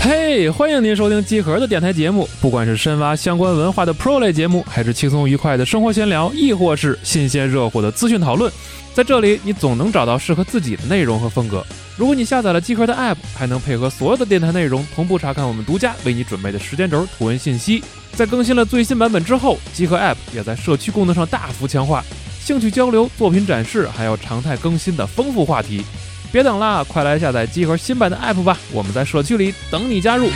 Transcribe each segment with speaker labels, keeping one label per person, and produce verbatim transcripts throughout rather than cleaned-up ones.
Speaker 1: 嘿、hey, 欢迎您收听集合的电台节目，不管是深挖相关文化的 Pro 类节目，还是轻松愉快的生活闲聊，亦或是新鲜热乎的资讯讨论，在这里你总能找到适合自己的内容和风格。如果你下载了集合的 App， 还能配合所有的电台内容同步查看我们独家为你准备的时间轴图文信息。在更新了最新版本之后，集合 App 也在社区功能上大幅强化，兴趣交流、作品展示，还有常态更新的丰富话题。别等啦，快来下载集合新版的 App 吧，我们在社区里等你加入。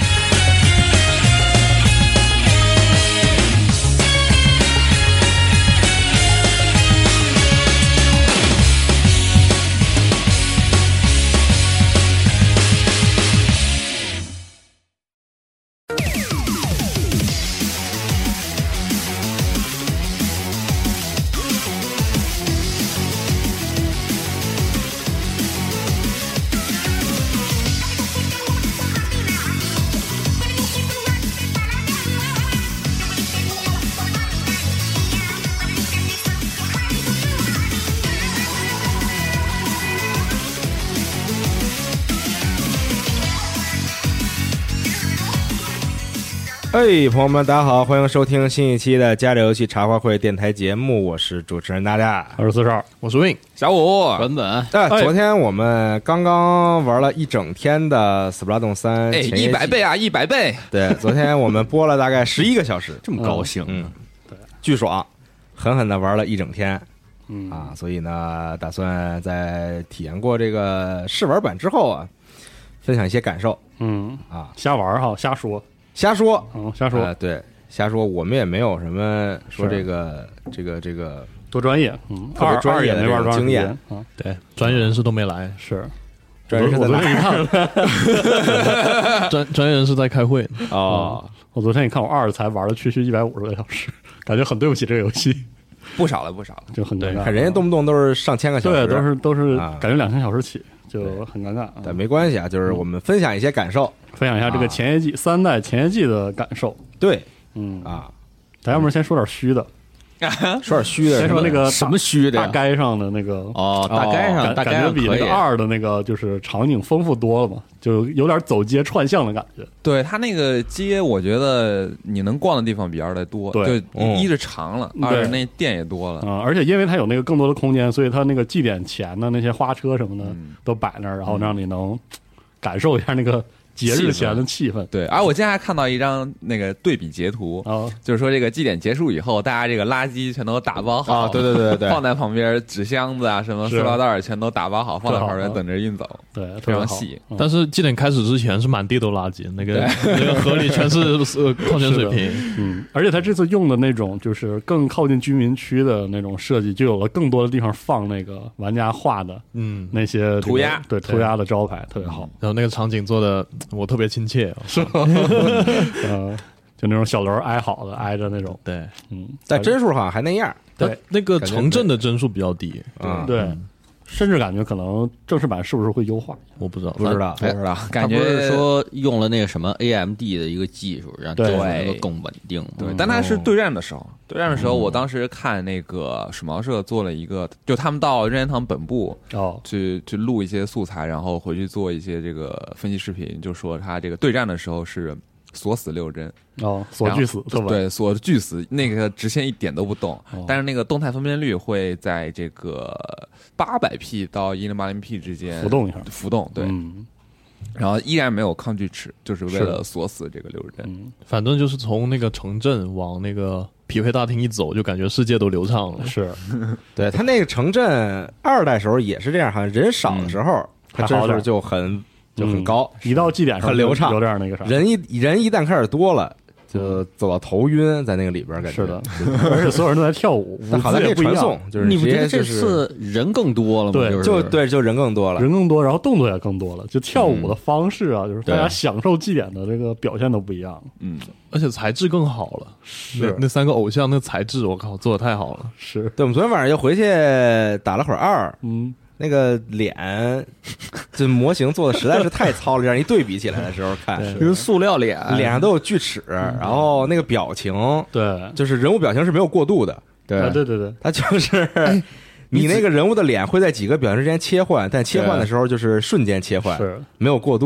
Speaker 2: 嘿，朋友们，大家好，欢迎收听新一期的家里游戏茶话会电台节目，我是主持人大家，
Speaker 1: 我是四少，
Speaker 3: 我是 Win，
Speaker 4: 小五，
Speaker 3: 本本。
Speaker 2: 哎，昨天我们刚刚玩了一整天的《斯普拉顿三》，
Speaker 4: 哎，一百倍啊，一百倍！
Speaker 2: 对，昨天我们播了大概十一个小时，
Speaker 4: 这么高兴，
Speaker 2: 嗯，对，巨爽，狠狠的玩了一整天，嗯啊，所以呢，打算在体验过这个试玩版之后啊，分享一些感受，
Speaker 1: 嗯
Speaker 2: 啊，
Speaker 1: 瞎玩哈，瞎说。
Speaker 2: 瞎说，
Speaker 1: 嗯，瞎说、
Speaker 2: 呃，对，瞎说，我们也没有什么说这个这个这个
Speaker 1: 多专业，嗯，
Speaker 2: 特别专业的
Speaker 1: 没玩多
Speaker 2: 经验
Speaker 1: 啊，
Speaker 3: 对，专业人士都没来，
Speaker 1: 是，
Speaker 2: 专业人士在哪？
Speaker 3: 专专业人士在开会
Speaker 1: 哦、嗯。我昨天一看，我二才玩了区区一百五十个小时，感觉很对不起这个游戏，
Speaker 4: 不少了，不少了，
Speaker 1: 就很尴尬。
Speaker 2: 看人家动不动都是上千个小时，
Speaker 1: 对，都是都是
Speaker 2: 啊
Speaker 1: 感觉两千小时起，就很尴尬。
Speaker 2: 但没关系啊，就是我们分享一些感受。
Speaker 1: 分享一下这个前夜季、啊、三代前夜季的感受。
Speaker 2: 对，
Speaker 1: 嗯
Speaker 2: 啊，
Speaker 1: 咱要不然先说点虚的，
Speaker 2: 说点虚的，
Speaker 1: 先说那个
Speaker 4: 什么虚的
Speaker 1: 大街上的那个
Speaker 4: 哦，大街上，
Speaker 1: 感感觉比那个二的那个就是场景丰富多了嘛，就有点走街串巷的感觉。
Speaker 4: 对，它那个街，我觉得你能逛的地方比二的多，
Speaker 1: 对，
Speaker 4: 就一是长了，二是那店也多了
Speaker 1: 啊、嗯，而且因为它有那个更多的空间，所以它那个祭典前的那些花车什么的、嗯、都摆那儿，然后让你能感受一下那个节日前的气氛。
Speaker 4: 对，而我今天还看到一张那个对比截图、
Speaker 1: 哦、
Speaker 4: 就是说这个祭典结束以后，大家这个垃圾全都打包好、
Speaker 2: 啊、对对对对，
Speaker 4: 放在旁边，纸箱子啊什么塑料袋全都打包好，放在旁边等着运走。
Speaker 1: 对，
Speaker 4: 非常细、
Speaker 3: 嗯。但是祭典开始之前是满地都垃圾，那个那个河里全是呃矿泉水瓶。
Speaker 1: 嗯，而且他这次用的那种就是更靠近居民区的那种设计，就有了更多的地方放那个玩家画的嗯那些、这个、
Speaker 4: 涂鸦，
Speaker 1: 对涂鸦的招牌特别好。
Speaker 3: 然后那个场景做的我特别亲切。
Speaker 1: 是吧？呃，就那种小楼挨好的，挨着那种。
Speaker 3: 对，
Speaker 1: 嗯，
Speaker 2: 但帧数好像还那样。
Speaker 1: 对，
Speaker 3: 那个城镇的帧数比较低。
Speaker 2: 嗯，
Speaker 1: 对。嗯，甚至感觉可能正式版是不是会优化？
Speaker 3: 我不知道，
Speaker 2: 不知道，
Speaker 4: 不知道。感觉
Speaker 5: 不是说用了那个什么 A M D 的一个技术，让
Speaker 1: 对
Speaker 5: 能够更稳定。
Speaker 4: 对，但它是对战的时候，对战的时候，我当时看那个鼠毛社做了一个，就他们到任天堂本部
Speaker 1: 哦，
Speaker 4: 去去录一些素材，然后回去做一些这个分析视频，就说他这个对战的时候是锁死六帧
Speaker 1: 哦，锁巨死，
Speaker 4: 对，锁巨死，那个直线一点都不动，哦、但是那个动态分辨率会在这个八百 P 到一零八零 P 之间
Speaker 1: 浮动一下，
Speaker 4: 浮动，对。
Speaker 1: 嗯，
Speaker 4: 然后依然没有抗锯齿，就是为了锁死这个六帧。
Speaker 3: 嗯，反正就是从那个城镇往那个匹配大厅一走，就感觉世界都流畅了。
Speaker 1: 是，
Speaker 2: 对他那个城镇二代时候也是这样，好像人少的时候，
Speaker 1: 嗯、
Speaker 2: 它帧数就很就很高，
Speaker 1: 嗯、一到祭典上
Speaker 2: 很流畅，
Speaker 1: 有点那个啥。
Speaker 2: 人一人一旦开始多了。就走到头晕，在那个里边感觉
Speaker 1: 是的，而且所有人都在跳舞，
Speaker 2: 但好像可以传送，就是
Speaker 5: 你不觉得这次人更多了吗？
Speaker 1: 对，
Speaker 2: 就对，就人更多了，
Speaker 1: 人更多，然后动作也更多了，就跳舞的方式啊，嗯、就是大家享受祭典的这个表现都不一样。
Speaker 4: 嗯，
Speaker 3: 而且材质更好了，
Speaker 1: 是
Speaker 3: 那三个偶像那材质，我靠，做的太好了。
Speaker 1: 是，
Speaker 2: 对，我们昨天晚上又回去打了会儿二，
Speaker 1: 嗯。
Speaker 2: 那个脸，这模型做的实在是太糙了，这样一对比起来的时候看，
Speaker 5: 就是塑料脸，
Speaker 2: 脸上都有锯齿，然后那个表情，
Speaker 1: 对，
Speaker 2: 就是人物表情是没有过渡的，
Speaker 1: 对，对对对，
Speaker 2: 它就是你那个人物的脸会在几个表情之间切换，但切换的时候就是瞬间切换，
Speaker 1: 是
Speaker 2: 没有过渡。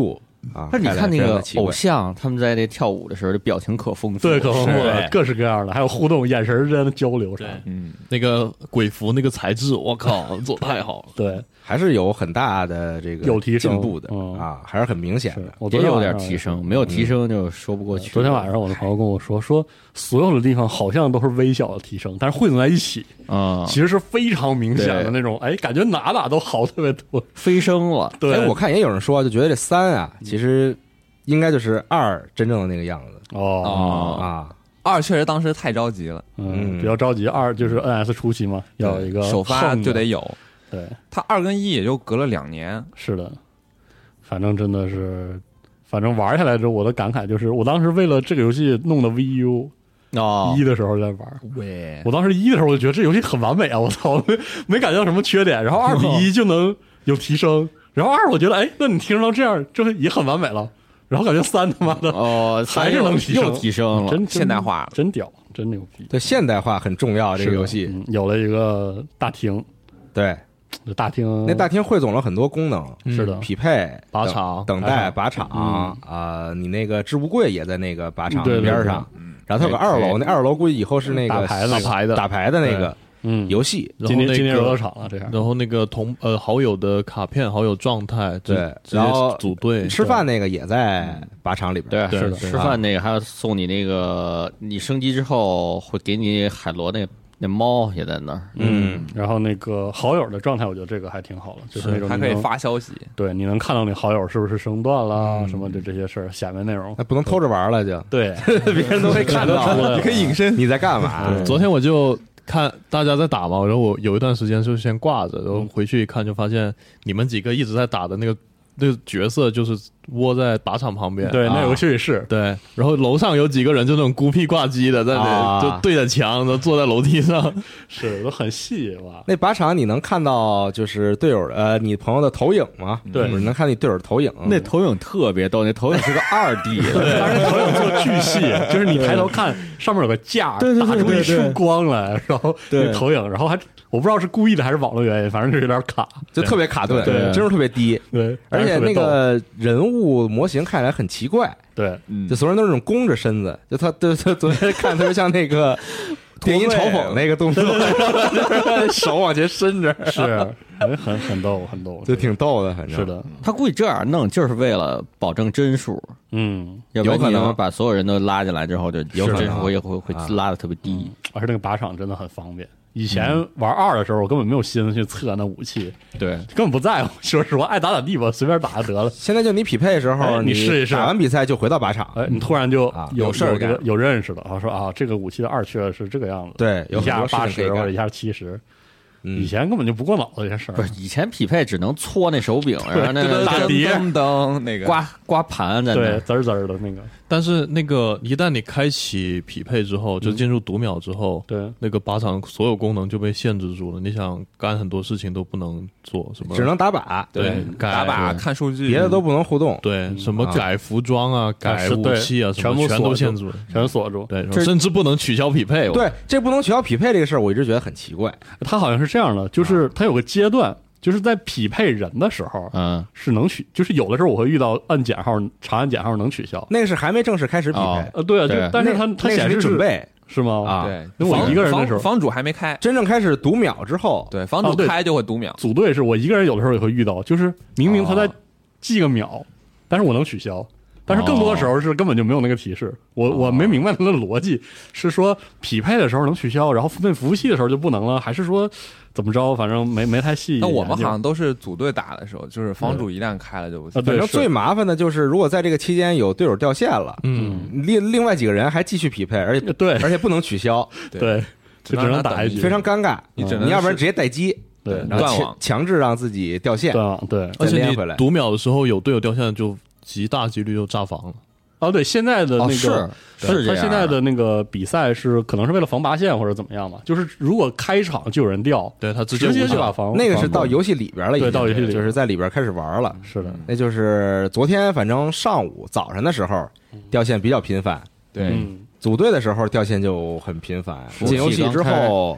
Speaker 2: 啊。
Speaker 5: 但是你看那个偶
Speaker 2: 偶
Speaker 5: 像，他们在这跳舞的时候，这表情可丰富，
Speaker 6: 对，可丰富了，
Speaker 5: 是
Speaker 6: 各式各样的，还有互动、眼神之间的交流啥的。
Speaker 4: 嗯，
Speaker 3: 那个鬼服那个材质，我靠，做太好了。
Speaker 6: 对，
Speaker 2: 还是有很大的这个
Speaker 6: 有提升
Speaker 2: 进步的、
Speaker 6: 嗯、
Speaker 2: 啊，还是很明显的。
Speaker 6: 我昨天
Speaker 5: 也有
Speaker 6: 晚上
Speaker 5: 点提升，没有提升就说不过去。
Speaker 6: 昨天晚上我的朋友跟我说，说所有的地方好像都是微小的提升，但是汇总在一起，
Speaker 5: 啊、嗯，
Speaker 6: 其实是非常明显的那种，哎，感觉哪哪都好特别多，
Speaker 5: 飞升了。
Speaker 6: 对，
Speaker 2: 哎，我看也有人说，就觉得这三啊，其实应该就是二真正的那个样子
Speaker 6: 哦
Speaker 2: 啊。
Speaker 4: 二确实当时太着急了，
Speaker 6: 嗯，比较着急。二就是 N S 初期嘛，要有一个
Speaker 4: 首发就得有。
Speaker 6: 对，
Speaker 4: 它二跟一也就隔了两年。
Speaker 6: 是的，反正真的是，反正玩下来之后，我的感慨就是，我当时为了这个游戏弄的 V U。
Speaker 5: 哦，
Speaker 6: 一的时候在玩，
Speaker 4: 喂，
Speaker 6: 我当时一的时候我就觉得这游戏很完美啊，我操，没没感觉到什么缺点，然后二比一就能有提升，然后二我觉得哎，那你提升到这样，这也很完美了，然后感觉三他妈的
Speaker 5: 哦
Speaker 6: 还是能提升，
Speaker 5: 又提升了，
Speaker 6: 真
Speaker 4: 现代化了，
Speaker 6: 真屌，真牛逼。
Speaker 2: 对，现代化很重要，这个游戏、
Speaker 6: 嗯、有了一个大厅，
Speaker 2: 对。
Speaker 6: 大厅
Speaker 2: 那大厅汇总了很多功能，
Speaker 6: 是的，
Speaker 2: 匹配、
Speaker 3: 靶场、
Speaker 2: 等待、靶场啊、
Speaker 6: 嗯
Speaker 2: 呃，你那个置物柜也在那个靶场边上，
Speaker 6: 对对对
Speaker 2: 然后它有个二楼，那二楼估计以后是那个
Speaker 6: 打牌的
Speaker 3: 打牌的
Speaker 2: 打牌的那个
Speaker 6: 嗯
Speaker 2: 游戏。
Speaker 6: 今年今年游乐场了，这样。
Speaker 3: 然后那个同呃好友的卡片、好友状态，
Speaker 2: 对，然后
Speaker 3: 组队
Speaker 2: 吃饭那个也在靶场里边。
Speaker 5: 对，
Speaker 6: 是的，
Speaker 5: 吃饭那个还要送你那个，你升级之后会给你海螺那。那猫也在那儿，
Speaker 6: 嗯，然后那个好友的状态，我觉得这个还挺好的，就是那种
Speaker 4: 还可以发消息，
Speaker 6: 对，你能看到你好友是不是升段啦，嗯、什么的这些事儿，下面内容，
Speaker 2: 那不能偷着玩了就，
Speaker 6: 对，
Speaker 2: 别人都会看到，你可以隐身，你在干嘛？
Speaker 3: 昨天我就看大家在打嘛，然后我有一段时间就先挂着，然后回去一看，就发现你们几个一直在打的那个那个角色就是窝在靶场旁边，
Speaker 6: 对，那有个休息室，
Speaker 3: 对，然后楼上有几个人就那种孤僻挂机的，在那、啊、就对着墙，然后坐在楼梯上，
Speaker 6: 是都很细哇。
Speaker 2: 那靶场你能看到就是队友呃你朋友的投影吗？
Speaker 6: 对，
Speaker 2: 你能看你队友的投影，
Speaker 5: 那投影特别逗，那投影是个二 D，
Speaker 6: 但是投影做巨细，就是你抬头看上面有个架，
Speaker 5: 对对对对对，
Speaker 6: 打出一束光来，然后那投影，然后还我不知道是故意的还是网络原因，反正就有点卡，
Speaker 2: 就特别卡顿，
Speaker 6: 对，
Speaker 2: 帧数特别低，
Speaker 6: 对，
Speaker 2: 而且那个人物模型看起来很奇怪，
Speaker 6: 对，
Speaker 2: 就所有人都是那种弓着身子，就他对他昨天看特别像那个电音嘲讽那个动作，手往前伸着，
Speaker 6: 是很很逗，很逗，
Speaker 2: 就挺逗的，反正
Speaker 6: 是的。
Speaker 5: 他估计这样弄就是为了保证帧数，
Speaker 6: 嗯，
Speaker 5: 要不然你要把所有人都拉进来之后，就
Speaker 2: 有可能
Speaker 5: 会会会拉的特别低，
Speaker 6: 而且那个靶场真的很方便。以前玩二的时候，我根本没有心思去测那武器，
Speaker 5: 对，
Speaker 6: 根本不在乎。说实话，爱打打地吧，随便打就得了。
Speaker 2: 现在就你匹配的时候，
Speaker 6: 哎、你试一试，
Speaker 2: 打完比赛就回到靶场，
Speaker 6: 哎，你突然就有、
Speaker 2: 啊、有事儿干，
Speaker 6: 有认识了。啊，说啊，这个武器的二缺是这个样子，
Speaker 2: 对，
Speaker 6: 一下八十或者一下七十。以前根本就不过脑子这些事儿，
Speaker 5: 不是以前匹配只能搓那手柄，然后那个
Speaker 6: 打碟
Speaker 4: 噔噔那个
Speaker 5: 刮刮盘在那，
Speaker 6: 对，滋滋的那个。
Speaker 3: 但是那个一旦你开启匹配之后，就进入读秒之后，
Speaker 6: 对，
Speaker 3: 那个靶场所有功能就被限制住了。你想干很多事情都不能做，什么
Speaker 2: 只能打靶，
Speaker 3: 对，
Speaker 4: 打靶看数据，
Speaker 2: 别的都不能互动，
Speaker 3: 对，什么改服装啊、改武器啊，什么全都限制了，
Speaker 6: 全锁住，
Speaker 3: 对，甚至不能取消匹配。
Speaker 2: 对，这不能取消匹配这个事儿，我一直觉得很奇怪。
Speaker 6: 它好像是这样的，就是它有个阶段。就是在匹配人的时候，
Speaker 5: 嗯，
Speaker 6: 是能取，就是有的时候我会遇到按减号，长按减号能取消，
Speaker 2: 那个是还没正式开始匹配，
Speaker 6: 哦、呃，对啊，就但是它它显示
Speaker 2: 准备
Speaker 6: 是吗？
Speaker 2: 啊，
Speaker 4: 对，
Speaker 6: 因为我一个人的时候，
Speaker 4: 房主还没开，
Speaker 2: 真正开始读秒之后，
Speaker 4: 对，房主开就会读秒。
Speaker 6: 组队是我一个人，有的时候也会遇到，就是明明他在记个秒，但是我能取消。但是更多的时候是根本就没有那个提示，我我没明白它的逻辑，是说匹配的时候能取消，然后分服务器的时候就不能了，还是说怎么着？反正没没太细。
Speaker 4: 那我们好像都是组队打的时候，就是房主一旦开了就不行。
Speaker 2: 反正最麻烦的就是，如果在这个期间有队友掉线了，
Speaker 6: 嗯，
Speaker 2: 另另外几个人还继续匹配，而且
Speaker 6: 对，
Speaker 2: 而且不能取消，
Speaker 6: 对，就只能打一局，
Speaker 2: 非常尴尬。
Speaker 4: 你只能
Speaker 2: 你要不然直接待机。
Speaker 6: 对，
Speaker 2: 然后强强制让自己掉线，
Speaker 6: 断网，对，
Speaker 3: 而且你读秒的时候有队友掉线，就极大几率就炸房了。
Speaker 6: 哦，对，现在的那个、
Speaker 5: 哦、是是
Speaker 6: 他现在的那个比赛是可能是为了防拔线或者怎么样嘛？就是如果开场就有人掉，
Speaker 3: 对他直
Speaker 6: 接
Speaker 3: 接
Speaker 6: 就把防
Speaker 2: 那个是到游戏里边了，
Speaker 6: 对，到游戏里
Speaker 2: 就是在里边开始玩了。
Speaker 6: 是的，
Speaker 2: 那就是昨天反正上午早上的时候掉线比较频繁，
Speaker 4: 对，
Speaker 6: 嗯、
Speaker 2: 组队的时候掉线就很频繁。进游戏之后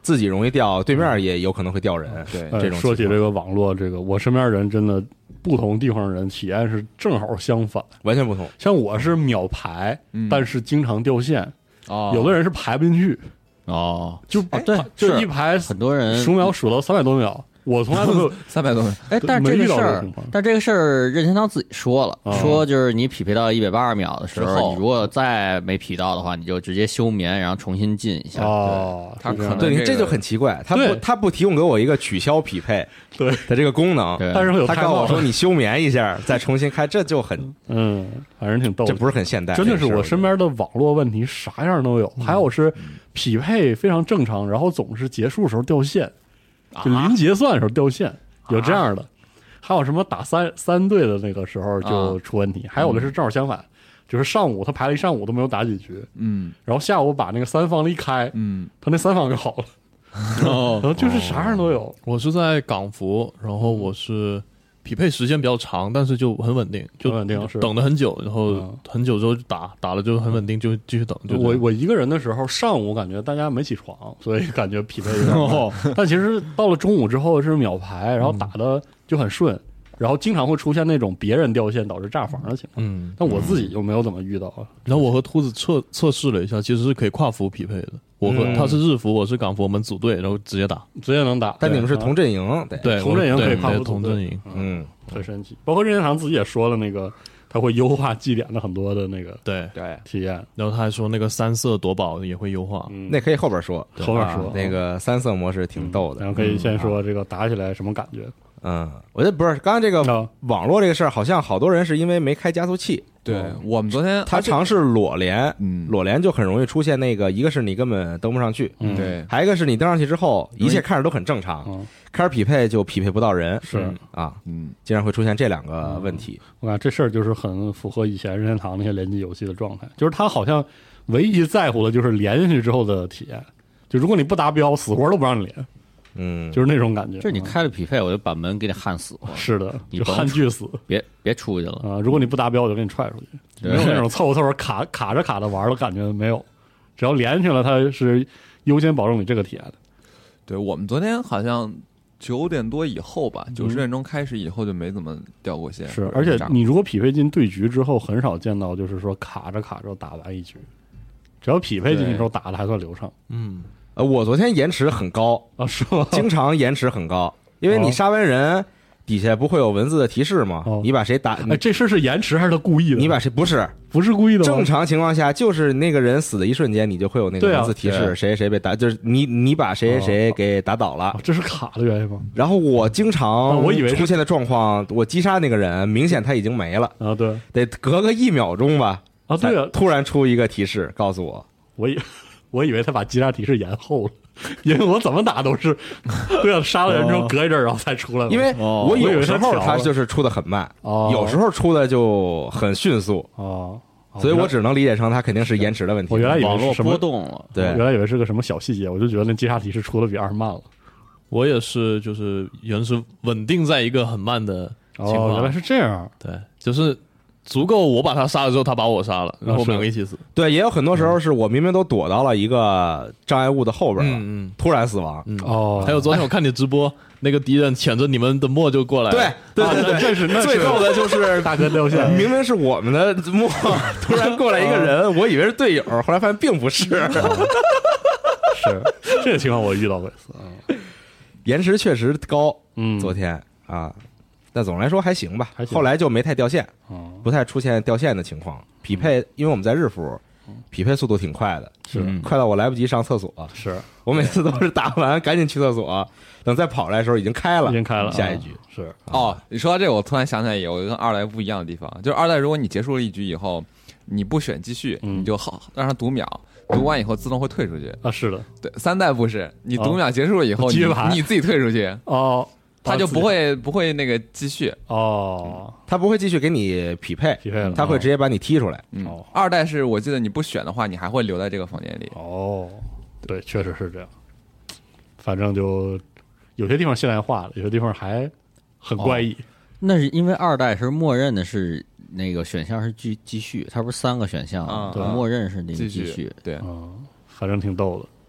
Speaker 2: 自己容易掉，对面也有可能会掉人。
Speaker 4: 对，
Speaker 6: 哎
Speaker 2: 这种
Speaker 6: 说起这个网络，这个我身边人真的不同地方人体验是正好相反，
Speaker 2: 完全不同。
Speaker 6: 像我是秒排，
Speaker 4: 嗯
Speaker 6: 但是经常掉线，
Speaker 5: 哦，
Speaker 6: 有的人是排不进去，
Speaker 5: 哦，
Speaker 6: 就
Speaker 5: 哦对，
Speaker 6: 就是一排
Speaker 5: 很多人
Speaker 6: 数秒数到三百多秒，我从来都没有
Speaker 4: 三百多，
Speaker 5: 哎，但是这
Speaker 6: 没遇
Speaker 5: 个事儿
Speaker 6: 到这个情况，
Speaker 5: 但这个事儿任天堂自己说了，
Speaker 6: 哦
Speaker 5: 说就是你匹配到一百八十秒的时
Speaker 4: 之后
Speaker 5: 候，你如果再没匹到的话，你就直接休眠，然后重新进一下。
Speaker 6: 哦，
Speaker 4: 他可能
Speaker 6: 是这样
Speaker 2: 对，你
Speaker 4: 这个
Speaker 2: 这就很奇怪，他不
Speaker 6: 对
Speaker 2: 他不提供给我一个取消匹配
Speaker 6: 对
Speaker 2: 的这个功能，
Speaker 5: 对，
Speaker 6: 但是会有
Speaker 2: 他告诉我
Speaker 6: 太冒
Speaker 2: 说你休眠一下再重新开，这就很
Speaker 6: 嗯，反正挺逗的，
Speaker 2: 这不是很现代，
Speaker 6: 真的是
Speaker 2: 这个事儿
Speaker 6: 我身边的网络问题啥样都有，还有是匹配非常正常，然后总是结束时候掉线，就临结算的时候掉线，有这样的。还有什么打三三队的那个时候就出问题，还有的是正好相反，就是上午他排了一上午都没有打几局，
Speaker 4: 嗯
Speaker 6: 然后下午把那个三方一开，
Speaker 4: 嗯，
Speaker 6: 他那三方就好了，
Speaker 5: 哦
Speaker 6: 然后就是啥样都有。
Speaker 3: 我是在港服，然后我是匹配时间比较长，但是就很稳定，就
Speaker 6: 很稳定是
Speaker 3: 等了很久，然后
Speaker 6: 嗯
Speaker 3: 很久之后就打，打了就很稳定，就继续等。就这样
Speaker 6: 我我一个人的时候，上午感觉大家没起床，所以感觉匹配有点慢。但其实到了中午之后是秒排，然后打的就很顺，然后经常会出现那种别人掉线导致炸房的情况。
Speaker 3: 嗯，
Speaker 6: 但我自己就没有怎么遇到啊。
Speaker 3: 然后我和秃子测测试了一下，其实是可以跨服匹配的。我和、
Speaker 2: 嗯
Speaker 3: 他是日服，我是港服，我们组队，然后直接打。
Speaker 6: 直接能打。
Speaker 2: 但你们是
Speaker 6: 对
Speaker 2: 同阵营，对，
Speaker 3: 对，
Speaker 6: 同阵营
Speaker 3: 我对
Speaker 6: 可以跨服
Speaker 3: 对同
Speaker 6: 组队
Speaker 3: 阵营。
Speaker 2: 嗯，
Speaker 6: 很神奇。包括任天堂自己也说了，那个他会优化祭典的很多的那个
Speaker 3: 对，
Speaker 4: 对，
Speaker 6: 体验。
Speaker 3: 然后他还说那个三色夺宝也会优化。
Speaker 6: 嗯，
Speaker 2: 那可以后边说，
Speaker 6: 后边说
Speaker 2: 啊那个三色模式挺逗的
Speaker 6: 然。后可以先说这个打起来什么感觉？
Speaker 2: 嗯，我觉得不是，刚刚这个
Speaker 6: 啊
Speaker 2: 网络这个事儿，好像好多人是因为没开加速器，
Speaker 4: 对我们昨天
Speaker 2: 他尝试裸连，
Speaker 4: 嗯
Speaker 2: 裸连就很容易出现那个，一个是你根本登不上去，
Speaker 6: 嗯，
Speaker 4: 对
Speaker 2: 还有一个是你登上去之后，一切看着都很正常，
Speaker 6: 嗯，
Speaker 2: 开始匹配就匹配不到人，
Speaker 6: 是
Speaker 2: 啊，
Speaker 4: 嗯
Speaker 2: 经常会出现这两个问题。
Speaker 6: 我感觉这事儿就是很符合以前任天堂那些联机游戏的状态，就是他好像唯一在乎的就是连进去之后的体验，就如果你不达标，死活都不让你连，
Speaker 2: 嗯，
Speaker 6: 就是那种感觉。
Speaker 5: 就是你开了匹配，我就把门给你焊死了，
Speaker 6: 是的，就
Speaker 5: 你甭
Speaker 6: 焊巨死
Speaker 5: 别别出去了。
Speaker 6: 啊！如果你不达标，我就给你踹出去，
Speaker 5: 对
Speaker 6: 没有那种凑合凑合卡卡着卡着玩的感觉，没有。只要连进去了，它是优先保证你这个体验的。
Speaker 4: 对，我们昨天好像九点多以后吧，
Speaker 6: 嗯
Speaker 4: 九十点钟开始以后就没怎么掉过线。
Speaker 6: 是，
Speaker 4: 或者炸
Speaker 6: 而且你如果匹配进对局之后，很少见到就是说卡着卡着打完一局，只要匹配进去之后打的还算流畅
Speaker 3: 嗯，
Speaker 2: 呃，我昨天延迟很高，
Speaker 6: 啊，是吗？
Speaker 2: 经常延迟很高，因为你杀完人底下不会有文字的提示吗
Speaker 6: 哦？
Speaker 2: 你把谁打，
Speaker 6: 哎，这事儿是延迟还是他故意的？
Speaker 2: 你把谁不是
Speaker 6: 不是故意的吗？
Speaker 2: 正常情况下，就是那个人死的一瞬间，你就会有那个
Speaker 6: 对啊
Speaker 2: 文字提示，
Speaker 5: 对
Speaker 2: 谁谁谁被打，就是你你把谁谁谁给打倒了
Speaker 6: 啊。这是卡的原因吗？
Speaker 2: 然后我经
Speaker 6: 啊
Speaker 2: 常
Speaker 6: 我以为是
Speaker 2: 出现的状况，我击杀那个人，明显他已经没了，
Speaker 6: 啊，对
Speaker 2: 得隔个一秒钟吧，
Speaker 6: 啊，对啊
Speaker 2: 才，突然出一个提示告诉我，
Speaker 6: 我以我以为他把击杀提示延后了，因为我怎么打都是，对啊，杀了人之后隔一阵儿然后才出来嘛，
Speaker 2: 因为
Speaker 5: 哦
Speaker 2: 我
Speaker 6: 我以
Speaker 2: 有时候
Speaker 6: 为他调了
Speaker 2: 他就是出的很慢，
Speaker 6: 哦
Speaker 2: 有时候出的就很迅速，
Speaker 6: 哦，哦
Speaker 2: 所以我只能理解成他肯定是延迟的问题。
Speaker 6: 我原来以
Speaker 5: 网络
Speaker 6: 为是什么
Speaker 5: 波动了，
Speaker 2: 对
Speaker 6: 我原来以为是个什么小细节，我就觉得那击杀提示出的比二慢了。
Speaker 3: 我也是，就是原是稳定在一个很慢的情况。
Speaker 6: 哦，原来是这样。
Speaker 3: 对，就是足够我把他杀了之后，他把我杀了，然后我们两个一起死。
Speaker 2: 对，也有很多时候是我明明都躲到了一个障碍物的后边了，
Speaker 3: 嗯
Speaker 2: 突然死亡。
Speaker 3: 嗯
Speaker 6: 哦，
Speaker 3: 还有昨天我看你直播，那个敌人舔着你们的墨就过来了。
Speaker 2: 对对对对，
Speaker 6: 啊这是那是
Speaker 2: 最逗的就是
Speaker 6: 大哥掉线，
Speaker 2: 明明是我们的墨，突然过来一个人，我以为是队友，后来发现并不是。
Speaker 6: 是这个情况我遇到过一次。嗯
Speaker 2: 延迟确实高，
Speaker 6: 嗯，
Speaker 2: 昨天啊，但总的来说还行吧。
Speaker 6: 还行
Speaker 2: 后来就没太掉线，
Speaker 6: 哦
Speaker 2: 不太出现掉线的情况。匹配，因为我们在日服，匹配速度挺快的，
Speaker 6: 是
Speaker 2: 快到我来不及上厕所。
Speaker 6: 是
Speaker 2: 我每次都是打完赶紧去厕所，等再跑来的时候已经开了，
Speaker 6: 已经开了
Speaker 2: 下一局
Speaker 6: 啊是
Speaker 4: 哦，你说到这个，我突然想起来有一个跟二代不一样的地方，就是二代如果你结束了一局以后，你不选继续，
Speaker 6: 嗯
Speaker 4: 你就好让它读秒，读完以后自动会退出去。
Speaker 6: 啊是的
Speaker 4: 对，三代不是，你读秒结束了以后，你
Speaker 6: 继续排
Speaker 4: 你自己退出去，
Speaker 6: 哦，
Speaker 4: 它就不会不会那个继续。
Speaker 6: 哦
Speaker 2: 他不会继续给你匹配，
Speaker 6: 匹配了，
Speaker 2: 他会直接把你踢出来。
Speaker 4: 嗯
Speaker 6: 哦，
Speaker 4: 二代是我记得你不选的话，你还会留在这个房间里。
Speaker 6: 哦，对，确实是这样。反正就有些地方现代化了，有些地方还很怪异。
Speaker 5: 那是因为二代是默认的是那个选项是继继续，它不是三个选项，
Speaker 4: 啊
Speaker 5: 对，默认是那个
Speaker 4: 继
Speaker 5: 继续。
Speaker 4: 对，
Speaker 6: 嗯，反正挺逗的。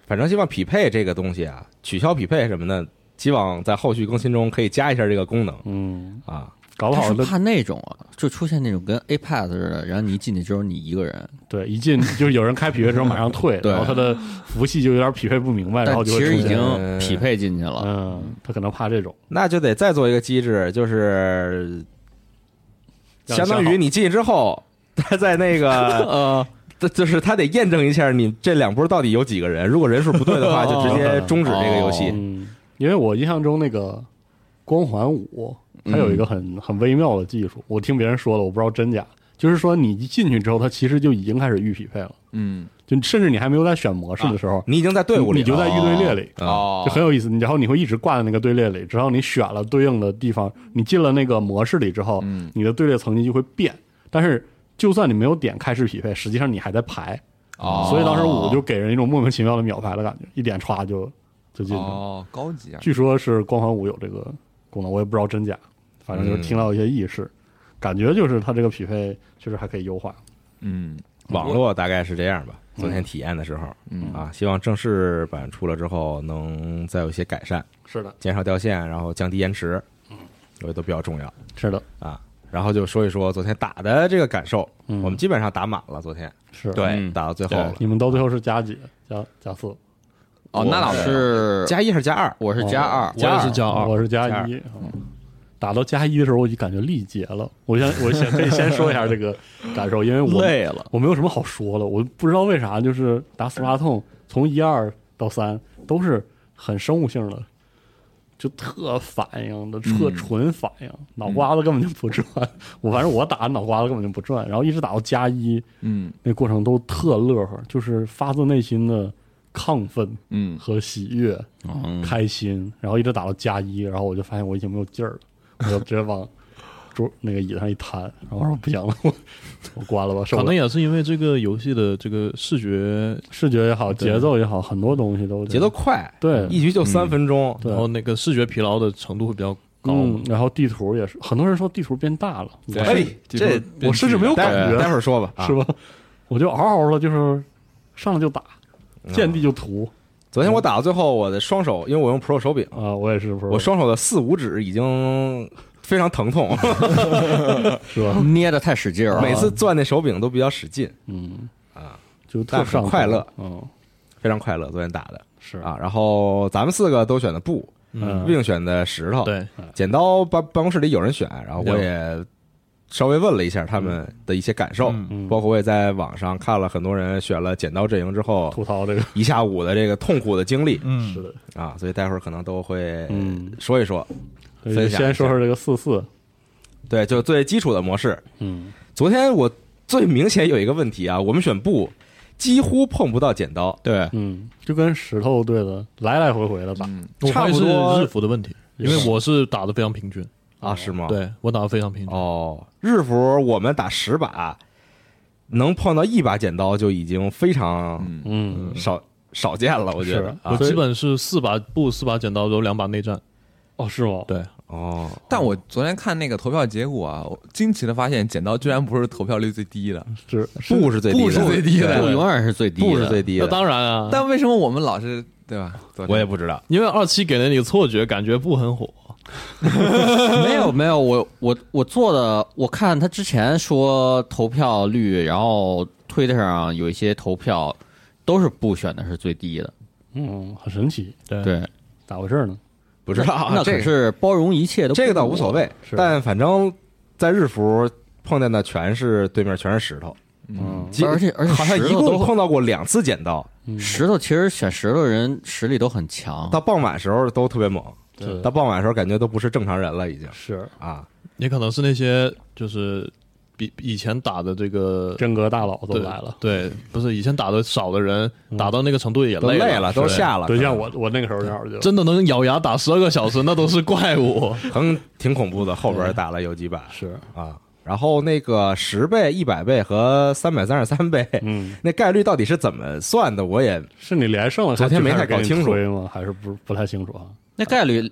Speaker 2: 反正希望匹配这个东西啊，取消匹配什么的，希望在后续更新中可以加一下这个功能。
Speaker 6: 嗯
Speaker 2: 啊，
Speaker 6: 搞不好的
Speaker 5: 怕那种啊，就出现那种跟 Apex 似的，然后你一进去只有你一个人，
Speaker 6: 对，一进就是有人开匹配之后马上退，然后他的服务器就有点匹配不明白，然后就
Speaker 5: 其实已经
Speaker 2: 嗯
Speaker 5: 匹配进去了。
Speaker 6: 嗯，他可能怕这种，
Speaker 2: 那就得再做一个机制，就是相当于你进去之后，他在那个呃。就是他得验证一下你这两波到底有几个人，如果人数不对的话，就直接终止这个游戏。
Speaker 6: 嗯，因为我印象中那个光环五，它有一个很很微妙的技术，我听别人说的，我不知道真假。就是说你一进去之后，它其实就已经开始预匹配了。
Speaker 4: 嗯，
Speaker 6: 就甚至你还没有在选模式的时候，
Speaker 2: 啊、你已经在队伍里了，
Speaker 6: 你就在预队列里，
Speaker 2: 哦，
Speaker 6: 就很有意思。然后你会一直挂在那个队列里，只要你选了对应的地方，你进了那个模式里之后，
Speaker 4: 嗯、
Speaker 6: 你的队列层级就会变，但是。就算你没有点开始匹配，实际上你还在排，
Speaker 4: 哦，
Speaker 6: 所以当时五就给人一种莫名其妙的秒排的感觉，一点歘就就进去了。
Speaker 4: 哦，高级啊！
Speaker 6: 据说是光环五有这个功能，我也不知道真假，反正就是听到一些轶事，嗯、感觉就是它这个匹配确实还可以优化。
Speaker 4: 嗯，
Speaker 2: 网络大概是这样吧。昨天体验的时候，
Speaker 4: 嗯
Speaker 2: 啊，希望正式版出了之后能再有一些改善。
Speaker 6: 是的，
Speaker 2: 减少掉线，然后降低延迟，嗯，我觉得都比较重要。
Speaker 6: 是的
Speaker 2: 啊。然后就说一说昨天打的这个感受，
Speaker 6: 嗯、
Speaker 2: 我们基本上打满了。昨天
Speaker 6: 是
Speaker 2: 对、
Speaker 5: 嗯、
Speaker 2: 打到最后了，
Speaker 6: 你们到最后是加几？加加四？
Speaker 5: 哦，那倒
Speaker 2: 是加一还是加二？
Speaker 5: 我是加二，
Speaker 3: 我也是加二，
Speaker 6: 我是加一。嗯，打到加一的时候，我就感觉力竭了。我先我先可以先说一下这个感受，因为我
Speaker 5: 累了，
Speaker 6: 我没有什么好说的。我不知道为啥，就是打死拉痛，从一二到三都是很生物性的。就特反应的，特纯反应，嗯、脑瓜子根本就不转。嗯、我反正我打脑瓜子根本就不转，然后一直打到加一，
Speaker 4: 嗯，
Speaker 6: 那过程都特乐呵，就是发自内心的亢奋，
Speaker 4: 嗯
Speaker 6: 和喜悦，
Speaker 5: 嗯，
Speaker 6: 开心，然后一直打到加一，然后我就发现我已经没有劲儿了，我就直接往桌那个椅子上一摊，然后我说不行了，我我关了吧。
Speaker 3: 可能也是因为这个游戏的这个视觉、
Speaker 6: 视觉也好，节奏也好，很多东西都
Speaker 2: 节奏快，
Speaker 6: 对，
Speaker 2: 一局就三分钟，
Speaker 6: 嗯、
Speaker 3: 然后那个视觉疲劳的程度会比较高。
Speaker 6: 嗯，然后地图也是，很多人说地图变大了，
Speaker 2: 哎，这
Speaker 6: 我甚至没有感觉，
Speaker 2: 待会儿说吧，
Speaker 6: 是吧？我就嗷嗷的，就是上来就打，见地就涂。
Speaker 2: 昨天我打到最后，我的双手，因为我用 Pro 手柄
Speaker 6: 啊，我也是 Pro，
Speaker 2: 我双手的四五指已经非常疼痛，
Speaker 6: 是吧？
Speaker 5: 捏的太使劲了，
Speaker 2: 每次攥那手柄都比较使劲，
Speaker 6: 嗯
Speaker 2: 啊，
Speaker 6: 就特
Speaker 2: 很快乐，
Speaker 6: 嗯，
Speaker 2: 非常快乐。昨天打的
Speaker 6: 是
Speaker 2: 啊，然后咱们四个都选的布，
Speaker 6: 嗯
Speaker 2: ，Wing 选的石头，
Speaker 3: 对，
Speaker 2: 剪刀办办公室里有人选，然后我也稍微问了一下他们的一些感受，
Speaker 6: 嗯、
Speaker 2: 包括我也在网上看了很多人选了剪刀阵营之后
Speaker 6: 吐槽这个
Speaker 2: 一下午的这个痛苦的经历，
Speaker 3: 嗯，
Speaker 6: 是的
Speaker 2: 啊，所以待会儿可能都会
Speaker 6: 嗯
Speaker 2: 说一说，
Speaker 6: 嗯、
Speaker 2: 分享
Speaker 6: 先说说这个四四，
Speaker 2: 对，就最基础的模式。
Speaker 6: 嗯，
Speaker 2: 昨天我最明显有一个问题啊，我们选布几乎碰不到剪刀，
Speaker 5: 对，
Speaker 6: 嗯，就跟石头对的来来回回的打，
Speaker 4: 嗯、
Speaker 2: 差不多
Speaker 3: 是日服的问题，因为我是打的非常平均。
Speaker 2: 啊，是吗？
Speaker 3: 对，我打的非常平均。
Speaker 2: 哦，日服我们打十把，能碰到一把剪刀就已经非常
Speaker 6: 嗯
Speaker 2: 少少见了，我觉得。
Speaker 3: 啊、我基本是四把布，四把剪刀，有两把内战。
Speaker 6: 哦，是吗？
Speaker 3: 对，
Speaker 2: 哦。
Speaker 4: 但我昨天看那个投票结果啊，我惊奇的发现剪刀居然不是投票率最低的，
Speaker 6: 是
Speaker 2: 布是最低的，
Speaker 4: 布是最低的，
Speaker 5: 布永远是最低的，
Speaker 2: 布是最低的。
Speaker 3: 那当然啊，
Speaker 4: 但为什么我们老是对吧？
Speaker 2: 我也不知道，
Speaker 3: 因为二期给人一个错觉，感觉布很火。
Speaker 5: 没有没有，我我我做的，我看他之前说投票率，然后推特上有一些投票都是布选的是最低的，
Speaker 6: 嗯，很神奇，
Speaker 3: 对
Speaker 5: 对，
Speaker 6: 咋回事呢？
Speaker 2: 不知道，
Speaker 5: 那可是包容一切的，
Speaker 2: 这个倒无所谓，但反正在日服碰见的全是对面全是石头，
Speaker 6: 嗯，
Speaker 5: 而且而且
Speaker 2: 好像一共碰到过两次剪刀，
Speaker 5: 石头其实选石头人实力都很强，
Speaker 2: 到傍晚时候都特别猛。
Speaker 6: 对，
Speaker 2: 到傍晚的时候感觉都不是正常人了，已经
Speaker 6: 是
Speaker 2: 啊，
Speaker 3: 也可能是那些就是比以前打的这个
Speaker 6: 真格大佬都来了，
Speaker 3: 对，不是以前打的少的人，打到那个程度也累
Speaker 2: 了，累了，都下了。
Speaker 6: 对，像我我那个时候正好就
Speaker 3: 真的能咬牙打十二个小时，那都是怪物，
Speaker 2: 很挺恐怖的。后边打了有几把
Speaker 6: 是
Speaker 2: 啊，然后那个十倍、一百倍和三百三十三倍，
Speaker 6: 嗯，
Speaker 2: 那概率到底是怎么算的？我也
Speaker 6: 是你连胜了，
Speaker 2: 昨天没太搞清楚
Speaker 6: 吗？还是不不太清楚啊？
Speaker 5: 那概率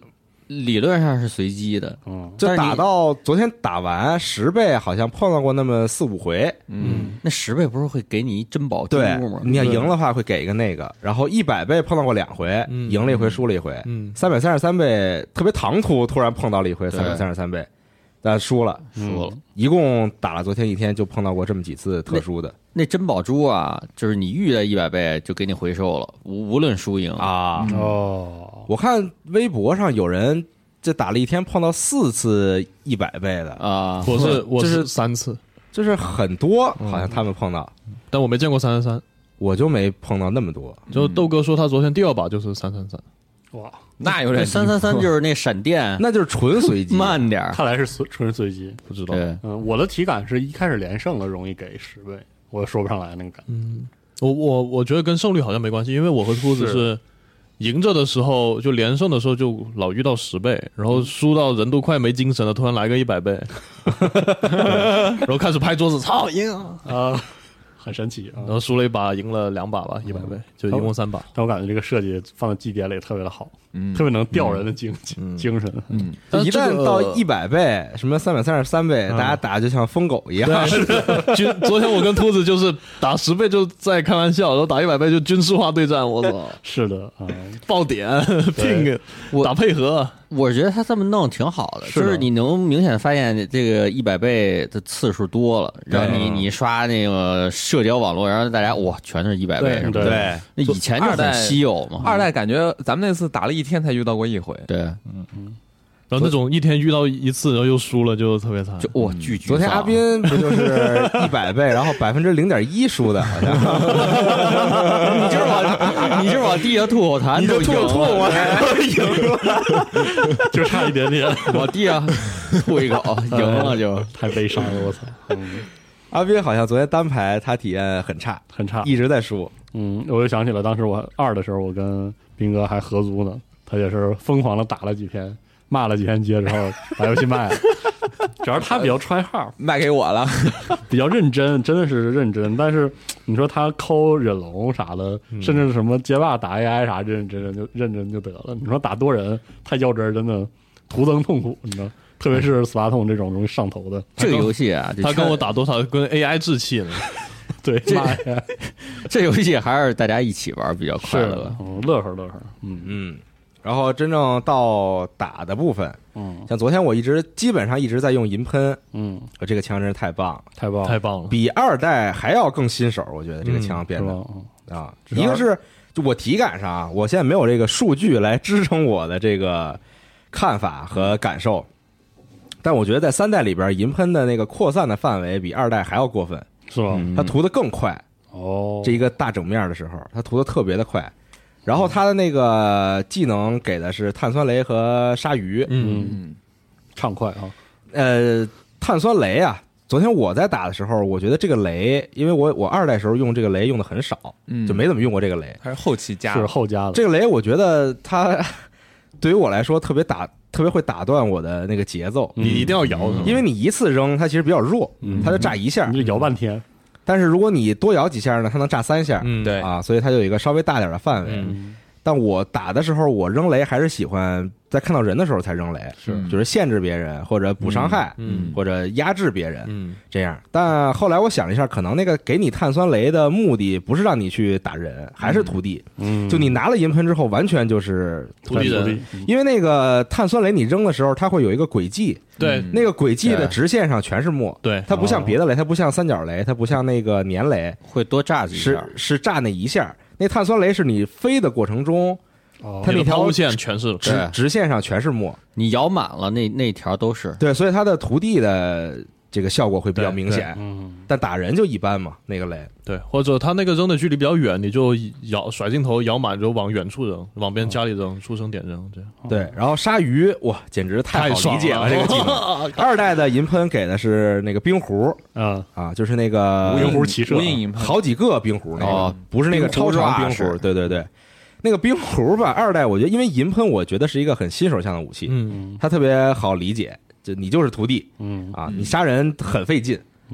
Speaker 5: 理论上是随机的，
Speaker 6: 嗯，
Speaker 2: 就打到昨天打完十倍，好像碰到过那么四五回。
Speaker 4: 嗯，
Speaker 5: 那十倍不是会给你一珍宝珠
Speaker 2: 对
Speaker 5: 吗？，
Speaker 2: 你要赢的话会给一个那个，然后一百倍碰到过两回，
Speaker 3: 嗯
Speaker 2: 赢了一回，输了一回。
Speaker 3: 嗯，
Speaker 2: 三百三十三倍特别唐突，突然碰到了一回
Speaker 5: 对
Speaker 2: 三百三十三倍，但输了。
Speaker 5: 输了。
Speaker 2: 一共打了昨天一天就碰到过这么几次特殊的
Speaker 5: 那珍宝珠啊，就是你遇了一百倍就给你回收了，无无论输赢。
Speaker 2: 啊。
Speaker 6: 哦，
Speaker 2: 我看微博上有人这打了一天碰到四次一百倍的，
Speaker 5: 啊，
Speaker 3: 我是我
Speaker 2: 就是
Speaker 3: 是三次，
Speaker 2: 就是很多，好像他们碰到，
Speaker 3: 但我没见过三三三。
Speaker 2: 我就没碰到那么多。
Speaker 3: 就豆哥说他昨天第二把就是三三三，
Speaker 6: 哇，
Speaker 4: 那有点
Speaker 5: 三三三就是那闪电
Speaker 2: 那就是纯随机。
Speaker 5: 慢点儿，
Speaker 6: 看来是随纯随机。
Speaker 3: 不知道。
Speaker 5: 对，
Speaker 6: 嗯，我的体感是一开始连胜了容易给十倍，我说不上来那个感觉。
Speaker 3: 嗯，我我我觉得跟胜率好像没关系，因为我和秃子是赢着的时候就连胜的时候就老遇到十倍，然后输到人都快没精神了，突然来个一百倍，然后开始拍桌子，操赢啊！
Speaker 6: 啊，很神奇啊
Speaker 3: 然！后输了一把，赢了两把吧，一百倍，就一共三把。
Speaker 6: 但我感觉这个设计放在 G 点里特别的好，
Speaker 4: 嗯
Speaker 6: 特别能吊人的精
Speaker 3: 嗯
Speaker 6: 精神。
Speaker 4: 嗯，
Speaker 2: 一旦
Speaker 3: 但是这个
Speaker 2: 到一百倍，什么三百三十三倍，
Speaker 6: 嗯
Speaker 2: 大家打就像疯狗一样。
Speaker 3: 军昨天我跟秃子就是打十倍就在开玩笑，然后打一百倍就军事化对战，我操，
Speaker 6: 是的啊，
Speaker 3: 爆点 ping
Speaker 5: 我
Speaker 3: 打配合，
Speaker 5: 我觉得他这么弄挺好的，
Speaker 6: 是的
Speaker 5: 就是你能明显发现这个一百倍的次数多了，然后你你刷那个社交网络，然后大家哇全是一百倍
Speaker 3: 对
Speaker 5: 什么的，
Speaker 2: 对，
Speaker 5: 那以前就很稀有嘛。
Speaker 4: 二代感觉咱们那次打了一天才遇到过一回，
Speaker 5: 对，
Speaker 3: 然后那种一天遇到一次，然后又输了，就特别惨。
Speaker 5: 就哇巨巨。
Speaker 2: 昨天阿斌不就是一百倍，然后百分之零点一输的，好像。
Speaker 5: 你就是往你就是往地下吐口痰，
Speaker 2: 你就吐吐我才赢了。
Speaker 6: 就差一点点，
Speaker 5: 往地下吐一口，赢了就。
Speaker 6: 太悲伤了，我操，嗯，
Speaker 2: 阿斌好像昨天单排他体验很差，
Speaker 6: 很差。
Speaker 2: 一直在输。
Speaker 6: 嗯，我就想起了当时我二的时候，我跟斌哥还合租呢，他也是疯狂的打了几天，骂了几天街之后把游戏卖了。主要是他比较try hard，
Speaker 4: 卖给我了。
Speaker 6: 比较认真，真的是认真。但是你说他抠忍龙啥的，甚至是什么街霸打 A I 啥，认真就认真就得了。你说打多人太较真儿，真的徒增痛苦，你知道。特别是斯巴痛这种容易上头的，
Speaker 5: 这个游戏啊，
Speaker 3: 他跟我打多少跟 A I 置气呢？
Speaker 6: 对，
Speaker 5: 这
Speaker 6: 妈呀，
Speaker 5: 这游戏还是大家一起玩比较快
Speaker 6: 是
Speaker 5: 乐
Speaker 6: 的，嗯，乐呵乐呵，嗯
Speaker 2: 嗯，然后真正到打的部分，
Speaker 6: 嗯
Speaker 2: 像昨天我一直基本上一直在用银喷，
Speaker 6: 嗯，
Speaker 2: 这个枪真是太棒了，
Speaker 6: 太棒了，
Speaker 3: 太棒了！
Speaker 2: 比二代还要更新手，我觉得这个枪变得、
Speaker 6: 是吧？嗯
Speaker 2: 啊，
Speaker 6: 主要
Speaker 2: 一个是就我体感上啊，我现在没有这个数据来支撑我的这个看法和感受，但我觉得在三代里边，银喷的那个扩散的范围比二代还要过分，
Speaker 6: 是吧？
Speaker 2: 它涂的更快。
Speaker 6: 哦，
Speaker 2: 这一个大整面的时候，它涂的特别的快。然后它的那个技能给的是碳酸雷和鲨鱼，
Speaker 3: 嗯，
Speaker 4: 嗯，
Speaker 6: 畅快啊，
Speaker 2: 呃，碳酸雷啊，昨天我在打的时候，我觉得这个雷，因为我我二代时候用这个雷用的很少，
Speaker 4: 嗯
Speaker 2: 就没怎么用过这个雷。
Speaker 4: 还是后期加
Speaker 6: 是
Speaker 4: 的。
Speaker 6: 后加的，
Speaker 2: 这个雷我觉得它对于我来说特别打，特别会打断我的那个节奏，
Speaker 6: 嗯
Speaker 3: 你一定要摇是吧？
Speaker 2: 因为你一次扔它其实比较弱，
Speaker 6: 嗯
Speaker 2: 它就炸一下
Speaker 6: 你，就摇半天，
Speaker 2: 但是如果你多摇几下呢，它能炸三下，
Speaker 3: 嗯，
Speaker 4: 对
Speaker 2: 啊，所以它就有一个稍微大点的范围。
Speaker 3: 嗯
Speaker 2: 但我打的时候，我扔雷还是喜欢在看到人的时候才扔雷，
Speaker 4: 是
Speaker 2: 就是限制别人或者补伤害，
Speaker 3: 嗯
Speaker 2: 或者压制别人
Speaker 3: 嗯
Speaker 2: 这样。但后来我想了一下，可能那个给你碳酸雷的目的不是让你去打人，还是涂地。
Speaker 6: 嗯，
Speaker 2: 就你拿了银喷之后，完全就是
Speaker 3: 土地人，
Speaker 6: 嗯
Speaker 2: 因为那个碳酸雷你扔的时候，它会有一个轨迹，
Speaker 3: 对
Speaker 4: 嗯
Speaker 2: 那个轨迹的
Speaker 5: 对
Speaker 2: 直线上全是墨。
Speaker 3: 对，
Speaker 2: 它不像别的雷，它不像三角雷，它不像那个粘雷，
Speaker 5: 会多炸几
Speaker 2: 是
Speaker 5: 下。
Speaker 2: 是炸那一下。那碳酸雷是你飞的过程中，
Speaker 6: 哦
Speaker 2: 它那条
Speaker 3: 抛物线全是
Speaker 2: 直
Speaker 5: 对
Speaker 2: 直线上全是墨。
Speaker 5: 你摇满了，那那条都是。
Speaker 2: 对，所以它的涂地的这个效果会比较明显，
Speaker 6: 嗯，
Speaker 2: 但打人就一般嘛。那个雷，
Speaker 3: 对，或者他那个扔的距离比较远，你就摇甩镜头摇满，就往远处扔，往别人家里扔，出生点扔，这样
Speaker 2: 对。然后鲨鱼，哇，简直太好理解了这个技能。二代的银喷给的是那个冰壶
Speaker 6: 啊，
Speaker 2: 啊，就是那个
Speaker 6: 冰壶骑射
Speaker 4: 无印银喷
Speaker 2: 好几个冰壶那
Speaker 5: 哦
Speaker 2: 个，不是那个超长冰壶。对对对，那个冰壶吧，二代我觉得因为银喷，我觉得是一个很新手向的武器，
Speaker 3: 嗯，
Speaker 2: 它特别好理解，就你就是涂地
Speaker 6: 嗯
Speaker 2: 啊，你杀人很费劲。
Speaker 6: 嗯，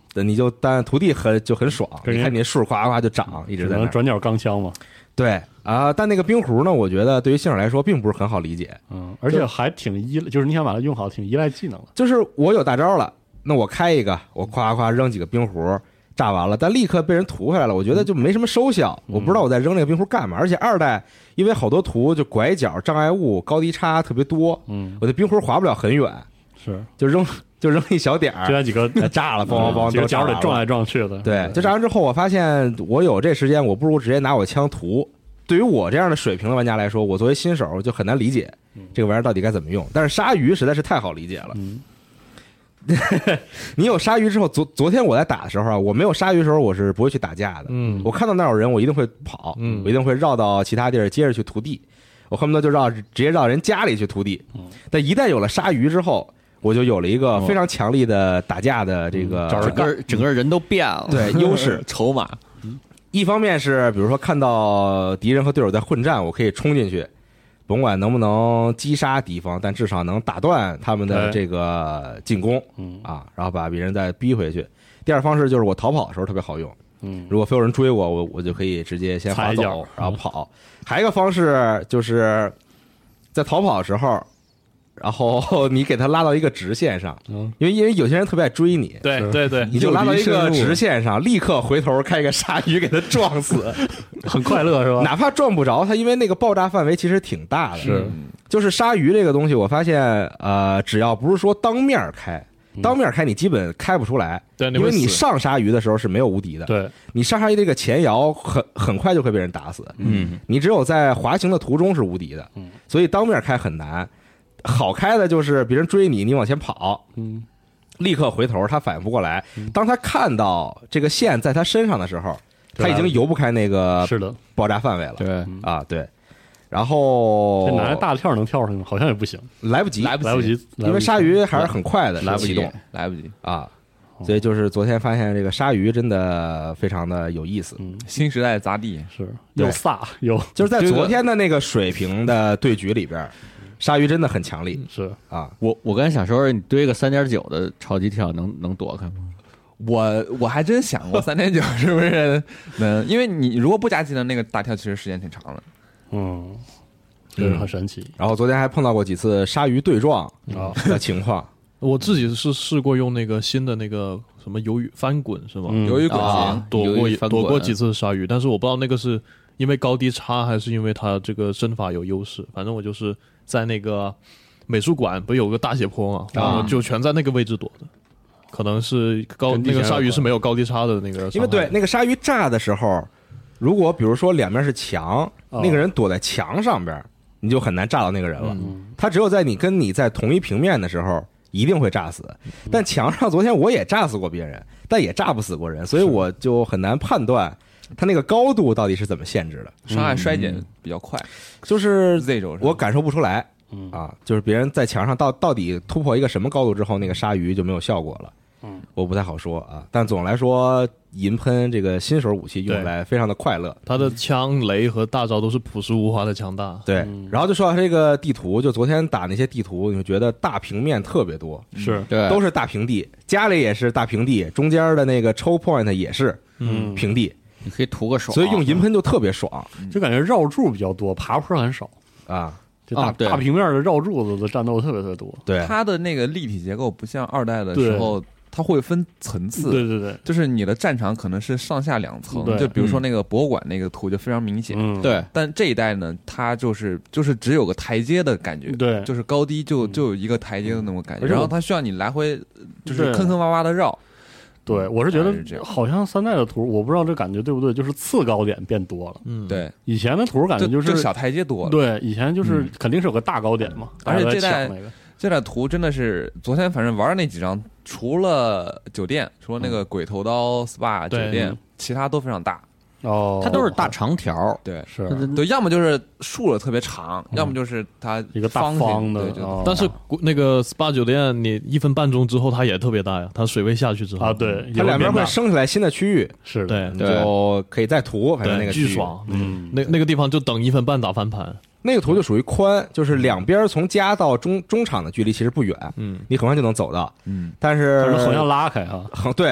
Speaker 2: 你就但涂地很就很爽，
Speaker 6: 跟人
Speaker 2: 你看你树夸夸就长，一直在那儿
Speaker 6: 只能转角钢枪嘛。
Speaker 2: 对啊，但那个冰壶呢，我觉得对于新手来说并不是很好理解。
Speaker 6: 嗯，而且还挺依，就是你想把它用好，挺依赖技能的。
Speaker 2: 就是我有大招了，那我开一个，我夸夸扔几个冰壶，炸完了，但立刻被人涂回来了，我觉得就没什么收效。
Speaker 6: 嗯、
Speaker 2: 我不知道我在扔那个冰壶干嘛。而且二代因为好多图就拐角、障碍物、高低差特别多，
Speaker 6: 嗯，
Speaker 2: 我的冰壶滑不了很远，
Speaker 6: 是
Speaker 2: 就扔就扔一小点儿，
Speaker 6: 就那几个
Speaker 2: 炸了，梆梆梆，
Speaker 6: 几个角
Speaker 2: 都
Speaker 6: 得撞来撞去的。
Speaker 2: 对，就炸完之后，我发现我有这时间，我不如直接拿我枪涂。对于我这样的水平的玩家来说，我作为新手就很难理解这个玩意儿到底该怎么用。但是鲨鱼实在是太好理解了。
Speaker 6: 嗯，
Speaker 2: 你有鲨鱼之后，昨昨天我在打的时候啊，我没有鲨鱼的时候，我是不会去打架的。
Speaker 3: 嗯，
Speaker 2: 我看到那有人，我一定会跑，
Speaker 3: 嗯，
Speaker 2: 我一定会绕到其他地儿接着去涂地。我恨不得就绕直接绕人家里去涂地。
Speaker 6: 嗯，
Speaker 2: 但一旦有了鲨鱼之后，我就有了一个非常强力的打架的这个
Speaker 5: 整个整个人都变了，
Speaker 2: 对优势
Speaker 5: 筹码。
Speaker 2: 一方面是比如说看到敌人和对手在混战，我可以冲进去，甭管能不能击杀敌方，但至少能打断他们的这个进攻，
Speaker 6: 嗯
Speaker 2: 啊，然后把别人再逼回去。第二方式就是我逃跑的时候特别好用，
Speaker 6: 嗯，
Speaker 2: 如果非有人追我，我我就可以直接先滑走，然后跑。还有一个方式就是在逃跑的时候，然后你给他拉到一个直线上，
Speaker 6: 嗯，
Speaker 2: 因为因为有些人特别爱追你，
Speaker 3: 对对对，
Speaker 2: 你就拉到一个直线上，立刻回头开一个鲨鱼给他撞死，
Speaker 6: 很快乐是吧？
Speaker 2: 哪怕撞不着他，因为那个爆炸范围其实挺大的。
Speaker 6: 是，
Speaker 2: 就是鲨鱼这个东西，我发现呃，只要不是说当面开，当面开你基本开不出来，
Speaker 3: 对，
Speaker 2: 因为你上鲨鱼的时候是没有无敌的。
Speaker 6: 对，
Speaker 2: 你上鲨鱼这个前摇很很快就会被人打死，
Speaker 5: 嗯，
Speaker 2: 你只有在滑行的途中是无敌的，
Speaker 6: 嗯，
Speaker 2: 所以当面开很难。好开的就是别人追你，你往前跑，
Speaker 6: 嗯，
Speaker 2: 立刻回头，他反应不过来。当他看到这个线在他身上的时候，他已经游不开那个
Speaker 6: 是的
Speaker 2: 爆炸范围了。
Speaker 5: 对
Speaker 2: 啊，对。然后
Speaker 6: 这拿大跳能跳上去吗？好像也不行，
Speaker 2: 来不及，
Speaker 4: 来不
Speaker 6: 来不及，
Speaker 2: 因为鲨鱼还是很快的，
Speaker 5: 来不及
Speaker 2: 启动，
Speaker 4: 来不及
Speaker 2: 啊。所以就是昨天发现这个鲨鱼真的非常的有意思，
Speaker 6: 嗯，
Speaker 4: 新时代砸地
Speaker 6: 是又飒又
Speaker 2: 就是在昨天的那个水平的对局里边。鲨鱼真的很强力，
Speaker 6: 是
Speaker 2: 啊，
Speaker 5: 我我刚才想说，你堆个三点九的超级跳能能躲开吗？
Speaker 4: 我我还真想过三点九是不是能，因为你如果不加技能，那个大跳其实时间挺长的。
Speaker 6: 嗯，这是很神奇。
Speaker 2: 然后昨天还碰到过几次鲨鱼对撞的情况。
Speaker 3: 我自己是试过用那个新的那个什么鱿鱼翻滚是吗？
Speaker 4: 鱿鱼滚
Speaker 5: 行
Speaker 3: 躲过躲过几
Speaker 5: 次
Speaker 3: 次鲨鱼，但是我不知道那个是因为高低差还是因为它这个身法有优势。反正我就是在那个美术馆不是有个大斜坡嘛，然后就全在那个位置躲的。可能是高那个鲨鱼是没有高低差的那个，
Speaker 2: 因为对那个鲨鱼炸的时候，如果比如说两边是墙，
Speaker 6: 哦、
Speaker 2: 那个人躲在墙上边，你就很难炸到那个人了。
Speaker 6: 嗯、
Speaker 2: 他只有在你跟你在同一平面的时候，一定会炸死。但墙上昨天我也炸死过别人，但也炸不死过人，所以我就很难判断他那个高度到底是怎么限制的。
Speaker 4: 伤害衰减比较快，
Speaker 2: 就是
Speaker 4: Z 轴
Speaker 2: 我感受不出来。
Speaker 6: 嗯
Speaker 2: 啊，就是别人在墙上到到底突破一个什么高度之后，那个鲨鱼就没有效果了。
Speaker 6: 嗯，
Speaker 2: 我不太好说啊，但总的来说，银喷这个新手武器用来非常的快乐。
Speaker 3: 它的枪雷和大招都是朴实无华的强大。
Speaker 2: 对，
Speaker 6: 嗯、
Speaker 2: 然后就说到这个地图，就昨天打那些地图，你会觉得大平面特别多，
Speaker 6: 是
Speaker 5: 对，
Speaker 2: 都是大平地，家里也是大平地，中间的那个抽 point 也是
Speaker 6: 嗯
Speaker 2: 平地，
Speaker 5: 你可以图个爽，
Speaker 2: 所以用银喷就特别爽，
Speaker 6: 就感觉绕柱比较多，爬坡很少
Speaker 2: 啊。
Speaker 6: 这大、
Speaker 5: 啊、
Speaker 6: 大平面的绕柱子的战斗特别特别多。
Speaker 2: 对，
Speaker 4: 它的那个立体结构不像二代的时候，它会分层次。
Speaker 6: 对对对，
Speaker 4: 就是你的战场可能是上下两层，就比如说那个博物馆那个图就非常明显。
Speaker 6: 嗯，
Speaker 5: 对。
Speaker 4: 但这一代呢，它就是就是只有个台阶的感觉，
Speaker 6: 对，
Speaker 4: 就是高低就就有一个台阶的那种感觉，
Speaker 6: 嗯、
Speaker 4: 然后它需要你来回就是坑坑洼洼的绕。
Speaker 6: 对，我是觉得好像三代的图，我不知道这感觉对不对，就是次高点变多了。
Speaker 3: 嗯，
Speaker 4: 对，
Speaker 6: 以前的图感觉就是
Speaker 4: 小台阶多了。
Speaker 6: 对，以前就是肯定是有个大高点嘛，
Speaker 4: 嗯、而且这代、
Speaker 6: 那个、
Speaker 4: 这代图真的是昨天反正玩的那几张，除了酒店，除了那个鬼头刀 S P A 酒店，其他都非常大。
Speaker 6: 哦，
Speaker 5: 它都是大长条，
Speaker 4: 对，
Speaker 6: 是
Speaker 4: 对，要么就是竖了特别长，要么就是它
Speaker 6: 一个大方的。
Speaker 4: 对，
Speaker 6: 哦、
Speaker 3: 但是那个 S P A 酒店，你一分半钟之后它也特别大呀，它水位下去之后
Speaker 6: 啊，对，
Speaker 2: 它两边会升起来新的区域，
Speaker 6: 是
Speaker 3: 的，
Speaker 2: 对，就可以再涂，反正那个
Speaker 3: 巨爽，
Speaker 6: 嗯，
Speaker 3: 那那个地方就等一分半打翻盘。
Speaker 2: 那个图就属于宽，就是两边从家到中中场的距离其实不远，
Speaker 3: 嗯，
Speaker 2: 你很快就能走到，
Speaker 4: 嗯，
Speaker 2: 但是
Speaker 6: 横向拉开啊，
Speaker 2: 横对。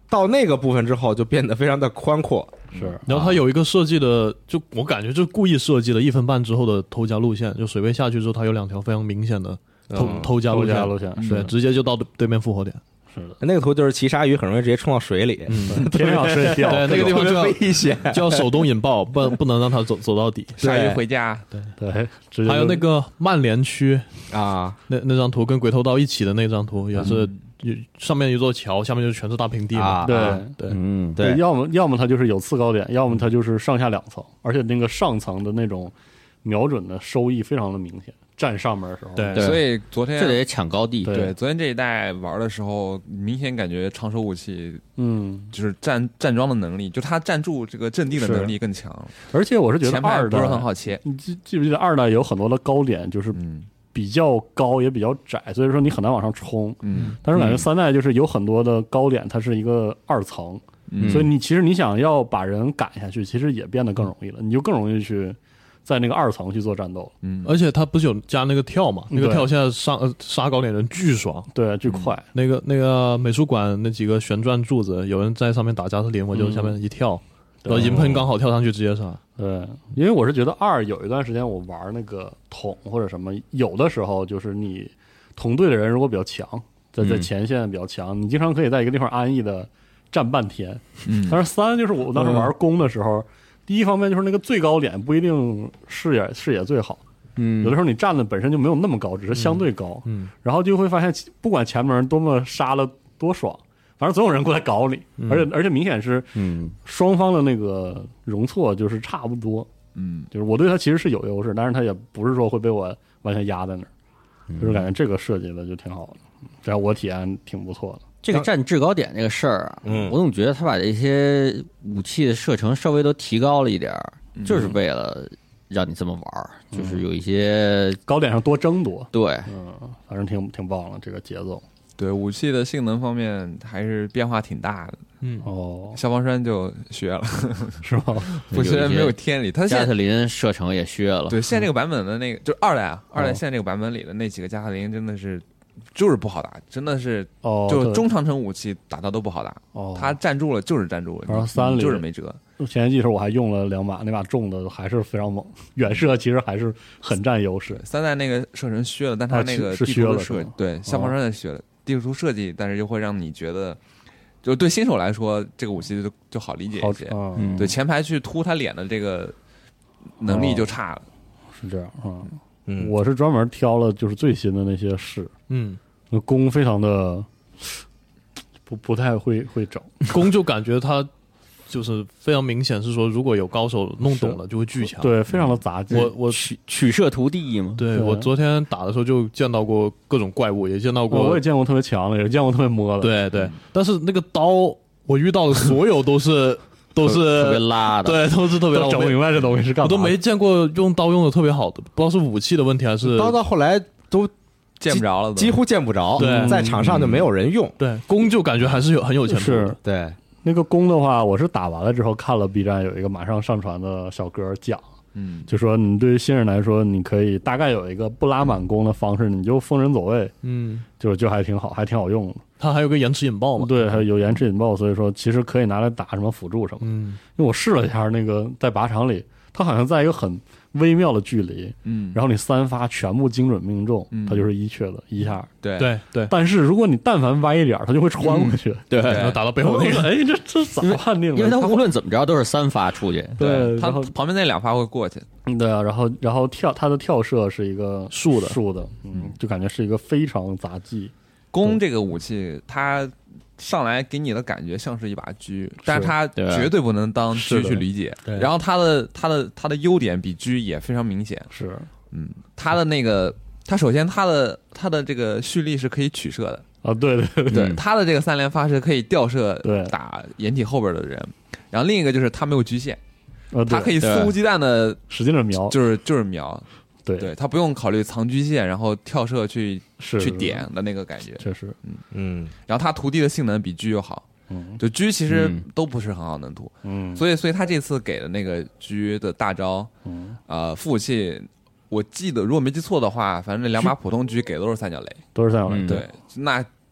Speaker 2: 到那个部分之后就变得非常的宽阔。
Speaker 6: 是，
Speaker 3: 然后它有一个设计的，就我感觉就是故意设计了一分半之后的偷家路线，就水位下去之后，它有两条非常明显的偷、
Speaker 2: 嗯、
Speaker 3: 偷家路线，
Speaker 6: 路线
Speaker 3: 对，直接就到对面复活点。
Speaker 6: 是的，
Speaker 2: 那个图就是骑鲨鱼很容易直接冲到水里，
Speaker 3: 嗯，
Speaker 6: 天上睡觉，
Speaker 3: 对，那个地方就要
Speaker 2: 危险，
Speaker 3: 就要手动引爆，不不能让它走走到底。
Speaker 4: 鲨鱼回家，
Speaker 3: 对
Speaker 6: 对，直接
Speaker 3: 还有那个曼联区
Speaker 2: 啊，
Speaker 3: 那那张图跟鬼头刀一起的那张图也是。嗯，上面有一座桥，下面就全是大平地嘛。
Speaker 2: 啊、
Speaker 6: 对
Speaker 3: 对，
Speaker 5: 嗯，
Speaker 6: 对，要么要么它就是有次高点，要么它就是上下两层，而且那个上层的那种瞄准的收益非常的明显。站上面的时候，
Speaker 3: 对，
Speaker 4: 所以昨天
Speaker 5: 这得抢高地。
Speaker 6: 对，
Speaker 4: 对昨天这一代玩的时候，明显感觉长手武器，
Speaker 6: 嗯，
Speaker 4: 就是站站桩的能力，就他站住这个阵地的能力更强。
Speaker 6: 而且我是觉得二代
Speaker 4: 不是很好切，
Speaker 6: 你记记不记得二代有很多的高点，就是
Speaker 4: 嗯。
Speaker 6: 比较高也比较窄，所以说你很难往上冲。
Speaker 4: 嗯，
Speaker 6: 但是感觉三代就是有很多的高点，它是一个二层，
Speaker 4: 嗯、
Speaker 6: 所以你其实你想要把人赶下去，其实也变得更容易了，你就更容易去在那个二层去做战斗。
Speaker 3: 嗯，而且它不是有加那个跳嘛？那个跳现在杀呃杀高点人巨爽，
Speaker 6: 对，巨快。
Speaker 3: 嗯、那个那个美术馆那几个旋转柱子，有人在上面打加特林，我就下面一跳，然后银喷刚好跳上去直接杀。
Speaker 6: 对，因为我是觉得二有一段时间我玩那个桶或者什么，有的时候就是你同队的人如果比较强，在在前线比较强，嗯、你经常可以在一个地方安逸的站半天。
Speaker 4: 嗯，
Speaker 6: 但是三就是我当时玩攻的时候，嗯、第一方面就是那个最高点不一定视野视野最好，
Speaker 5: 嗯，
Speaker 6: 有的时候你站的本身就没有那么高，只是相对高，
Speaker 3: 嗯，
Speaker 6: 然后就会发现不管前面人多么杀了多爽。反正总有人过来搞你，
Speaker 3: 嗯、
Speaker 6: 而且而且明显是，
Speaker 5: 嗯，
Speaker 6: 双方的那个容错就是差不多，
Speaker 4: 嗯，
Speaker 6: 就是我对他其实是有优势，但是他也不是说会被我完全压在那儿，
Speaker 5: 嗯、
Speaker 6: 就是感觉这个设计的就挺好的，这样我体验挺不错的。
Speaker 5: 这个占制高点这个事儿啊，
Speaker 2: 嗯，
Speaker 5: 我总觉得他把这些武器的射程稍微都提高了一点，
Speaker 4: 嗯、
Speaker 5: 就是为了让你这么玩，嗯、就是有一些
Speaker 6: 高点上多争夺，
Speaker 5: 对，
Speaker 6: 嗯，反正挺挺棒的这个节奏。
Speaker 4: 对武器的性能方面还是变化挺大的，
Speaker 3: 嗯
Speaker 6: 哦，
Speaker 4: 消防栓就削了，
Speaker 6: 是吗？
Speaker 4: 不削没有天理，它
Speaker 5: 加特林射程也削了。
Speaker 4: 对，现在这个版本的那个就是二代啊，二代现在这个版本里的那几个加特林真的是就是不好打，真的是
Speaker 6: 哦，
Speaker 4: 就中长程武器打到都不好打，
Speaker 6: 哦，
Speaker 4: 它站住了就是站住了，
Speaker 6: 然后三里
Speaker 4: 就是没辙。
Speaker 6: 前一季时候我还用了两把，那把重的还是非常猛，远射其实还是很占优势。
Speaker 4: 三代那个射程削了，但它那个地图的设对消防栓的削了。地图设计，但是又会让你觉得，就对新手来说，这个武器就就好理解一些。
Speaker 6: 嗯、
Speaker 4: 对前排去突他脸的这个能力就差了。
Speaker 6: 哦、是这样啊，
Speaker 2: 嗯，
Speaker 6: 我是专门挑了就是最新的那些式，
Speaker 3: 嗯，
Speaker 6: 那弓非常的不不太会会整，
Speaker 3: 弓就感觉它就是非常明显是说，如果有高手弄懂了就会巨强，
Speaker 6: 对，非常的杂技。
Speaker 3: 我我
Speaker 5: 取取射图第一嘛，
Speaker 3: 对, 对我昨天打的时候就见到过各种怪物，也见到过，
Speaker 6: 哦、我也见过特别强的，也见过特别摸的，
Speaker 3: 对对。但是那个刀，我遇到的所有都是都是
Speaker 5: 特别拉的，
Speaker 3: 对，都是特别拉。
Speaker 6: 整不明白这东西是干嘛，
Speaker 3: 我都没见过用刀用的特别好的，不知道是武器的问题还是
Speaker 2: 刀到后来都
Speaker 4: 见不着了，
Speaker 2: 几乎见不着，
Speaker 3: 对，
Speaker 2: 在场上就没有人用。
Speaker 3: 对，弓就感觉还是有很有前途。
Speaker 6: 是，
Speaker 2: 对。
Speaker 6: 那个弓的话，我是打完了之后看了 B 站有一个马上上传的小哥讲，
Speaker 4: 嗯，
Speaker 6: 就说你对于新人来说，你可以大概有一个不拉满弓的方式，你就封人走位，
Speaker 3: 嗯，
Speaker 6: 就就还挺好，还挺好用的。
Speaker 3: 它还有个延迟引爆嘛？
Speaker 6: 对，还有延迟引爆，所以说其实可以拿来打什么辅助什么。
Speaker 3: 嗯，
Speaker 6: 因为我试了一下那个在靶场里，它好像在一个很微妙的距离，
Speaker 4: 嗯，
Speaker 6: 然后你三发全部精准命中，
Speaker 4: 嗯、
Speaker 6: 它就是一缺的一下，
Speaker 4: 对
Speaker 3: 对对。
Speaker 6: 但是如果你但凡歪一点，它就会穿过去，
Speaker 5: 嗯、对，
Speaker 3: 然后打到背后那个，
Speaker 6: 哎，这这咋判定的？
Speaker 5: 因为它无论怎么着都是三发出去，
Speaker 6: 对，
Speaker 4: 它旁边那两发会过去，
Speaker 6: 对啊，然后然后跳它的跳射是一个
Speaker 3: 竖的
Speaker 6: 竖的，嗯，就感觉是一个非常杂技。
Speaker 4: 弓这个武器，它上来给你的感觉像是一把狙，但是它绝对不能当狙去理解。然后它的它的它的优点比狙也非常明显。
Speaker 6: 是，
Speaker 4: 嗯，它的那个，它首先它的它的这个蓄力是可以取射的
Speaker 6: 啊，对对
Speaker 4: 对对，它的这个三连发是可以吊射打掩体后边的人。然后另一个就是它没有局限，
Speaker 6: 啊，
Speaker 4: 它可以肆无忌惮的
Speaker 6: 使劲的瞄，
Speaker 4: 就是就是瞄。
Speaker 6: 对
Speaker 4: 对，他不用考虑藏居线，然后跳射去
Speaker 6: 是
Speaker 4: 去点的那个感觉，
Speaker 6: 确实，
Speaker 2: 嗯嗯。
Speaker 4: 然后他图地的性能比狙又好，
Speaker 6: 嗯，
Speaker 4: 就狙其实都不是很好能图，
Speaker 6: 嗯，
Speaker 4: 所以所以他这次给的那个狙的大招，
Speaker 6: 嗯，
Speaker 4: 呃，副武器，我记得如果没记错的话，反正那两把普通狙给的都是三角雷，
Speaker 6: 都是三角雷，
Speaker 4: 对，那就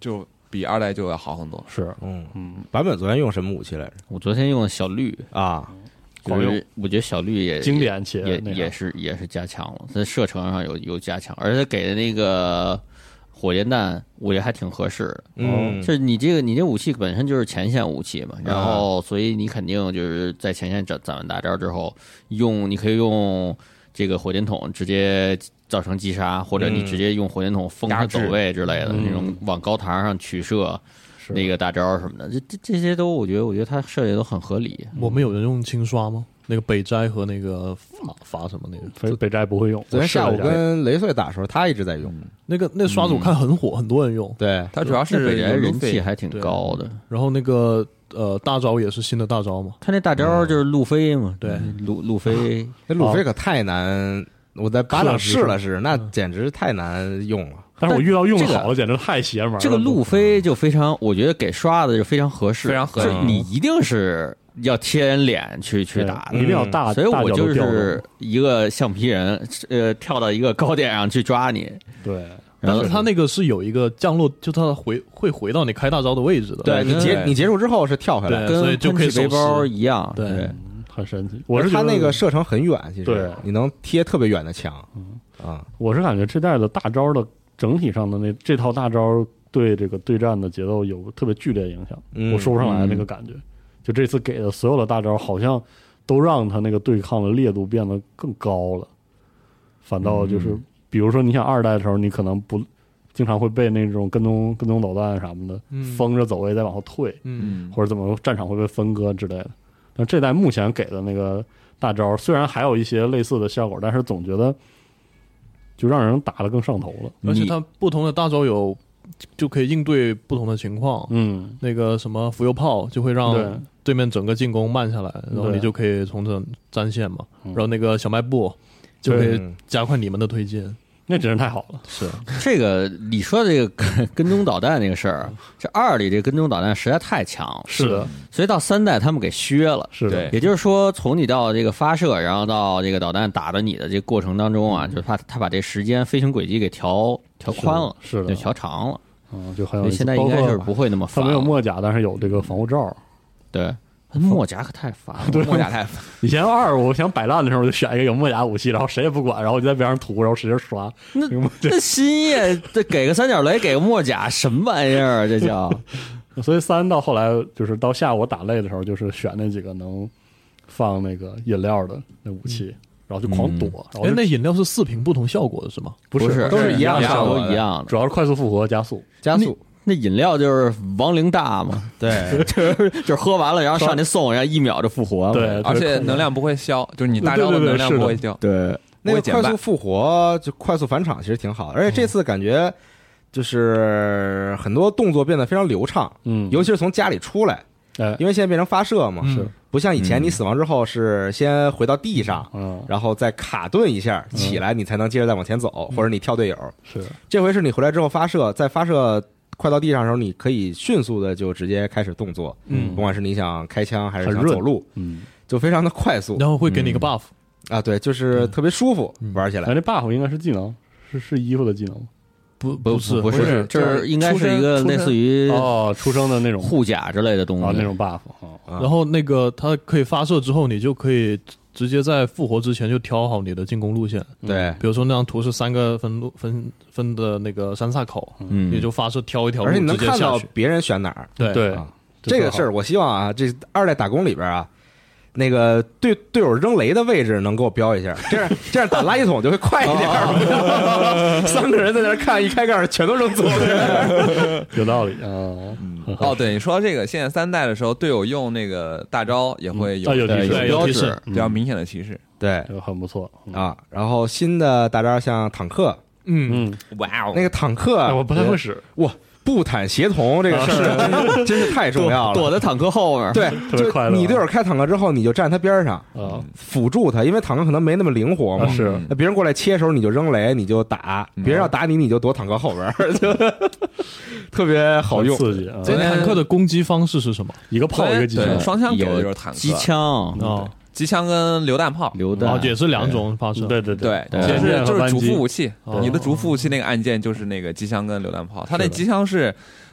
Speaker 4: 比二代就要好很多。
Speaker 6: 是，
Speaker 2: 嗯嗯。版本昨天用什么武器来着？
Speaker 5: 我昨天用的小绿
Speaker 2: 啊，
Speaker 5: 就是我觉得小绿也
Speaker 6: 经典且
Speaker 5: 也也是也是加强了，在射程上有有加强，而且给的那个火箭弹，我觉得还挺合适的。
Speaker 2: 嗯，
Speaker 5: 就是你这个你这武器本身就是前线武器嘛，然后所以你肯定就是在前线攒攒完大招之后，用你可以用这个火箭筒直接造成击杀，或者你直接用火箭筒封他走位之类的、嗯、那种往高台上取射。那个大招什么的，这这这些都我觉得，我觉得它设计都很合理。
Speaker 3: 我们有人用轻刷吗？那个北斋和那个法法什么那个，
Speaker 6: 北斋不会用。
Speaker 2: 昨天下午跟雷穗打的时候，他一直在用。
Speaker 3: 那个那刷子我看很火，嗯、很多人用。
Speaker 2: 对，
Speaker 5: 它主要是北斋人气还挺高的。
Speaker 3: 然后那个呃大招也是新的大招嘛，
Speaker 5: 他那大招就是路飞嘛，
Speaker 3: 对，
Speaker 5: 路路飞，
Speaker 2: 那路飞可太难。我在巴掌试了试，那简直太难用了。
Speaker 6: 但是我遇到用的好的，简直太邪门了。
Speaker 5: 这个路飞就非常，我觉得给刷的就非常合适，
Speaker 4: 非常合适。
Speaker 5: 你一定是要贴人脸去去打的，
Speaker 6: 一定要大。
Speaker 5: 所以我就是一个橡皮人，呃，跳到一个高点上去抓你。
Speaker 6: 对，
Speaker 3: 但是他那个是有一个降落，就他回会回到你开大招的位置的。
Speaker 2: 对你结你结束之后是跳回来，
Speaker 5: 跟
Speaker 3: 就可以
Speaker 5: 背包一样。
Speaker 3: 对。
Speaker 6: 很神奇，我是
Speaker 2: 他那个射程很远，其实
Speaker 6: 对，
Speaker 2: 你能贴特别远的墙。
Speaker 6: 嗯
Speaker 2: 啊，
Speaker 6: 我是感觉这代的大招的整体上的那这套大招对这个对战的节奏有特别剧烈影响，
Speaker 2: 嗯、
Speaker 6: 我说不上来那个感觉。嗯、就这次给的所有的大招，好像都让他那个对抗的烈度变得更高了，反倒就是，嗯、比如说你想二代的时候，你可能不经常会被那种跟踪跟踪导弹什么的、嗯、封着走位再往后退，
Speaker 3: 嗯，
Speaker 6: 或者怎么战场会被分割之类的。但这代目前给的那个大招，虽然还有一些类似的效果，但是总觉得就让人打得更上头了。
Speaker 3: 而且它不同的大招有就可以应对不同的情况。
Speaker 6: 嗯，
Speaker 3: 那个什么浮游炮就会让对面整个进攻慢下来，然后你就可以从这占线嘛。然后那个小卖部就可以加快你们的推进。
Speaker 6: 那真是太好了。
Speaker 3: 是
Speaker 5: 这个你说的这个跟踪导弹那个事儿，这二里这个跟踪导弹实在太强了。
Speaker 6: 是的，
Speaker 5: 所以到三代他们给削了。
Speaker 6: 是的，
Speaker 5: 也就是说，从你到这个发射，然后到这个导弹打着你的这个过程当中啊，就是他他把这时间飞行轨迹给调调宽了，
Speaker 6: 是的，
Speaker 5: 就调长了。
Speaker 6: 嗯，就很有意思。
Speaker 5: 现在应该就是不会那么烦。
Speaker 6: 它没有墨甲，但是有这个防护罩。
Speaker 5: 对。墨甲可太烦了，
Speaker 4: 墨甲太烦。
Speaker 6: 以前二我想摆烂的时候，就选一个有墨甲武器，然后谁也不管，然后我就在边上涂，然后使劲刷。
Speaker 5: 那那新叶这给个三角雷，给个墨甲，什么玩意儿、啊？这叫。
Speaker 6: 所以三到后来就是到下午我打累的时候，就是选那几个能放那个饮料的那武器，嗯、然后就狂躲。哎、
Speaker 3: 嗯，那饮料是四瓶不同效果的是吗？
Speaker 5: 不是，
Speaker 2: 都是一样的，
Speaker 5: 效果一样的，
Speaker 6: 主要是快速复活加速，
Speaker 2: 加速。
Speaker 5: 那饮料就是亡灵大嘛，
Speaker 2: 对，
Speaker 5: 就是就是喝完了，然后上去送，然后一秒就复活了，
Speaker 6: 对，
Speaker 4: 而且能量不会消，就是你大招的能量不会消，
Speaker 5: 对，
Speaker 2: 那个快速复活就快速返场其实挺好的，而且这次感觉就是很多动作变得非常流畅，
Speaker 6: 嗯，
Speaker 2: 尤其是从家里出来，
Speaker 6: 哎，
Speaker 2: 因为现在变成发射嘛，
Speaker 6: 是
Speaker 2: 不像以前你死亡之后是先回到地上，
Speaker 6: 嗯，
Speaker 2: 然后再卡顿一下起来，你才能接着再往前走，或者你跳队友，
Speaker 6: 是
Speaker 2: 这回是你回来之后发射，在发射。快到地上的时候，你可以迅速的就直接开始动作，
Speaker 6: 嗯，
Speaker 2: 不管是你想开枪还是想走路，
Speaker 6: 嗯，
Speaker 2: 就非常的快速，
Speaker 3: 然后会给你一个 buff、
Speaker 2: 嗯、啊，对，就是特别舒服，
Speaker 3: 嗯、
Speaker 2: 玩起来。
Speaker 6: 哎，那 buff 应该是技能，是是衣服的技能吗？
Speaker 3: 不
Speaker 5: 不
Speaker 3: 是
Speaker 5: 不是，就是应该是一个类似于
Speaker 6: 哦出生的那种
Speaker 5: 护甲之类的东西，
Speaker 6: 啊，那种 buff、
Speaker 3: 啊。然后那个它可以发射之后，你就可以直接在复活之前就挑好你的进攻路线。
Speaker 2: 对，
Speaker 3: 比如说那张图是三个分路分分的那个三岔口，
Speaker 5: 嗯，
Speaker 3: 你就发射挑一条路，
Speaker 2: 而且你能
Speaker 3: 直接
Speaker 2: 看到
Speaker 3: 下去
Speaker 2: 别人选哪儿。
Speaker 3: 对
Speaker 6: 对、
Speaker 2: 啊，这个事儿我希望啊，这二代打工里边啊。那个队队友扔雷的位置能给我标一下，这样这样打垃圾桶就会快一点。哦、三个人在那看，一开盖全都扔左边，
Speaker 6: 有道理啊。
Speaker 4: 哦，对，你说到这个，现在三代的时候，队友用那个大招也会有、
Speaker 6: 嗯、有
Speaker 5: 提示，
Speaker 3: 有提示，
Speaker 4: 比较明显的提示。
Speaker 2: 对，
Speaker 6: 这个很不错、
Speaker 2: 嗯、啊。然后新的大招像坦克，
Speaker 3: 嗯
Speaker 6: 嗯，
Speaker 2: 哇哦，那个坦克、
Speaker 6: 哎、我不太会使
Speaker 2: 哇。步坦协同这个事儿、啊、真是太重要了，
Speaker 5: 躲在坦克后面，
Speaker 2: 对，
Speaker 6: 特别快乐。
Speaker 2: 你队友开坦克之后，你就站他边上，
Speaker 6: 啊，
Speaker 2: 辅助他，因为坦克可能没那么灵活嘛。
Speaker 6: 啊、是，
Speaker 2: 那别人过来切的时候，你就扔雷，你就打；
Speaker 6: 嗯、
Speaker 2: 别人要打你，你就躲坦克后边，就特别好用，
Speaker 6: 刺激啊！
Speaker 3: 这坦克的攻击方式是什么？
Speaker 6: 一个炮，一个机枪，
Speaker 4: 双枪给的就是坦克，
Speaker 5: 机枪
Speaker 3: 啊。
Speaker 4: 机枪跟榴弹炮，
Speaker 5: 榴弹、
Speaker 3: 哦、也是两种发射，
Speaker 6: 对对
Speaker 4: 对
Speaker 5: 对，
Speaker 4: 其实就是主副武器，你的主副武器那个按键就是那个机枪跟榴弹炮，它那机枪是。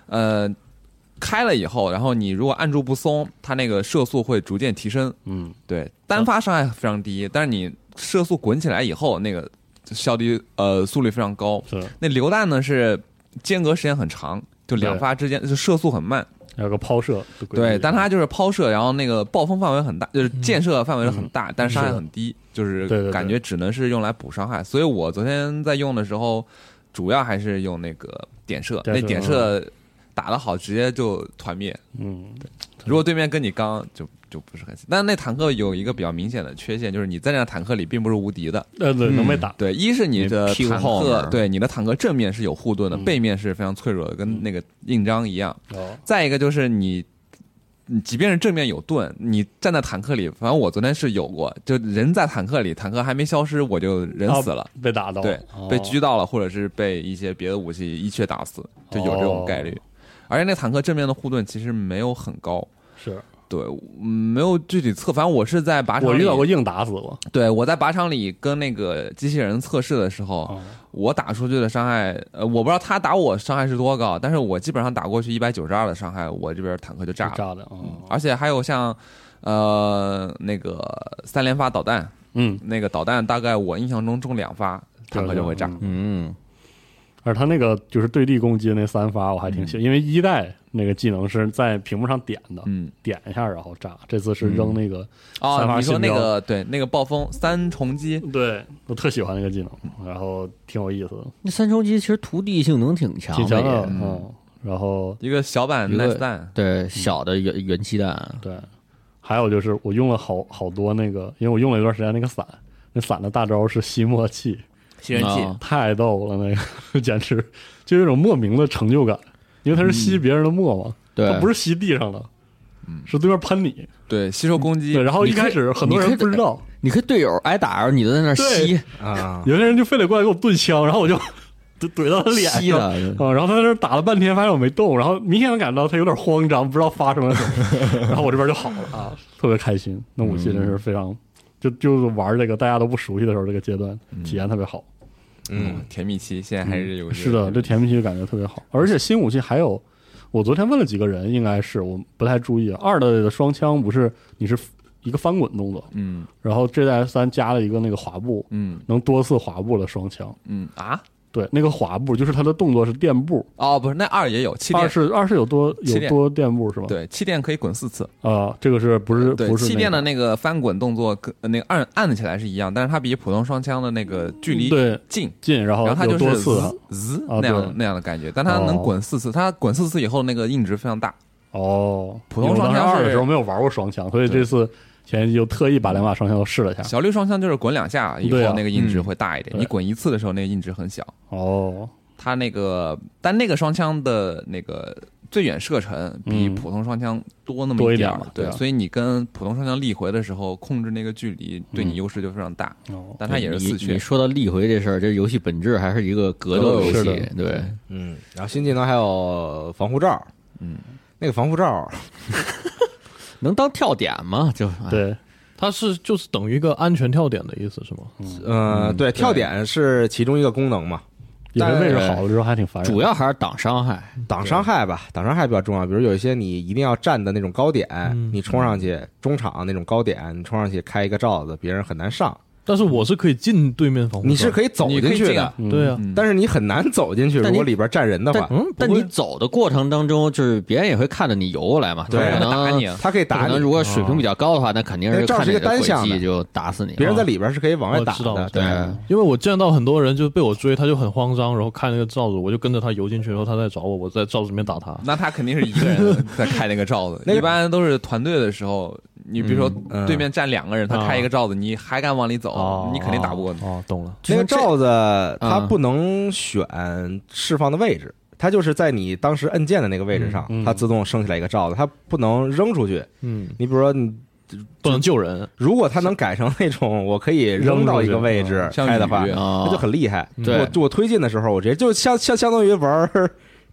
Speaker 4: 呃，开了以后，然后你如果按住不松，它那个射速会逐渐提升。
Speaker 6: 嗯，
Speaker 4: 对，单发伤害非常低，但是你射速滚起来以后，那个效率呃速率非常高。
Speaker 6: 是
Speaker 4: 那榴弹呢是间隔时间很长，就两发之间就射速很慢。
Speaker 6: 有个抛射，
Speaker 4: 对，但它就是抛射，然后那个暴风范围很大，就是箭射范围很大，嗯、但是伤害很低，就是感觉只能是用来补伤害。所以我昨天在用的时候，主要还是用那个点射，那点射打得好，直接就团灭。嗯，对。如果对面跟你刚，就就不是很行。但是那坦克有一个比较明显的缺陷，就是你在那坦克里并不是无敌的。
Speaker 6: 呃，对，能被打。
Speaker 4: 对，一是你的坦克，对你的坦克正面是有护盾的，背面是非常脆弱的，跟那个印章一样。哦。再一个就是你，你即便是正面有盾，你站在坦克里，反正我昨天是有过，就人在坦克里，坦克还没消失，我就人死了，
Speaker 6: 被打到，
Speaker 4: 对，被狙到了，或者是被一些别的武器一阙打死，就有这种概率。而且那坦克正面的护盾其实没有很高。
Speaker 6: 是。
Speaker 4: 对，没有具体测，反正我是在靶场里，
Speaker 6: 我遇到过硬打死过。
Speaker 4: 对，我在靶场里跟那个机器人测试的时候，哦、我打出去的伤害，呃，我不知道他打我伤害是多高，但是我基本上打过去一百九十二的伤害，我这边坦克就炸了。
Speaker 6: 炸的、哦
Speaker 4: 嗯，而且还有像，呃，那个三连发导弹，
Speaker 6: 嗯，
Speaker 4: 那个导弹大概我印象中中两发，坦克就会炸。
Speaker 6: 嗯，而他那个就是对地攻击的那三发，我还挺喜欢，嗯、因为一代。那个技能是在屏幕上点的，嗯，点一下然后炸。这次是扔那个三发
Speaker 4: 信标、哦、你说那个对那个暴风三重击，
Speaker 6: 对我特喜欢那个技能，然后挺有意思的。
Speaker 5: 那三重击其实涂地性能挺强，
Speaker 6: 挺强的，嗯。嗯然后
Speaker 4: 一个小版耐斯弹，
Speaker 5: 对小的元元气弹，
Speaker 6: 对。还有就是我用了好好多那个，因为我用了一段时间那个伞，那伞的大招是吸墨器，
Speaker 4: 吸人气，
Speaker 6: 哦、太逗了，那个简直就有一种莫名的成就感。因为它是吸别人的墨嘛，
Speaker 5: 对、嗯，
Speaker 6: 它不是吸地上的，嗯，是对面喷你，
Speaker 4: 对，吸收攻击。
Speaker 6: 对，然后一开始很多人不知道，
Speaker 5: 你可以队友挨打，你都在那吸
Speaker 6: 啊，有些人就非得过来给我盾枪，然后我就怼怼到他脸上啊，然后他在那打了半天，发现我没动，然后明显能感到他有点慌张，不知道发生了什么，然后我这边就好了啊，特别开心。那武器真是非常，嗯、就就是玩这个大家都不熟悉的时候，这个阶段体验特别好。
Speaker 4: 嗯，甜蜜期现在还是有、
Speaker 6: 嗯、是的，这甜蜜期感觉特别好，而且新武器还有，我昨天问了几个人，应该是我不太注意，二代的双枪不是你是一个翻滚动作，
Speaker 4: 嗯，
Speaker 6: 然后这代三加了一个那个滑步，
Speaker 4: 嗯，
Speaker 6: 能多次滑步的双枪，
Speaker 4: 嗯啊。
Speaker 6: 对，那个滑步就是它的动作是垫步
Speaker 4: 哦，不是，那二也有气垫，
Speaker 6: 二是二是有多有多垫步是吧？
Speaker 4: 对，气垫可以滚四次
Speaker 6: 啊、呃，这个是不是
Speaker 4: 对
Speaker 6: 不是、
Speaker 4: 那個、气垫的那个翻滚动作跟那个按按起来是一样，但是它比普通双枪的那个距离
Speaker 6: 对
Speaker 4: 近
Speaker 6: 近，然后
Speaker 4: 然后它就是
Speaker 6: 多次
Speaker 4: 滋那样、啊、那样的感觉，但它能滚四次，它滚四次以后那个硬值非常大
Speaker 6: 哦。
Speaker 4: 普通双枪
Speaker 6: 二的时候没有玩过双枪，所以这次。前期就特意把两把双枪都试了一下，
Speaker 4: 小绿双枪就是滚两下以后那个硬值会大一点，啊嗯、你滚一次的时候那个硬值很小。
Speaker 6: 哦，
Speaker 4: 它那个但那个双枪的那个最远射程比普通双枪多那么一点，
Speaker 6: 嗯、
Speaker 4: 对，
Speaker 6: 对、啊，
Speaker 4: 所以你跟普通双枪力回的时候控制那个距离对你优势就非常大。
Speaker 6: 嗯、
Speaker 4: 但它也是四缺。
Speaker 5: 你说到力回这事儿，这游戏本质还是一个格斗游戏，对，
Speaker 2: 嗯，然后新技能还有防护罩，嗯，那个防护罩
Speaker 5: 能当跳点吗？就
Speaker 6: 对。
Speaker 3: 它是就是等于一个安全跳点的意思是吗？
Speaker 2: 嗯，呃、对，跳点是其中一个功能嘛。
Speaker 6: 有的位置好了之后还挺烦人，
Speaker 5: 主要还是挡伤害，
Speaker 2: 挡伤害吧，挡伤害比较重要。比如有一些你一定要站的那种高点，
Speaker 3: 嗯、
Speaker 2: 你冲上去，中场那种高点，你冲上去开一个罩子，别人很难上。
Speaker 3: 但是我是可以进对面防护，
Speaker 2: 你是可以走进去的，
Speaker 3: 嗯、对啊、
Speaker 2: 嗯，但是你很难走进去。如果里边站人的话，
Speaker 5: 但, 但你走的过程当中，就是别人也会看着你游过来嘛，
Speaker 2: 对，
Speaker 5: 可能
Speaker 2: 打你，他可以打你。
Speaker 5: 可能如果水平比较高的话，
Speaker 2: 哦、
Speaker 5: 那肯定是看
Speaker 2: 这个单向
Speaker 5: 的就打死你。
Speaker 2: 别人在里边是可以往外打的，
Speaker 3: 对。因为我见到很多人就被我追，他就很慌张，然后看那个罩子，我就跟着他游进去，然后他在找我，我在罩子里面打他。
Speaker 4: 那他肯定是一个人在开那个罩子，一般都是团队的时候。你比如说对面站两个人，他开一个罩子，你还敢往里走，你肯定打不过你。
Speaker 3: 哦，懂了。
Speaker 2: 那个罩子它不能选释放的位置，它就是在你当时摁键的那个位置上，它自动升起来一个罩子，它不能扔出去。
Speaker 3: 嗯，
Speaker 2: 你比如说你
Speaker 3: 不能救人，
Speaker 2: 如果它能改成那种我可以扔到一个位置开的话，那就很厉害。我我推进的时候，我直接就相相相当于玩。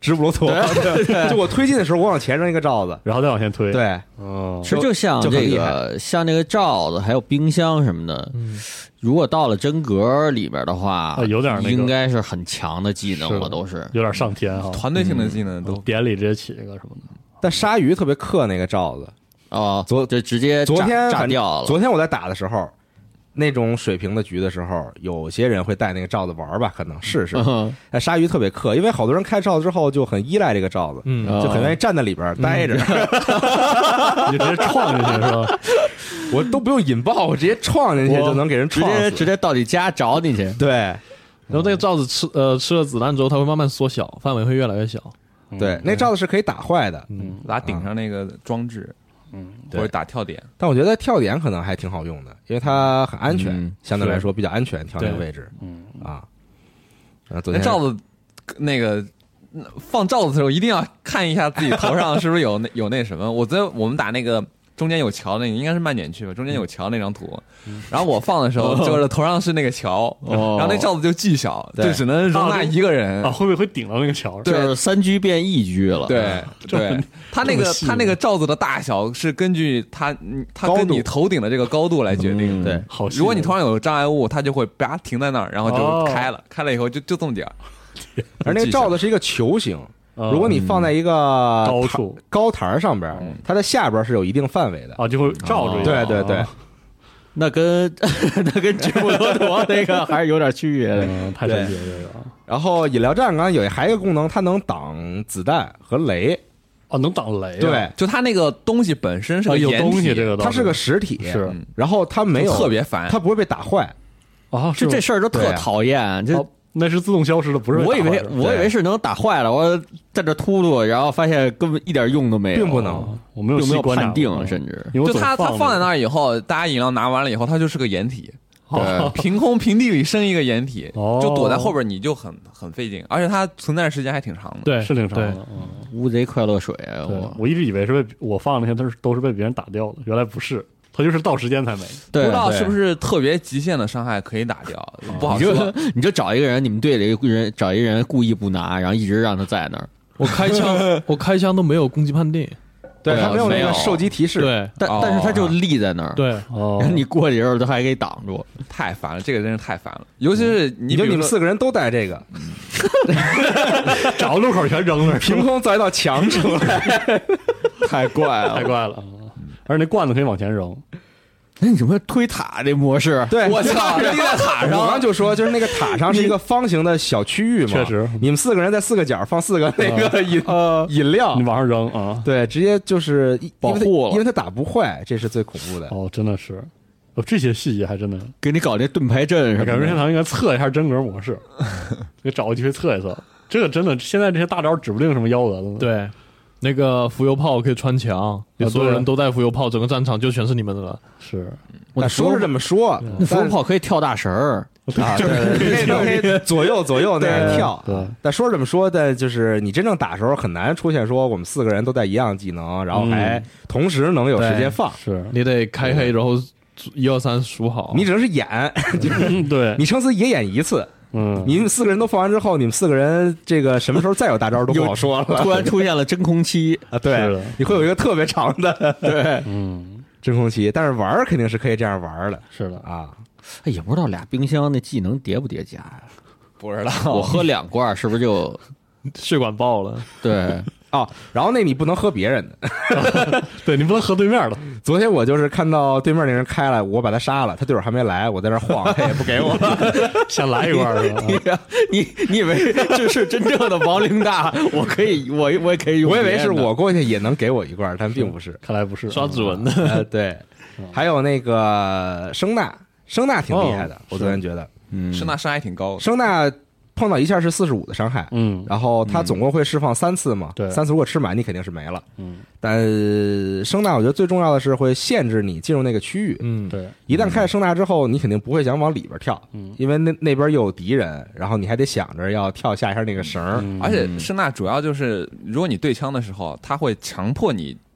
Speaker 2: 直不如错。就我推进的时候，我往前扔一个罩子，
Speaker 6: 然后再往前推。
Speaker 2: 对，
Speaker 6: 哦，
Speaker 5: 其实就像这个，像这个罩子，还有冰箱什么的。嗯，如果到了真格里边的话，
Speaker 6: 有点那个，
Speaker 5: 应该是很强的技能了，都是
Speaker 6: 有点上天哈。
Speaker 4: 团队性的技能都
Speaker 6: 典礼直接起一个什么的。
Speaker 2: 但鲨鱼特别克那个罩子。
Speaker 5: 哦，
Speaker 2: 昨
Speaker 5: 就直接
Speaker 2: 昨天
Speaker 5: 炸掉了。
Speaker 2: 昨天我在打的时候，那种水平的局的时候，有些人会带那个罩子玩吧，可能试试。但鲨鱼特别克，因为好多人开罩子之后就很依赖这个罩子，嗯，就很愿意站在里边待着，
Speaker 6: 你直接撞进去是吧？
Speaker 2: 我都不用引爆，我直接撞进去就能给人撞死，
Speaker 5: 直接直接到你家找你去。
Speaker 2: 对，
Speaker 3: 然后那个罩子吃呃吃了子弹之后，它会慢慢缩小，范围会越来越小。
Speaker 2: 对，那罩子是可以打坏的，
Speaker 4: 嗯，打顶上那个装置。嗯，或者打跳点，
Speaker 2: 但我觉得跳点可能还挺好用的，因为它很安全，嗯、相对来说比较安全，跳那个位置。嗯啊，
Speaker 4: 那罩子那个放罩子的时候，一定要看一下自己头上是不是有那有那什么。我觉得我们打那个中间有桥那个应该是慢点去吧，中间有桥那张图，然后我放的时候就是头上是那个桥，哦、然后那罩子就巨小，就只能容纳一个人
Speaker 6: 啊，会不会会顶到那个桥？
Speaker 5: 对，三居变一居了。
Speaker 4: 对对，他那个他那个罩子的大小是根据他他跟你头顶的这个高度来决定。对，
Speaker 6: 好，
Speaker 4: 如果你头上有障碍物，它就会啪停在那儿，然后就开了，开了以后就就这么点儿。
Speaker 2: 而那个罩子是一个球形。如果你放在一个
Speaker 6: 高处
Speaker 2: 高台上边，它的下边是有一定范围的
Speaker 6: 啊，就会罩住。
Speaker 2: 对对对，
Speaker 5: 那跟那跟直布罗陀那个还是有点区别的，
Speaker 6: 太神奇了这个。
Speaker 2: 然后引料站刚刚有还有一个功能，它能挡子弹和雷。
Speaker 6: 哦，能挡雷。
Speaker 2: 对，
Speaker 4: 就它那个东西本身是个
Speaker 6: 有东西，这个
Speaker 2: 它是个实体，
Speaker 6: 是。
Speaker 2: 然后它没有
Speaker 4: 特别烦，
Speaker 2: 它不会被打坏。
Speaker 6: 啊，
Speaker 5: 就这事儿都特讨厌，就。
Speaker 6: 那是自动消失的，不是？
Speaker 5: 我以为我以为是能打坏了，我在这突突，然后发现根本一点用都没有，
Speaker 2: 并不能，
Speaker 6: 我没有
Speaker 5: 并没有判定，甚至
Speaker 4: 就它它放在那儿以后，大家饮料拿完了以后，它就是个掩体，对，凭空平地里生一个掩体，就躲在后边，你就很很费劲，而且它存在时间还挺长的，
Speaker 3: 对，
Speaker 6: 是挺长的。
Speaker 5: 乌贼快乐水，我
Speaker 6: 我一直以为是被我放那些都是都是被别人打掉的，原来不是。他就是到时间才没，
Speaker 4: 不知道是不是特别极限的伤害可以打掉，不好说。
Speaker 5: 你就找一个人，你们队里一个人找一个人故意不拿，然后一直让他在那儿。
Speaker 3: 我开枪，我开枪都没有攻击判定，
Speaker 2: 对他没有那个受击提示，
Speaker 3: 对，
Speaker 5: 但但是他就立在那儿，
Speaker 3: 对，
Speaker 5: 然后你过去的时候他还给你挡住，
Speaker 4: 太烦了，这个真是太烦了。尤其是你，
Speaker 2: 就你们四个人都带这个，
Speaker 6: 找个路口全扔那儿，
Speaker 2: 凭空造一道墙出来，
Speaker 5: 太怪了，
Speaker 6: 太怪了。而且那罐子可以往前扔。
Speaker 5: 那你怎么推塔这模式？
Speaker 2: 对，
Speaker 4: 我操，立在塔上。
Speaker 2: 我刚就说，就是那个塔上是一个方形的小区域嘛。
Speaker 6: 确实，
Speaker 2: 你们四个人在四个角放四个那个饮呃饮料，
Speaker 6: 你往上扔啊。
Speaker 2: 对，直接就是
Speaker 5: 保护了，
Speaker 2: 因为它打不坏，这是最恐怖的。
Speaker 6: 哦，真的是，哦，这些细节还真的
Speaker 5: 给你搞那盾牌阵，
Speaker 6: 感觉任天堂应该测一下真格模式，给找个机会测一测。这个真的，现在这些大招指不定什么幺蛾子呢。
Speaker 3: 对。那个浮游炮可以穿墙，你所有人都带浮游炮，整个战场就全是你们的了。
Speaker 6: 是，
Speaker 2: 我说是这么说，
Speaker 5: 那浮游炮可以跳大神儿
Speaker 2: 啊，对，可以左右左右那样跳。对，但说是这么说，但就是你真正打的时候很难出现说我们四个人都带一样技能，然后还同时能有时间放。
Speaker 6: 是
Speaker 3: 你得开黑，然后一二三数好。
Speaker 2: 你只能是演，
Speaker 6: 对，
Speaker 2: 你撑死也演一次。
Speaker 6: 嗯，
Speaker 2: 你们四个人都放完之后，你们四个人这个什么时候再有大招都不好说了。
Speaker 5: 突然出现了真空期
Speaker 2: 啊，对，你会有一个特别长的，
Speaker 5: 对，
Speaker 6: 嗯，
Speaker 2: 真空期。但是玩肯定是可以这样玩的，
Speaker 6: 是的
Speaker 2: 啊。
Speaker 5: 也不知道俩冰箱那技能叠不叠加呀？
Speaker 4: 不知道，
Speaker 5: 我喝两罐是不是就
Speaker 3: 血管爆了？
Speaker 5: 对。
Speaker 2: 哦，然后那你不能喝别人的，
Speaker 6: 对你不能喝对面的。
Speaker 2: 昨天我就是看到对面那人开了，我把他杀了，他队友还没来，我在那晃，他也不给我，
Speaker 6: 想来一罐是
Speaker 5: 吧？你你你以为这是真正的亡灵大？我可以，我我也可以用。
Speaker 2: 我以为是我过去也能给我一罐，但并不是，
Speaker 6: 看来不是
Speaker 3: 刷指纹的。
Speaker 2: 呃，对，还有那个声纳，声纳挺厉害的，我昨天觉得，
Speaker 4: 嗯，声纳伤害挺高，
Speaker 2: 声纳。碰到一下是四十五的伤害，
Speaker 6: 嗯，
Speaker 2: 然后它总共会释放三次嘛，
Speaker 6: 对，
Speaker 2: 三次如果吃满你肯定是没了，
Speaker 6: 嗯，
Speaker 2: 但声纳我觉得最重要的是会限制你进入那个区域，
Speaker 6: 嗯，对，
Speaker 2: 一旦开了声纳之后，你肯定不会想往里边跳，
Speaker 6: 嗯，
Speaker 2: 因为那那边又有敌人，然后你还得想着要跳下一下那个绳，
Speaker 4: 而且声纳主要就是如果你对枪的时候，它会强迫你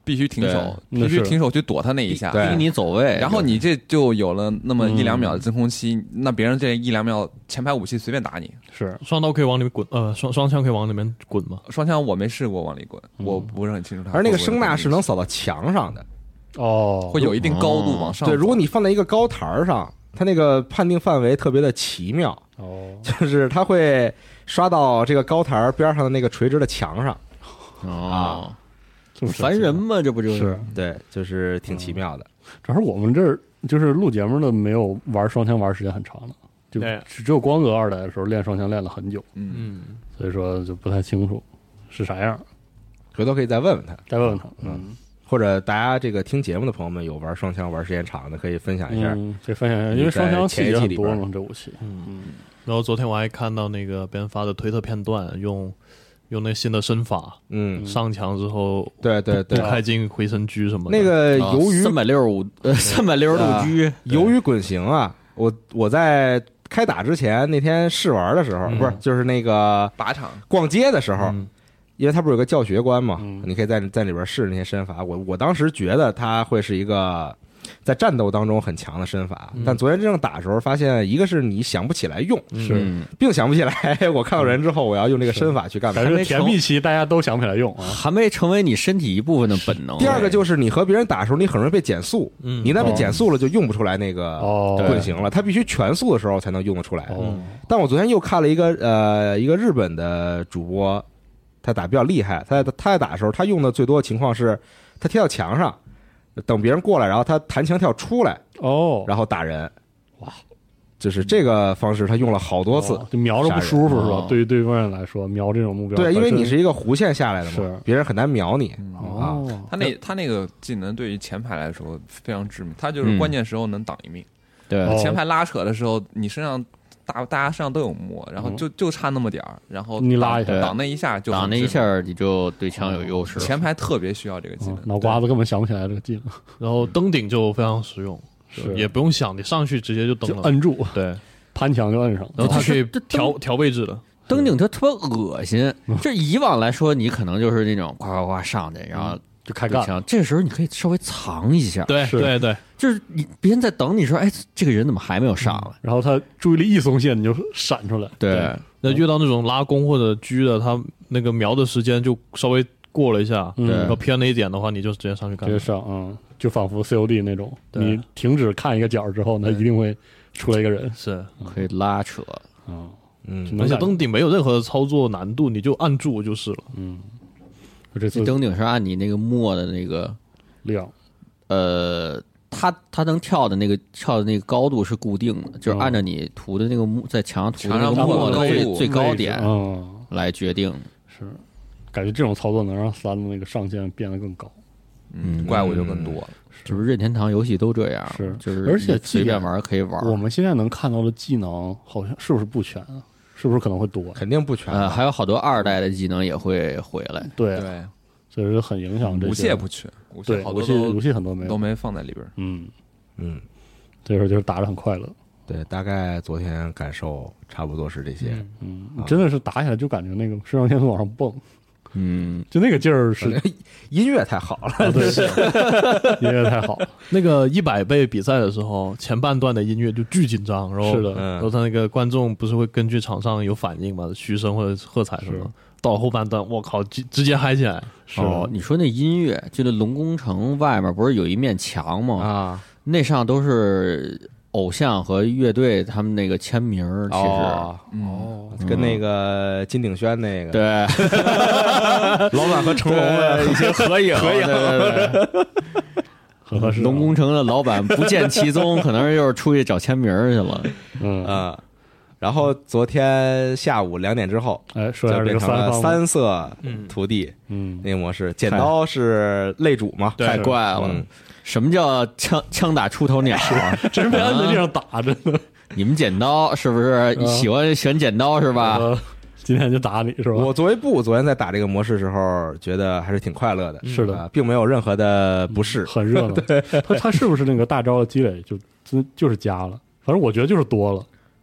Speaker 4: 必须停手，必须停手去躲他那一下，
Speaker 5: 逼你走位，
Speaker 4: 然后你这就有了那么一两秒的真空期，嗯、那别人这一两秒前排武器随便打你，
Speaker 6: 是
Speaker 3: 双刀可以往里面滚，呃，双双枪可以往里面滚吗？
Speaker 4: 双枪我没试过往里滚，嗯、我不是很清楚它。
Speaker 2: 而那个声呐是能扫到墙上的，
Speaker 6: 哦，
Speaker 4: 会有一定高度往上、
Speaker 2: 哦。对，如果你放在一个高台上，它那个判定范围特别的奇妙，
Speaker 6: 哦，
Speaker 2: 就是它会刷到这个高台边上的那个垂直的墙上，
Speaker 5: 哦。啊烦人嘛，这不就是？
Speaker 2: 对，就是挺奇妙的。
Speaker 6: 主要是我们这儿就是录节目的，没有玩双枪玩时间很长的，就只有光哥二代的时候练双枪练了很久，
Speaker 4: 嗯，
Speaker 6: 所以说就不太清楚是啥样。
Speaker 2: 回头可以再问问他，
Speaker 6: 再问问他，嗯，
Speaker 2: 或者大家这个听节目的朋友们有玩双枪玩时间长的，可以分享一下，
Speaker 6: 嗯，可以分享一下，因为双枪细节很多嘛，这武器，
Speaker 3: 嗯嗯。然后昨天我还看到那个别人发的推特片段，用。用那新的身法，
Speaker 2: 嗯，
Speaker 3: 上墙之后，
Speaker 2: 对对对，
Speaker 3: 开进回声狙什么的。
Speaker 2: 那个由于
Speaker 5: 三百六十五呃三百六十度狙，
Speaker 2: 由于滚行啊，我我在开打之前那天试玩的时候，
Speaker 3: 嗯、
Speaker 2: 不是就是那个
Speaker 4: 靶场
Speaker 2: 逛街的时候，
Speaker 3: 嗯、
Speaker 2: 因为它不是有个教学关嘛，
Speaker 6: 嗯、
Speaker 2: 你可以在在里边试那些身法。我我当时觉得它会是一个在战斗当中很强的身法，
Speaker 3: 嗯、
Speaker 2: 但昨天真正打的时候发现，一个是你想不起来用，
Speaker 6: 是
Speaker 2: 并想不起来。我看到人之后，我要用这个身法去干嘛？
Speaker 6: 还是甜蜜期大家都想不起来用啊，
Speaker 5: 还没成为你身体一部分的本能。
Speaker 2: 第二个就是你和别人打的时候，你很容易被减速，
Speaker 3: 嗯、
Speaker 2: 你一旦被减速了，就用不出来那个棍形了。它必须全速的时候才能用得出来。
Speaker 6: 哦、
Speaker 2: 但我昨天又看了一个呃一个日本的主播，他打比较厉害，他在他在打的时候，他用的最多的情况是，他贴到墙上。等别人过来，然后他弹墙跳出来，
Speaker 6: 哦，
Speaker 2: 然后打人，
Speaker 6: 哇，
Speaker 2: 就是这个方式，他用了好多次，
Speaker 6: 哦、就瞄着不舒服是吧？对于对方人来说，瞄这种目标，
Speaker 2: 对，因为你是一个弧线下来的嘛，
Speaker 6: 是
Speaker 2: 别人很难瞄你。
Speaker 6: 哦，
Speaker 2: 啊、
Speaker 4: 他那他那个技能对于前排来说非常致命，他就是关键时候能挡一命。
Speaker 5: 对，
Speaker 4: 前排拉扯的时候，你身上大大家身上都有墨，然后就就差那么点儿，然后
Speaker 6: 你拉一下，
Speaker 4: 挡那一下就
Speaker 5: 挡那一下，你就对枪有优势。
Speaker 4: 前排特别需要这个技能，
Speaker 6: 脑瓜子根本想不起来这个技能。
Speaker 3: 然后登顶就非常实用，
Speaker 6: 是
Speaker 3: 也不用想，你上去直接就登了，
Speaker 6: 摁住，
Speaker 3: 对，
Speaker 6: 攀墙就摁上。
Speaker 3: 然后它可以调调位置的。
Speaker 5: 登顶它特别恶心，这以往来说，你可能就是那种呱呱呱上去，然后。
Speaker 6: 就开干，
Speaker 5: 这时候你可以稍微藏一下，
Speaker 3: 对对对，
Speaker 5: 就是你别人在等你说，哎，这个人怎么还没有上来？
Speaker 6: 然后他注意力一松懈，你就闪出来。
Speaker 5: 对，
Speaker 3: 那遇到那种拉弓或者狙的，他那个瞄的时间就稍微过了一下，
Speaker 6: 对，
Speaker 3: 然后偏了一点的话，你就直接上去干，
Speaker 6: 直接上，嗯，就仿佛 C O D 那种，你停止看一个角之后，那一定会出来一个人，
Speaker 3: 是
Speaker 5: 可以拉扯，
Speaker 6: 嗯
Speaker 2: 嗯，
Speaker 3: 而且登顶没有任何的操作难度，你就按住就是了，
Speaker 6: 嗯。
Speaker 5: 这次登顶是按你那个墨的那个
Speaker 6: 量，
Speaker 5: 呃，它它能跳的那个跳的那个高度是固定的，就是按照你涂的那个墨在墙上涂的那个墨的最最高点来决定。
Speaker 6: 是，感觉这种操作能让三的那个上限变得更高，
Speaker 4: 嗯，怪物就更多了。
Speaker 5: 就是任天堂游戏都这样，
Speaker 6: 是，
Speaker 5: 就是
Speaker 6: 而且
Speaker 5: 随便玩可以玩。
Speaker 6: 我们现在能看到的技能好像是不是不全啊？是不是可能会多？
Speaker 2: 肯定不全，
Speaker 5: 呃，还有好多二代的技能也会回来。
Speaker 6: 对
Speaker 4: 对，
Speaker 6: 所以说很影响这些。
Speaker 4: 武器也不缺，武器好多
Speaker 6: 都武器很多没有
Speaker 4: 都没放在里边。
Speaker 6: 嗯
Speaker 2: 嗯，
Speaker 6: 所以说就是打得很快乐。
Speaker 2: 对，大概昨天感受差不多是这些。
Speaker 6: 嗯，嗯真的是打起来就感觉那个肾上腺素往上蹦。
Speaker 5: 嗯，
Speaker 6: 就那个劲儿是
Speaker 2: 音乐太好了，
Speaker 6: 啊、对，音乐太好。
Speaker 3: 那个一百倍比赛的时候，前半段的音乐就巨紧张，然后
Speaker 6: 是的，
Speaker 3: 然后他那个观众不是会根据场上有反应嘛，嘘声或者喝彩什么，到了后半段，我靠，直直接嗨起来。
Speaker 5: 哦，你说那音乐，就那龙宫城外面不是有一面墙吗？
Speaker 2: 啊，
Speaker 5: 那上都是偶像和乐队他们那个签名，其实
Speaker 2: 哦，
Speaker 5: 哦
Speaker 2: 跟那个金鼎轩那个
Speaker 5: 对，
Speaker 2: 老板和成龙的
Speaker 5: 一些合影，
Speaker 2: 合影，
Speaker 5: 对对对。
Speaker 6: 很合适。
Speaker 5: 龙宫城的老板不见其踪，可能又是出去找签名去了。
Speaker 6: 嗯
Speaker 2: 啊，然后昨天下午两点之后，
Speaker 6: 哎，说一下这个
Speaker 2: 变成了三色徒弟，
Speaker 6: 嗯，
Speaker 2: 那个模式，剪刀是擂主嘛，
Speaker 5: 太怪了。什么叫枪枪打出头鸟啊？
Speaker 6: 真被摁在地上打着呢。
Speaker 5: 你们剪刀是不是喜欢选剪刀是吧？
Speaker 6: 呃、今天就打你是吧？
Speaker 2: 我作为布，昨天在打这个模式时候，觉得还是挺快乐的。
Speaker 6: 是的、
Speaker 2: 呃，并没有任何的不适，
Speaker 6: 嗯、很热闹。对，他他是不是那个大招的积累就真就是加了？反正我觉得就是多了。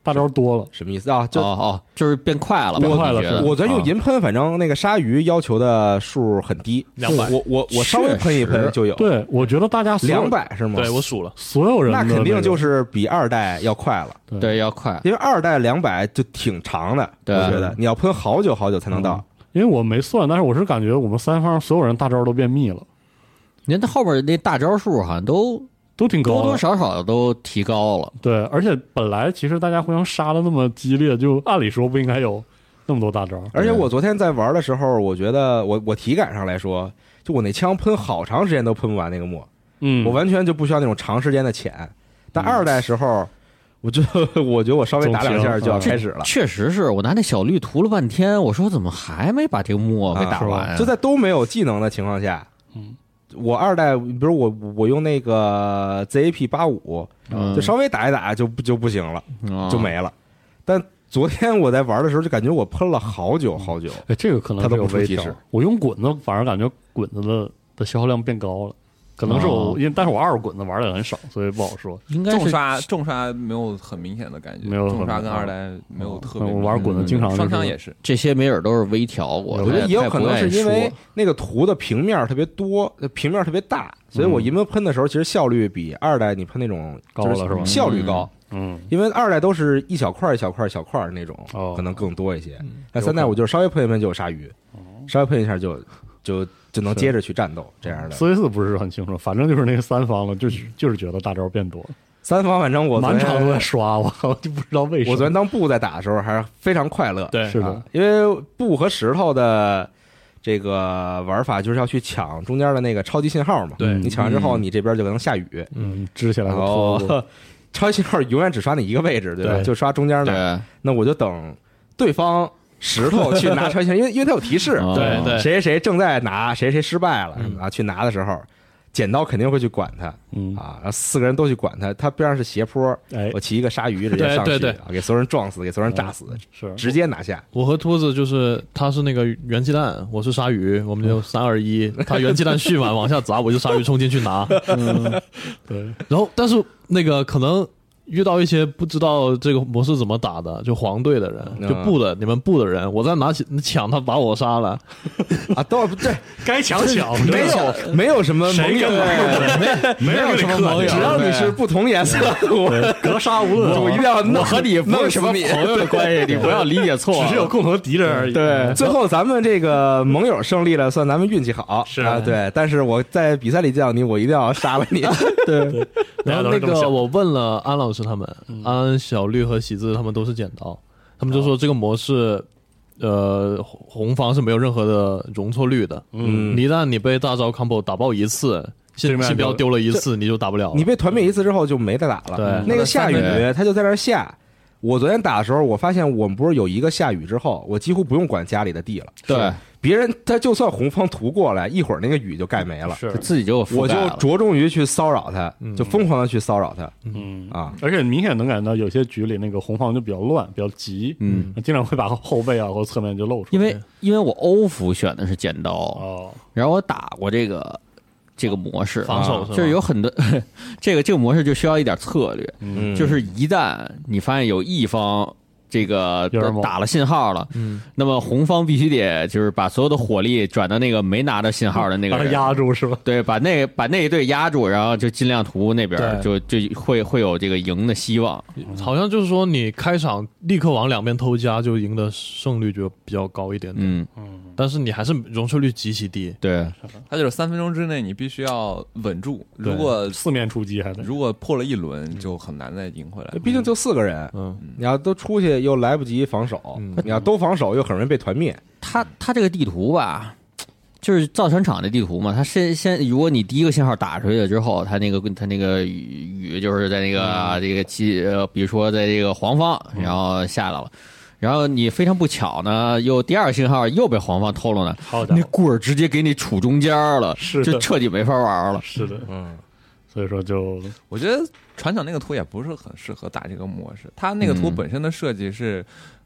Speaker 6: 大招多了，
Speaker 2: 什么意思啊？就
Speaker 5: 哦哦，就是变快了，
Speaker 6: 变快了。
Speaker 2: 我在用银喷，反正那个鲨鱼要求的数很低，
Speaker 3: 两百。
Speaker 2: 我我我稍微喷一喷就有。
Speaker 6: 对，我觉得大家
Speaker 2: 两百是吗？
Speaker 3: 对我数了，
Speaker 6: 所有人
Speaker 2: 那肯定就是比二代要快了。
Speaker 5: 对，对要快，
Speaker 2: 因为二代两百就挺长的，我觉得你要喷好久好久才能到。
Speaker 6: 嗯因为我没算，但是我是感觉我们三方所有人大招都变密了。
Speaker 5: 您它后边那大招数好像都
Speaker 6: 都挺高的，
Speaker 5: 多多少少都提高了。
Speaker 6: 对，而且本来其实大家互相杀的那么激烈，就按理说不应该有那么多大招。
Speaker 2: 而且我昨天在玩的时候，我觉得我我体感上来说，就我那枪喷好长时间都喷不完那个墨，
Speaker 6: 嗯，
Speaker 2: 我完全就不需要那种长时间的潜。但二代时候。我就我觉得我稍微打两下就要开始了，
Speaker 5: 确实是我拿那小绿涂了半天，我说怎么还没把这个墨给打完、啊
Speaker 2: 啊？就在都没有技能的情况下，
Speaker 6: 嗯，
Speaker 2: 我二代比如我我用那个 Z A P 八五，就稍微打一打就就不行了，
Speaker 5: 嗯、
Speaker 2: 就没了。但昨天我在玩的时候就感觉我喷了好久好久，
Speaker 6: 哎，这个可能
Speaker 2: 它都不出提示。
Speaker 6: 我用滚子反而感觉滚子的的消耗量变高了。可能是我，
Speaker 5: 哦、
Speaker 6: 因为但是我二滚子玩的很少，所以不好说。
Speaker 5: 应该
Speaker 4: 重刷重刷没有很明显的感觉，
Speaker 6: 没有
Speaker 4: 重刷跟二代没有特别。
Speaker 6: 我玩滚子经常
Speaker 4: 双枪也是，
Speaker 5: 这些没准都是微调过。
Speaker 2: 我觉得也有可能是因为那个图的平面特别多，平面特别大，所以我银喷喷的时候，其实效率比二代你喷那种
Speaker 6: 高了是吧？
Speaker 2: 效率高。
Speaker 6: 嗯，
Speaker 2: 因为二代都是一小块一小块一小块那种，可能更多一些。那三代我就稍微喷一喷就有鲨鱼，稍微喷一下就就。就能接着去战斗这样的。
Speaker 6: 四 v 四不是很清楚，反正就是那个三方了，就是就是觉得大招变多了。
Speaker 2: 三方反正我
Speaker 6: 满场都在刷，我靠，就不知道为什么。
Speaker 2: 我昨天当布在打的时候还是非常快乐，
Speaker 3: 对，
Speaker 6: 是的，
Speaker 2: 因为布和石头的这个玩法就是要去抢中间的那个超级信号嘛。
Speaker 3: 对，
Speaker 2: 你抢完之后，你这边就能下雨，
Speaker 6: 嗯，支起来
Speaker 2: 然后超级信号永远只刷你一个位置，对吧？
Speaker 6: 对
Speaker 2: 就刷中间的。那我就等对方。石头去拿超级信号，因为因为它有提示，
Speaker 3: 对对，
Speaker 2: 谁谁谁正在拿，谁谁失败了啊！去拿的时候，剪刀肯定会去管他，
Speaker 6: 嗯
Speaker 2: 啊，然后四个人都去管他，他边上是斜坡，
Speaker 6: 哎，
Speaker 2: 我骑一个鲨鱼直接上去，
Speaker 3: 对对对
Speaker 2: 啊，给所有人撞死，给所有人炸死，
Speaker 6: 是
Speaker 2: 直接拿下。
Speaker 3: 我和秃子就是他是那个元气弹，我是鲨鱼，我们就三二一，他元气弹蓄满往下砸，我就鲨鱼冲进去拿，
Speaker 6: 嗯，对，
Speaker 3: 然后但是那个可能。遇到一些不知道这个模式怎么打的，就黄队的人，
Speaker 2: 嗯、
Speaker 3: 就布的你们布的人，我再拿起抢他把我杀了
Speaker 2: 啊！都不对，
Speaker 6: 该抢抢，
Speaker 2: 没有没有什么盟友，
Speaker 6: 没没有什么盟友，
Speaker 2: 只要你是不同颜色，我
Speaker 6: 格杀无论，
Speaker 2: 我一定要
Speaker 5: 我和你不是什么朋友的关系，你不要理解错，
Speaker 6: 只是有共同敌人而已。
Speaker 2: 对，最后咱们这个盟友胜利了，算咱们运气好，
Speaker 6: 是
Speaker 2: 啊，对。但是我在比赛里见到你，我一定要杀了你。对，
Speaker 3: 然后那个我问了安老。是他们安小绿和喜字他们都是剪刀，他们就说这个模式呃红方是没有任何的容错率的，
Speaker 2: 嗯，
Speaker 3: 一旦你被大招 combo 打爆一次，信信标丢了一次你就打不了了，
Speaker 2: 你被团灭一次之后就没得打了。
Speaker 3: 对，
Speaker 2: 那个下雨他就在那下。我昨天打的时候，我发现我们不是有一个下雨之后，我几乎不用管家里的地了。
Speaker 5: 对，
Speaker 2: 别人他就算红方涂过来，一会儿那个雨就盖没了，
Speaker 6: 是
Speaker 5: 自己就
Speaker 2: 我就着重于去骚扰他，
Speaker 3: 嗯、
Speaker 2: 就疯狂的去骚扰他。
Speaker 6: 嗯
Speaker 2: 啊，
Speaker 6: 而且明显能感觉到有些局里那个红方就比较乱，比较急，
Speaker 5: 嗯，
Speaker 6: 经常会把后背啊或侧面就露出来。
Speaker 5: 因为因为我欧服选的是剪刀，
Speaker 6: 哦，
Speaker 5: 然后我打过这个。这个模式
Speaker 3: 防守
Speaker 5: 就是有很多这个这个模式就需要一点策略，
Speaker 6: 嗯，
Speaker 5: 就是一旦你发现有一方这个打了信号了，
Speaker 3: 嗯，
Speaker 5: 那么红方必须得就是把所有的火力转到那个没拿到信号的那个人，
Speaker 6: 把他压住是吧？
Speaker 5: 对，把那把那一队压住，然后就尽量图那边就就会会有这个赢的希望。
Speaker 3: 好像就是说你开场立刻往两边偷家，就赢的胜率就比较高一点点。
Speaker 5: 嗯
Speaker 6: 嗯，
Speaker 3: 但是你还是容错率极其低。
Speaker 5: 对，
Speaker 4: 它就是三分钟之内你必须要稳住，如果
Speaker 6: 四面出击还得，
Speaker 4: 如果破了一轮就很难再赢回来。
Speaker 2: 毕竟就四个人，
Speaker 3: 嗯，
Speaker 2: 你要都出去又来不及防守，
Speaker 3: 嗯、
Speaker 2: 你要都防守又很容易被团灭。
Speaker 5: 他他这个地图吧，就是造船厂的地图嘛。他先先，如果你第一个信号打出去了之后，他那个他那个雨就是在那个、嗯、这个基呃，比如说在这个黄方，然后下来了。然后你非常不巧呢，又第二个信号又被黄方偷了呢，那棍儿直接给你杵中间了，
Speaker 6: 是
Speaker 5: 就彻底没法玩了。
Speaker 6: 是的，
Speaker 2: 嗯，
Speaker 6: 所以说就
Speaker 4: 我觉得船长那个图也不是很适合打这个模式，他那个图本身的设计是。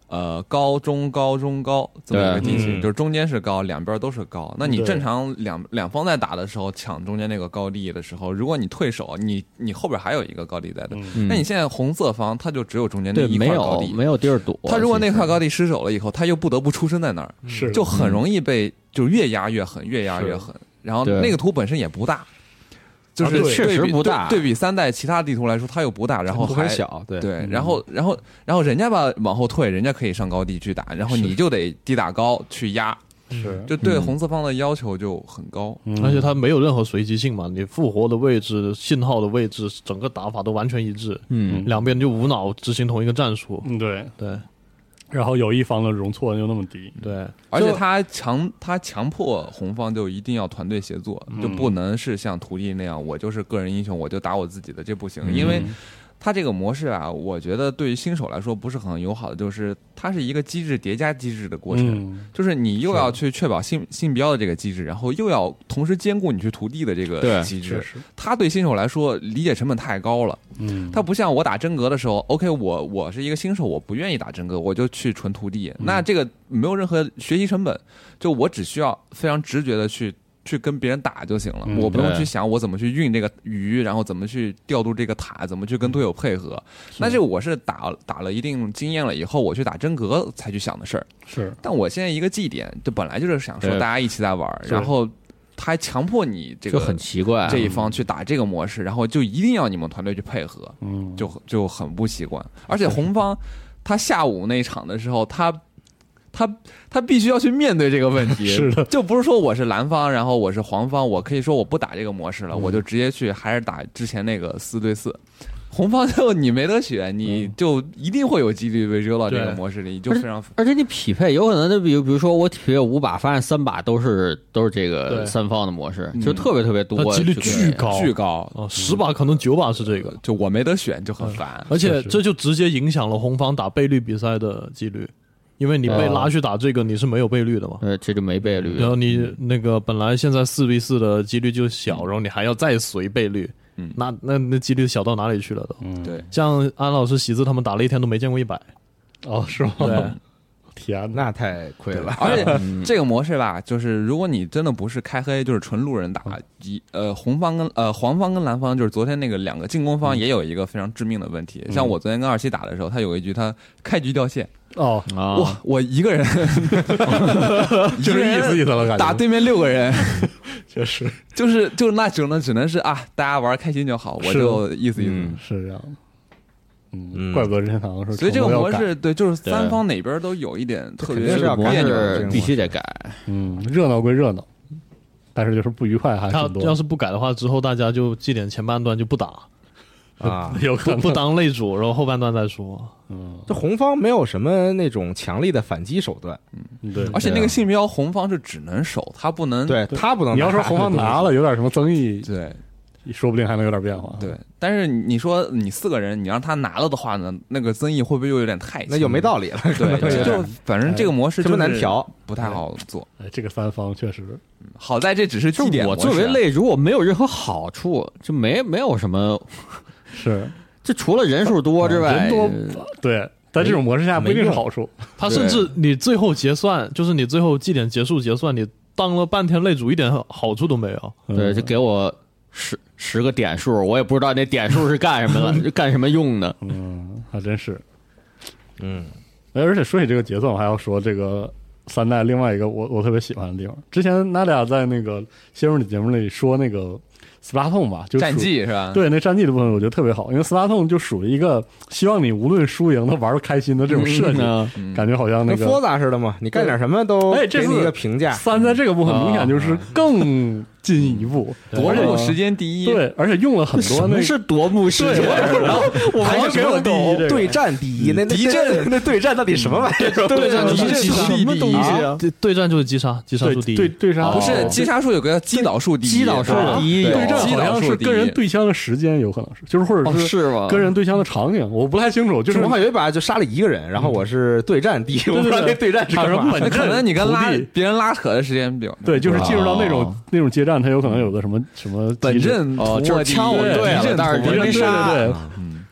Speaker 4: 呃高中高中高这么一个地形，
Speaker 6: 嗯、
Speaker 4: 就是中间是高，两边都是高。那你正常两两方在打的时候抢中间那个高地的时候，如果你退守，你你后边还有一个高地在的，嗯、那你现在红色方他就只有中间那一块高地，
Speaker 5: 没有没有地儿躲。
Speaker 4: 他如果那块高地失守了以后，他又不得不出生在那儿，
Speaker 6: 是
Speaker 4: 就很容易被就越压越狠，越压越狠。然后那个图本身也不大。就是
Speaker 5: 确实不大，
Speaker 4: 对比三代其他地图来说，它又不大，然后还
Speaker 2: 很小，对
Speaker 4: 对，然后然后然后人家吧往后退，人家可以上高地去打，然后你就得低打高去压，
Speaker 6: 是
Speaker 4: 就对红色方的要求就很高，
Speaker 3: 嗯、而且它没有任何随机性嘛，你复活的位置、信号的位置，整个打法都完全一致，
Speaker 5: 嗯，
Speaker 3: 两边就无脑执行同一个战术，
Speaker 6: 嗯，对
Speaker 3: 对。
Speaker 6: 然后有一方的容错就那么低，
Speaker 3: 对，
Speaker 4: 而且他强他强迫红方就一定要团队协作，嗯、就不能是像徒弟那样，我就是个人英雄，我就打我自己的，这不行，嗯、因为。它这个模式啊，我觉得对于新手来说不是很友好的，就是它是一个机制叠加机制的过程，嗯、就是你又要去确保信信标的这个机制，然后又要同时兼顾你去徒弟的这个机制。它对新手来说理解成本太高了。嗯，它不像我打真格的时候 ，OK， 我我是一个新手，我不愿意打真格，我就去纯徒弟，嗯、那这个没有任何学习成本，就我只需要非常直觉的去。去跟别人打就行了，嗯、我不用去想我怎么去运这个鱼，然后怎么去调度这个塔，怎么去跟队友配合。那这我是打打了一定经验了以后，我去打真格才去想的事儿。
Speaker 6: 是，
Speaker 4: 但我现在一个绩点，就本来就是想说大家一起在玩，然后他还强迫你这个
Speaker 5: 就很奇怪
Speaker 4: 这一方去打这个模式，然后就一定要你们团队去配合，
Speaker 6: 嗯，
Speaker 4: 就就很不习惯。而且红方他下午那一场的时候，他。他他必须要去面对这个问题，
Speaker 6: 是的，
Speaker 4: 就不是说我是蓝方，然后我是黄方，我可以说我不打这个模式了，
Speaker 6: 嗯、
Speaker 4: 我就直接去还是打之前那个四对四。红方就你没得选，你就一定会有几率被扔到这个模式里，就非常。
Speaker 5: 而且你匹配有可能就比如比如说我匹配五把，发现三把都是都是这个三方的模式，就特别特别多，
Speaker 3: 几率巨高
Speaker 4: 巨高
Speaker 3: 啊！十把可能九把是这个，
Speaker 4: 就我没得选就很烦，
Speaker 3: 而且这就直接影响了红方打倍率比赛的几率。因为你被拉去打这个，你是没有倍率的嘛？
Speaker 5: 呃，这就没倍率。
Speaker 3: 然后你那个本来现在四比四的几率就小，然后你还要再随倍率，嗯，那那那几率小到哪里去了都？
Speaker 4: 嗯，对。
Speaker 3: 像安老师、喜字他们打了一天都没见过一百，
Speaker 6: 哦，是吗？
Speaker 3: 对，
Speaker 6: 天，
Speaker 2: 那太亏了。
Speaker 4: 而且这个模式吧，就是如果你真的不是开黑，就是纯路人打，一呃红方跟呃黄方跟蓝方，就是昨天那个两个进攻方也有一个非常致命的问题。嗯、像我昨天跟二七打的时候，他有一局他开局掉线。
Speaker 6: 哦，
Speaker 4: 我我一个人，
Speaker 6: 就是意思意思了，感觉
Speaker 4: 打对面六个人，
Speaker 6: 确实
Speaker 4: 就是就那只能只能是啊，大家玩开心就好，我就意思意思，
Speaker 6: 嗯、是这样的。嗯，怪不得任天堂说，
Speaker 4: 所以这个模式对，就是三方哪边都有一点特别
Speaker 2: 是要
Speaker 5: 改，必须得改。
Speaker 6: 嗯，热闹归热闹，但是就是不愉快还很多。
Speaker 3: 他要是不改的话，之后大家就记点前半段就不打。
Speaker 2: 啊，
Speaker 6: 有可能
Speaker 3: 不当擂主，然后后半段再说。
Speaker 6: 嗯，
Speaker 2: 这红方没有什么那种强力的反击手段，
Speaker 6: 嗯，对。
Speaker 4: 而且那个信标红方是只能守，他不能，
Speaker 2: 对他不能。
Speaker 6: 你要说红方拿了有点什么争议，
Speaker 4: 对，
Speaker 6: 说不定还能有点变化。
Speaker 4: 对，但是你说你四个人，你让他拿了的话呢，那个争议会不会又有点太强？
Speaker 2: 那就没道理了。
Speaker 4: 对，就反正这个模式
Speaker 2: 这么难调，
Speaker 4: 不太好做。
Speaker 6: 哎，这个三方确实，
Speaker 4: 好在这只是绩点模式。
Speaker 5: 我作为擂主，我没有任何好处，就没没有什么。
Speaker 6: 是，
Speaker 5: 这除了人数多之外，
Speaker 6: 人多对，在这种模式下不一定是好处。
Speaker 3: 他甚至你最后结算，就是你最后绩点结束结算，你当了半天擂主一点好处都没有。
Speaker 5: 对，就给我十十个点数，我也不知道那点数是干什么的，干什么用的。
Speaker 6: 嗯，还真是。
Speaker 2: 嗯，
Speaker 6: 而且说起这个结算，我还要说这个三代另外一个我我特别喜欢的地方。之前娜俩在那个先入你节目里说那个。斯巴痛吧，就
Speaker 4: 战绩是吧？
Speaker 6: 对，那战绩的部分我觉得特别好，因为斯巴痛就属于一个希望你无论输赢都玩得开心的这种设计，嗯嗯、感觉好像那个
Speaker 2: 跟佛萨似的嘛，你干点什么都给你一个评价。
Speaker 6: 三在这个部分明显就是更进一步，
Speaker 4: 夺目时间第一。
Speaker 6: 对，而且用了很多那
Speaker 5: 个是夺目时间，
Speaker 6: 然后我还是给我第一，
Speaker 2: 对战第一，那敌阵那对战到底什么玩意儿？
Speaker 3: 对战就是击杀
Speaker 5: 什么东西啊？
Speaker 3: 对战就是击杀，击杀数第一。
Speaker 6: 对对杀
Speaker 4: 不是击杀数有个叫击倒数第一，
Speaker 5: 击倒数第一，
Speaker 6: 对战好像是跟人对枪的时间有可能是，就是或者
Speaker 5: 是
Speaker 6: 跟人对枪的场景，我不太清楚。就是
Speaker 2: 我还有一把就杀了一个人，然后我是对战第一，我不知道那对战是干嘛。
Speaker 4: 那可能你跟拉别人拉扯的时间比较
Speaker 6: 对，就是进入到那种那种接战，它有可能有个什么什么
Speaker 4: 本阵
Speaker 5: 哦，就是枪我对了，但是敌人没杀，
Speaker 6: 对对对，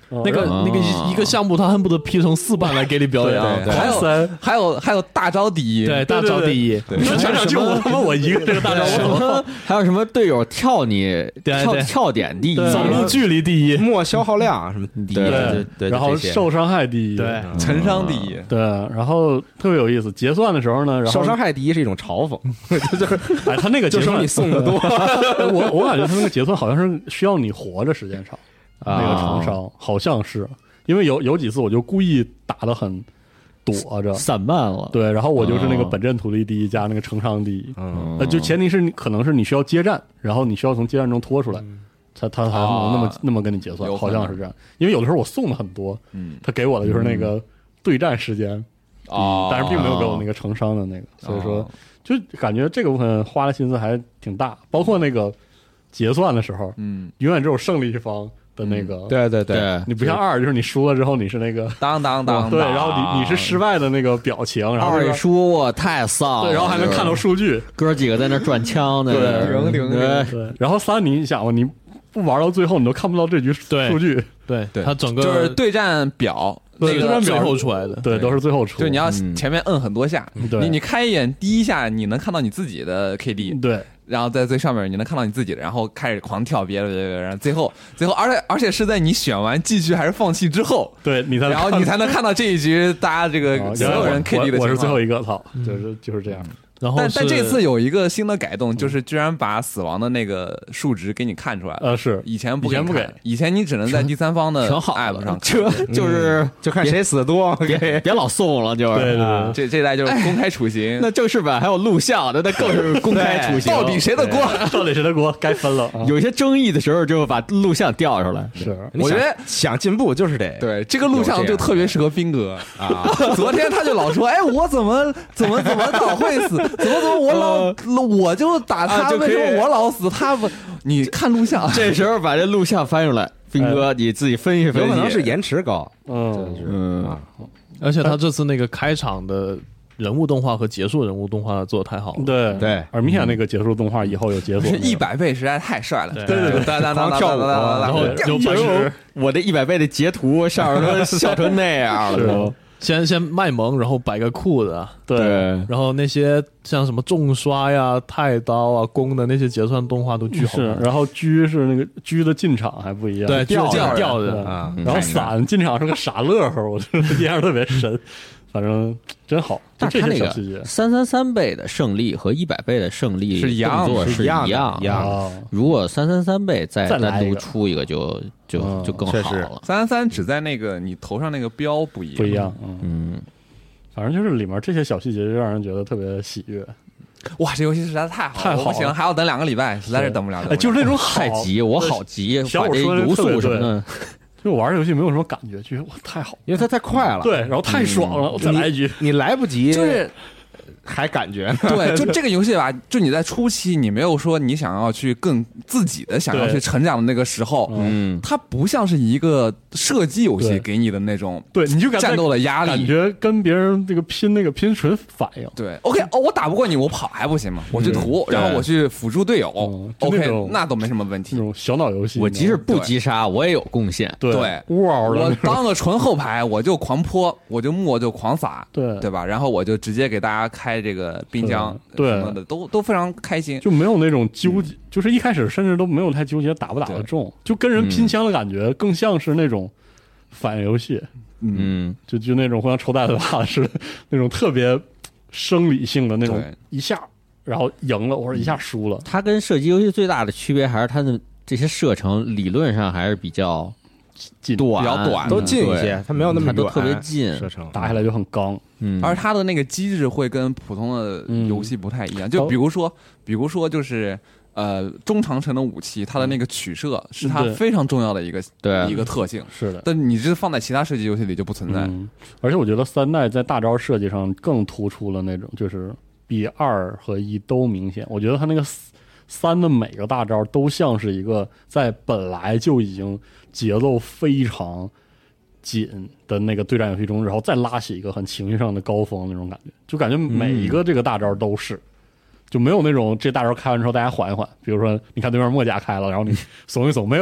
Speaker 3: 那个那个一个项目他恨不得劈成四半来给你表演，
Speaker 4: 还有还有还有大招第一，
Speaker 3: 对大招第一，
Speaker 6: 你说全场就我他妈我一个这个大招，
Speaker 5: 什么还有什么队友跳你跳跳点第一，
Speaker 3: 走路距离第一，
Speaker 2: 末消耗量什么第一，
Speaker 6: 对
Speaker 2: 对，
Speaker 6: 然后受伤害第一，
Speaker 3: 对，
Speaker 4: 沉伤第一，
Speaker 6: 对，然后特别有意思，结算的时候呢，然后
Speaker 2: 受伤害第一是一种嘲讽，就是
Speaker 6: 哎，他那个
Speaker 2: 就说你送的多，
Speaker 6: 我我感觉他那个结算好像是需要你活着时间长，那个成伤好像是。因为有有几次我就故意打得很躲着
Speaker 5: 散漫了，
Speaker 6: 对，然后我就是那个本阵土地第一加那个成伤第一，嗯，呃，就前提是你可能是你需要接战，然后你需要从接战中拖出来，他他才能那么那么跟你结算，好像是这样。因为有的时候我送的很多，嗯，他给我的就是那个对战时间，
Speaker 4: 哦，
Speaker 6: 但是并没有给我那个成伤的那个，所以说就感觉这个部分花的心思还挺大，包括那个结算的时候，嗯，永远只有胜利一方的那个，
Speaker 2: 嗯、对对对，
Speaker 6: 你不像二，就是你输了之后你是那个
Speaker 4: 当当当，
Speaker 6: 对，然后你你是失败的那个表情，然后
Speaker 5: 二一输我太丧，
Speaker 6: 对，然后还能看到数据，
Speaker 5: 哥几个在那转枪呢，
Speaker 6: 对，
Speaker 4: 对
Speaker 6: 对，然后三你想吧，你不玩到最后，你都看不到这局数据，
Speaker 3: 对对，它整个
Speaker 4: 就是对战表。
Speaker 3: 那个最后出来的，
Speaker 6: 对，都是最后出。
Speaker 4: 就你要前面摁很多下，你你开一眼第一下你能看到你自己的 K D，
Speaker 6: 对，
Speaker 4: 然后在最上面你能看到你自己的，然后开始狂跳别的别的，然后最后最后，而且而且是在你选完继续还是放弃之后，
Speaker 6: 对你才
Speaker 4: 然后你才能看到这一局大家这个所有人 K D 的情况。
Speaker 6: 我是最后一个，操，就是就是这样。
Speaker 3: 然后
Speaker 4: 但但这次有一个新的改动，就是居然把死亡的那个数值给你看出来了。
Speaker 6: 呃，是
Speaker 4: 以前不
Speaker 6: 以前不给，
Speaker 4: 以前你只能在第三方的 app 上看，
Speaker 5: 这就是
Speaker 2: 就看谁死的多，
Speaker 5: 别别老送了，就是
Speaker 6: 对对，
Speaker 4: 这这代就是公开处刑。
Speaker 5: 那正式版还有录像，那那更是公开处刑，
Speaker 4: 到底谁的锅？
Speaker 6: 到底谁的锅？该分了。
Speaker 5: 有些争议的时候就把录像调出来。
Speaker 6: 是，
Speaker 4: 我觉得
Speaker 2: 想进步就是得
Speaker 4: 对这个录像就特别适合斌哥啊。昨天他就老说，哎，我怎么怎么怎么老会死，怎么怎么我老。我就打他，为什么我老死？他不，你看录像，
Speaker 5: 这时候把这录像翻出来，斌哥你自己分析分析，
Speaker 2: 有可能是延迟高，
Speaker 6: 嗯
Speaker 5: 嗯，
Speaker 3: 而且他这次那个开场的人物动画和结束人物动画做的太好了，
Speaker 6: 对
Speaker 2: 对，
Speaker 6: 而明显那个结束动画以后有解锁，
Speaker 4: 一百倍实在太帅了，
Speaker 6: 对对对，
Speaker 4: 当当当跳舞，
Speaker 3: 然后有本事，
Speaker 5: 我这一百倍的截图上面都笑成那样了。
Speaker 3: 先先卖萌，然后摆个酷的，
Speaker 6: 对，
Speaker 3: 然后那些像什么重刷呀、太刀啊、弓的那些结算动画都巨好，
Speaker 6: 是，然后狙是那个狙的进场还不一样，
Speaker 3: 对，
Speaker 6: 掉
Speaker 3: 掉的
Speaker 6: 啊，然后伞进场是个傻乐呵，我觉得印象特别深。反正真好，
Speaker 5: 但是他那个三三三倍的胜利和一百倍的胜利
Speaker 4: 是一样，
Speaker 5: 是
Speaker 2: 一样
Speaker 5: 一样
Speaker 2: 一样。
Speaker 5: 如果三三三倍再
Speaker 6: 再
Speaker 5: 单独出一个，就就就更好了。
Speaker 4: 三三三只在那个你头上那个标不一样，
Speaker 6: 不一样。
Speaker 5: 嗯，
Speaker 6: 反正就是里面这些小细节，就让人觉得特别喜悦。
Speaker 4: 哇，这游戏实在太好了，
Speaker 6: 太好了，
Speaker 4: 不行，还要等两个礼拜，实在是等不了。
Speaker 6: 哎，就是那种
Speaker 5: 太急，我好急，
Speaker 6: 小我说
Speaker 5: 游速什么的。
Speaker 6: 就玩这游戏没有什么感觉，觉得哇太好，
Speaker 2: 因为它太快了，
Speaker 6: 对，然后太爽了，我再来一局，
Speaker 2: 你来不及，
Speaker 4: 就是
Speaker 2: 还感觉呢。
Speaker 4: 对，就这个游戏吧，就你在初期，你没有说你想要去更自己的想要去成长的那个时候，
Speaker 5: 嗯，
Speaker 4: 它不像是一个射击游戏给你的那种，
Speaker 6: 对，你就
Speaker 4: 战斗的压力，
Speaker 6: 感觉跟别人这个拼那个拼纯反应。
Speaker 4: 对 ，OK， 哦，我打不过你，我跑还不行吗？我去屠，然后我去辅助队友，OK， 那都没什么问题。
Speaker 6: 那种小脑游戏，
Speaker 5: 我即使不击杀，我也有贡献。
Speaker 6: 对，哇，
Speaker 4: 我当个纯后排，我就狂泼，我就墨就狂撒，
Speaker 6: 对
Speaker 4: 对吧？然后我就直接给大家开这个滨江，
Speaker 6: 对
Speaker 4: 什么的，都都非常开心，
Speaker 6: 就没有那种纠结，就是一开始甚至都没有太纠结打不打得中，就跟人拼枪的感觉更像是那种反应游戏，
Speaker 5: 嗯，
Speaker 6: 就就那种互相抽袋子打似的，那种特别生理性的那种一下，然后赢了或者一下输了。
Speaker 5: 它跟射击游戏最大的区别还是它的这些射程理论上还是比较
Speaker 6: 近，
Speaker 5: 短，
Speaker 4: 比较短，
Speaker 2: 都近一些，它没有那么
Speaker 5: 短，都特别近，
Speaker 2: 射程
Speaker 6: 打下来就很刚。
Speaker 5: 嗯，
Speaker 4: 而它的那个机制会跟普通的游戏不太一样，就比如说，比如说就是呃中长程的武器，它的那个取射是它非常重要的一个一个特性。
Speaker 6: 是的，
Speaker 4: 但你这放在其他射击游戏里就不存在。
Speaker 6: 嗯，而且我觉得三代在大招设计上更突出了那种，就是比二和一都明显。我觉得它那个三的每个大招都像是一个在本来就已经节奏非常紧的那个对战游戏中，然后再拉起一个很情绪上的高峰那种感觉，就感觉每一个这个大招都是，嗯、就没有那种这大招开完之后大家缓一缓，比如说你看对面墨甲开了，然后你怂一怂，没有，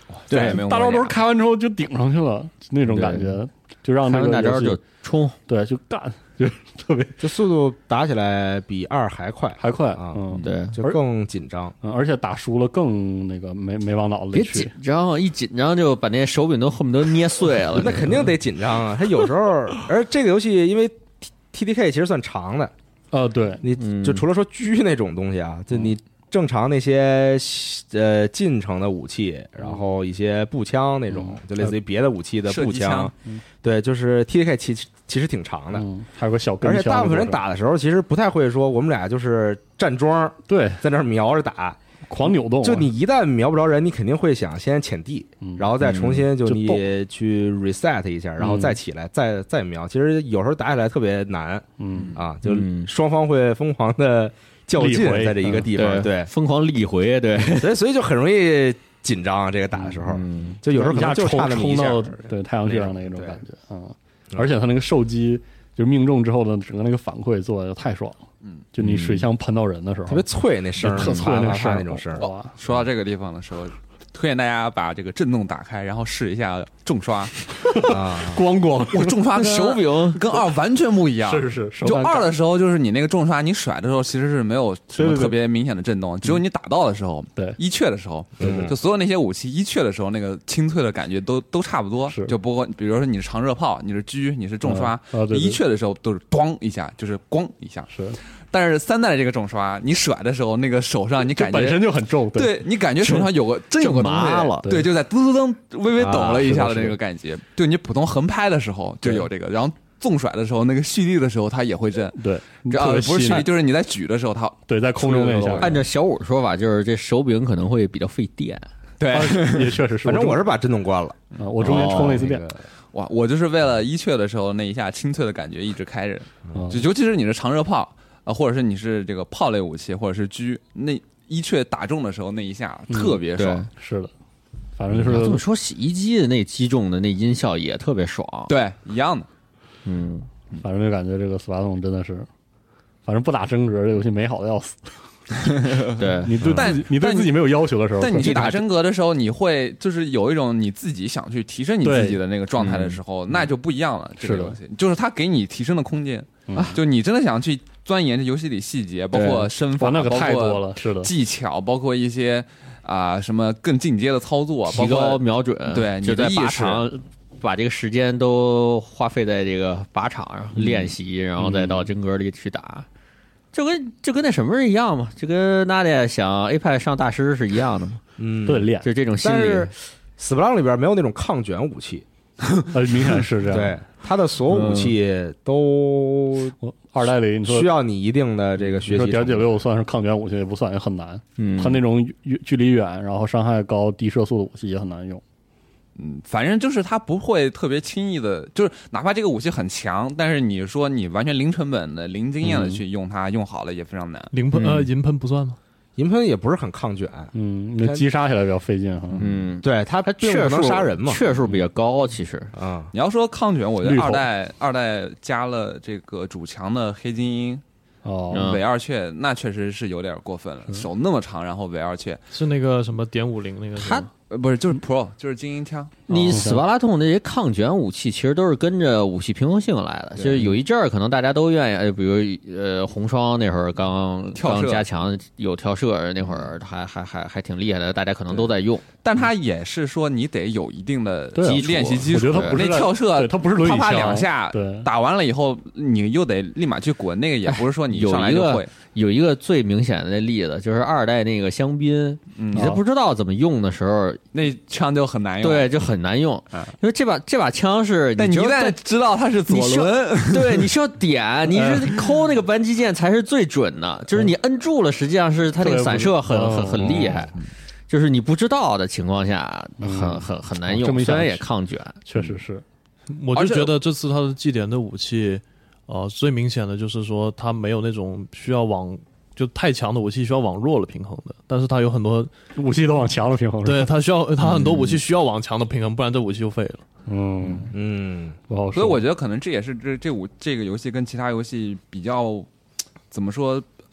Speaker 4: 对，
Speaker 6: 大招都是开完之后就顶上去了，那种感觉就让那个
Speaker 5: 大招就冲，
Speaker 6: 对，就干，就特别，
Speaker 2: 就速度打起来比二还快，
Speaker 6: 还快
Speaker 2: 啊，
Speaker 6: 嗯，
Speaker 5: 对，
Speaker 2: 就更紧张，
Speaker 6: 嗯，而且打输了更那个没没往脑子里去，
Speaker 5: 别紧张，一紧张就把那些手柄都恨不得捏碎了，
Speaker 2: 那肯定得紧张啊。他有时候，而这个游戏因为 T D K 其实算长的，
Speaker 6: 呃，对，
Speaker 2: 你就除了说狙那种东西啊，就你。正常那些呃近程的武器，然后一些步枪那种，就类似于别的武器的步枪，对，就是 T D K 其其实挺长的，
Speaker 6: 还有个小跟
Speaker 2: 枪，而且大部分人打的时候其实不太会说我们俩就是站桩，
Speaker 6: 对，
Speaker 2: 在那儿瞄着打，
Speaker 6: 狂扭动。
Speaker 2: 就你一旦瞄不着人，你肯定会想先潜地，然后再重新就你去 reset 一下，然后再起来，再再瞄。其实有时候打起来特别难，嗯啊，就双方会疯狂的。较劲在这一个地方，对，
Speaker 5: 疯狂力回，对，
Speaker 2: 所以所以就很容易紧张。这个打的时候，就有时候可能就差那么一下，
Speaker 6: 对太阳穴上那种感觉，嗯，而且他那个受击，就是命中之后的整个那个反馈做的太爽了，嗯，就你水枪喷到人的时候，
Speaker 2: 特别脆那声，
Speaker 6: 特脆那声
Speaker 2: 那种声。
Speaker 4: 说到这个地方的时候。推荐大家把这个震动打开，然后试一下重刷
Speaker 6: 啊，咣咣！
Speaker 4: 我重刷
Speaker 5: 手柄
Speaker 4: 跟二完全不一样。
Speaker 6: 是是是，
Speaker 4: 就二的时候，就是你那个重刷，你甩的时候其实是没有什么特别明显的震动，只有你打到的时候，
Speaker 6: 对
Speaker 4: 一确的时候，就所有那些武器一确的时候，那个清脆的感觉都都差不多。就包括比如说你是长热炮，你是狙，你是重刷，一确的时候都是咣一下，就是咣一下。
Speaker 6: 是。
Speaker 4: 但是三代的这个重刷，你甩的时候，那个手上你感觉
Speaker 6: 本身就很重，
Speaker 4: 对你感觉手上有个真有个东西
Speaker 5: 了，
Speaker 4: 对，就在噔噔噔微微抖了一下的那个感觉。就你普通横拍的时候就有这个，然后纵甩的时候，那个蓄力的时候它也会震。
Speaker 6: 对，
Speaker 4: 啊，不是蓄力，就是你在举的时候它
Speaker 6: 对在空中那一下。
Speaker 5: 按照小五的说法，就是这手柄可能会比较费电。
Speaker 4: 对，
Speaker 6: 也确实是。
Speaker 2: 反正我是把震动关了
Speaker 6: 啊，我中间充了一次电。
Speaker 4: 哇，我就是为了一确的时候那一下清脆的感觉一直开着，就尤其是你的长热炮。啊，或者是你是这个炮类武器，或者是狙，那一确打中的时候那一下特别爽。
Speaker 5: 嗯、
Speaker 6: 是的，反正就是
Speaker 5: 这么说，洗衣机的那击中的那音效也特别爽。
Speaker 4: 对，一样的。
Speaker 6: 嗯，反正就感觉这个斯巴统真的是，反正不打真格，这游戏美好的要死。
Speaker 5: 对，
Speaker 6: 你对自己你对自己没有要求的时候，
Speaker 4: 但你去打真格的时候，你会就是有一种你自己想去提升你自己的那个状态的时候，那就不一样了。这个游戏就是它给你提升的空间啊，就你真的想去钻研这游戏里细节，包括身法，
Speaker 6: 那个太多了，是的，
Speaker 4: 技巧，包括一些啊什么更进阶的操作，
Speaker 5: 提高瞄准，
Speaker 4: 对，
Speaker 5: 就在靶场把这个时间都花费在这个靶场上练习，然后再到真格里去打。就跟就跟那什么一样嘛，就跟娜迪想 A P E C 上大师是一样的嘛，
Speaker 2: 嗯，
Speaker 6: 都得练，
Speaker 5: 就这种心理。
Speaker 2: 但是死不浪里边没有那种抗卷武器，
Speaker 6: 呃，明显是这样。
Speaker 2: 对，他的所有武器都
Speaker 6: 二代里你说
Speaker 2: 需要你一定的这个学习。
Speaker 6: 点九六算是抗卷武器，也不算，也很难。嗯，他那种距离远，然后伤害高、低射速的武器也很难用。
Speaker 4: 嗯，反正就是他不会特别轻易的，就是哪怕这个武器很强，但是你说你完全零成本的、零经验的去用它，嗯、用好了也非常难。
Speaker 3: 零喷呃银喷不算吗？
Speaker 2: 银喷也不是很抗卷，
Speaker 6: 嗯，那击杀起来比较费劲哈。
Speaker 5: 嗯，
Speaker 2: 对，它它确实杀人嘛，
Speaker 5: 确数比较高，其实
Speaker 2: 啊。
Speaker 4: 你要说抗卷，我觉得二代二代加了这个主强的黑金鹰。
Speaker 6: 哦，
Speaker 4: 尾二确那确实是有点过分了，嗯、手那么长，然后尾二确
Speaker 3: 是那个什么点五零那个
Speaker 4: 他呃不是就是 Pro 就是精英枪。
Speaker 5: 你斯巴拉通那些抗卷武器其实都是跟着武器平衡性来的，就是有一阵儿可能大家都愿意，比如呃红双那会儿刚刚加强有跳射那会儿还还还还挺厉害的，大家可能都在用。
Speaker 4: 但它也是说你得有一定的基练习基础，
Speaker 6: 我觉得它不是
Speaker 4: 那跳射，
Speaker 6: 它不是轮椅枪，
Speaker 4: 啪啪两下，
Speaker 6: 对，
Speaker 4: 打完了以后你又得立马去滚，那个也不是说你上来就会。
Speaker 5: 有一个最明显的例子，就是二代那个香槟，嗯、你在不知道怎么用的时候，
Speaker 4: 那枪就很难用，
Speaker 5: 对，就很难用。
Speaker 4: 嗯、
Speaker 5: 因为这把这把枪是，
Speaker 4: 但你一旦知道它是左轮，
Speaker 5: 对，你需要点，你是抠那个扳机键才是最准的，就是你摁住了，实际上是它那个散射很很很厉害。就是你不知道的情况下，很很很难用，虽然也抗卷，
Speaker 6: 确实是。
Speaker 3: 我就觉得这次它的祭典的武器。呃，最明显的就是说，它没有那种需要往就太强的武器需要往弱了平衡的，但是它有很多
Speaker 6: 武器都往强了平衡。
Speaker 3: 对，它需要它很多武器需要往强的平衡，嗯、不然这武器就废了。
Speaker 6: 嗯
Speaker 2: 嗯，
Speaker 6: 不好说。
Speaker 4: 所以我觉得可能这也是这这武这个游戏跟其他游戏比较怎么说